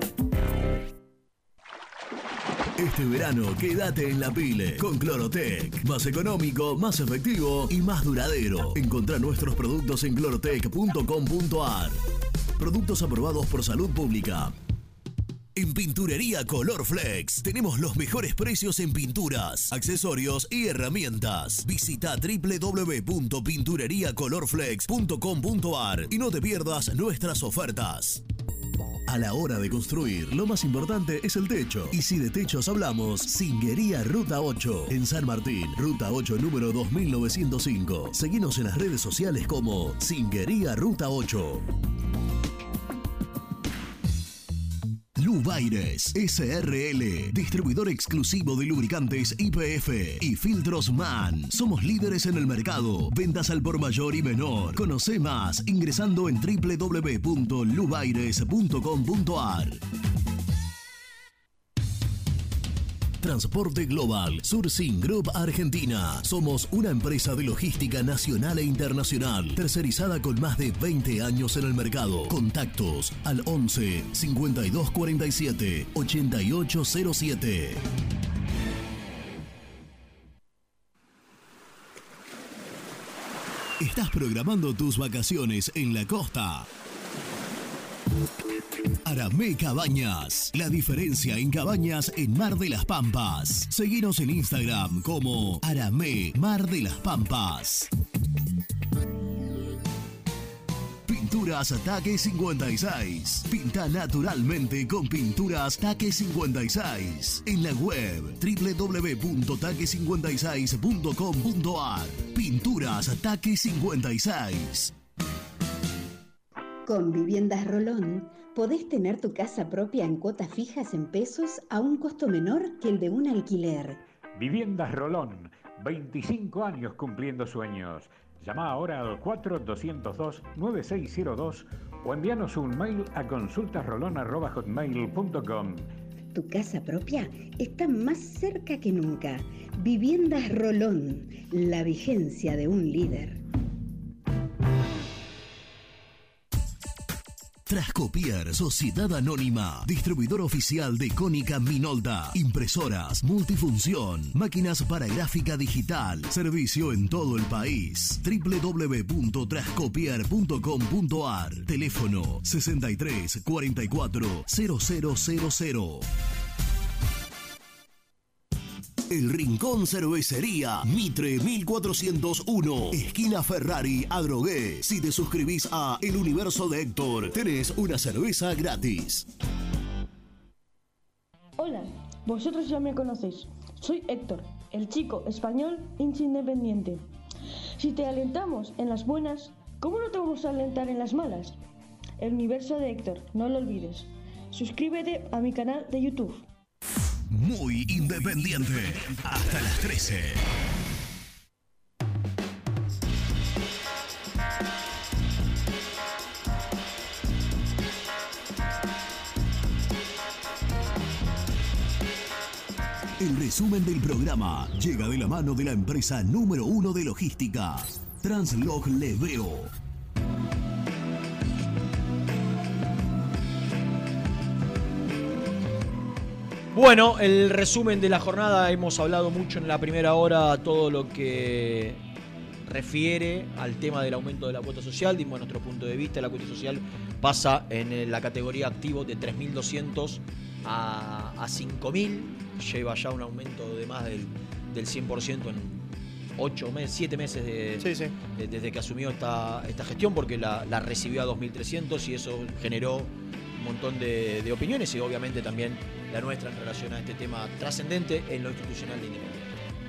Este verano quédate en la pile con Clorotec. Más económico, más efectivo y más duradero. Encontrá nuestros productos en clorotec punto com punto ar. Productos aprobados por Salud Pública. En Pinturería Color Flex tenemos los mejores precios en pinturas, accesorios y herramientas. Visita doble u doble u doble u punto pinturería color flex punto com punto ar y no te pierdas nuestras ofertas. A la hora de construir, lo más importante es el techo. Y si de techos hablamos, Zinguería Ruta ocho. En San Martín, Ruta ocho número dos mil novecientos cinco. Seguinos en las redes sociales como Zinguería Ruta ocho. Lubaires S R L, distribuidor exclusivo de lubricantes I P F y filtros MAN. Somos líderes en el mercado. Ventas al por mayor y menor. Conoce más ingresando en doble u doble u doble u punto lubaires punto com punto ar. Transporte Global, Surcing Group Argentina. Somos una empresa de logística nacional e internacional, tercerizada con más de veinte años en el mercado. Contactos al once cincuenta y dos cuarenta y siete ochenta y ocho cero siete. ¿Estás programando tus vacaciones en la costa? Aramé Cabañas, la diferencia en cabañas en Mar de las Pampas. Seguinos en Instagram como Aramé Mar de las Pampas. Pinturas Taque cincuenta y seis. Pinta naturalmente con Pinturas Taque cincuenta y seis. En la web doble u doble u doble u punto taque cincuenta y seis punto com punto ar. Pinturas Taque cincuenta y seis. Con Viviendas Rolón podés tener tu casa propia en cuotas fijas en pesos a un costo menor que el de un alquiler. Viviendas Rolón, veinticinco años cumpliendo sueños. Llama ahora al cuatro doscientos dos nueve seis cero dos o envíanos un mail a consultas rolón arroba hotmail punto com. Tu casa propia está más cerca que nunca. Viviendas Rolón, la vigencia de un líder. Trascopier, Sociedad Anónima, distribuidor oficial de Cónica Minolta, impresoras, multifunción, máquinas para gráfica digital, servicio en todo el país. doble u doble u doble u punto trascopier punto com punto ar, teléfono sesenta y tres cuarenta y cuatro cero cero cero cero. El Rincón Cervecería, Mitre mil cuatrocientos uno, esquina Ferrari, Adrogué. Si te suscribís a El Universo de Héctor, tenés una cerveza gratis. Hola, vosotros ya me conocéis. Soy Héctor, el chico español hincha independiente. Si te alentamos en las buenas, ¿cómo no te vamos a alentar en las malas? El Universo de Héctor, no lo olvides. Suscríbete a mi canal de YouTube. Muy independiente. Hasta las trece. El resumen del programa llega de la mano de la empresa número uno de logística, Translog Leveo. Bueno, el resumen de la jornada, hemos hablado mucho en la primera hora todo lo que refiere al tema del aumento de la cuota social. Dimos nuestro punto de vista, la cuota social pasa en la categoría activo de tres mil doscientos a, a cinco mil, lleva ya un aumento de más del, del cien por ciento en ocho meses, siete meses de, sí, sí. de, desde que asumió esta, esta gestión, porque la, la recibió a dos mil trescientos y eso generó un montón de, de opiniones y obviamente también la nuestra en relación a este tema trascendente en lo institucional de Independiente.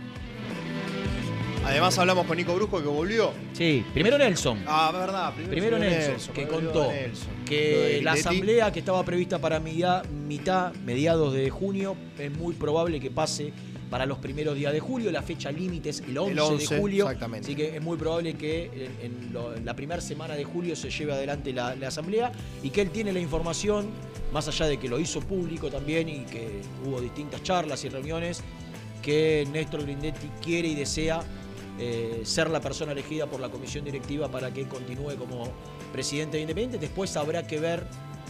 Además hablamos con Nico Brusco que volvió. Sí, primero Nelson. Ah, verdad. Primero, primero Nelson, Nelson, que contó Nelson. que la asamblea que estaba prevista para mitad, mitad, mediados de junio, es muy probable que pase para los primeros días de julio. La fecha límite es el once, el once de julio. Exactamente. Así que es muy probable que en, en, lo, en la primera semana de julio se lleve adelante la, la asamblea y que él tiene la información, más allá de que lo hizo público también y que hubo distintas charlas y reuniones, que Néstor Grindetti quiere y desea Eh, ser la persona elegida por la comisión directiva para que continúe como presidente de Independiente. Después habrá que ver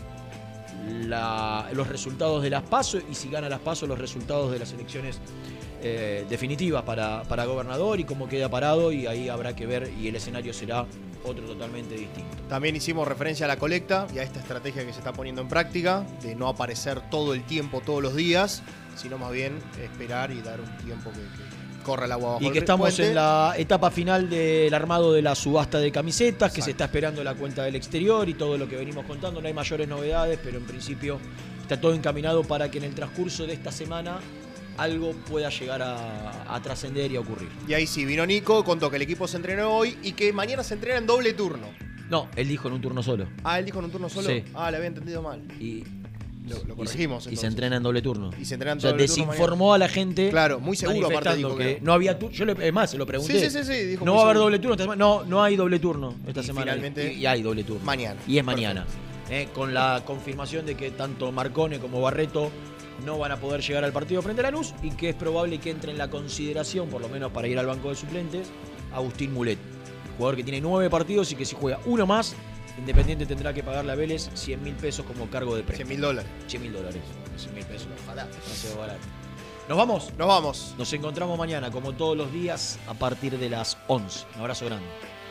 la, los resultados de las PASO y si gana las PASO los resultados de las elecciones eh, definitivas para, para gobernador y cómo queda parado, y ahí habrá que ver y el escenario será otro totalmente distinto. También hicimos referencia a la colecta y a esta estrategia que se está poniendo en práctica de no aparecer todo el tiempo, todos los días, sino más bien esperar y dar un tiempo que, que corre el agua abajo. Y que estamos puente. en la etapa final del armado de la subasta de camisetas, Exacto. que se está esperando la cuenta del exterior y todo lo que venimos contando. No hay mayores novedades, pero en principio está todo encaminado para que en el transcurso de esta semana algo pueda llegar a, a trascender y a ocurrir. Y ahí sí, vino Nico, contó que el equipo se entrenó hoy y que mañana se entrena en doble turno. No, él dijo en un turno solo. Ah, él dijo en un turno solo. Sí. Ah, le había entendido mal. Y Lo, lo corregimos. Y se, y se entrena en doble turno. Y se entrena en o sea, doble desinformó turno a la gente. Claro, muy seguro aparte dijo que, que no había turno. Yo le, es más, se lo pregunté. Sí, sí, sí, sí dijo no va a haber doble turno esta semana. No, no hay doble turno esta y semana. Finalmente, y, y hay doble turno. Mañana. Y es mañana. Eh, con la confirmación de que tanto Marcone como Barreto no van a poder llegar al partido frente a Lanús y que es probable que entre en la consideración, por lo menos para ir al banco de suplentes, Agustín Mulet. Jugador que tiene nueve partidos y que si juega uno más, Independiente tendrá que pagarle a Vélez cien mil pesos como cargo de premio. cien mil dólares. cien mil dólares. cien mil pesos. Ojalá. No se va a barato. ¿Nos vamos? Nos vamos. Nos encontramos mañana, como todos los días, a partir de las once. Un abrazo grande.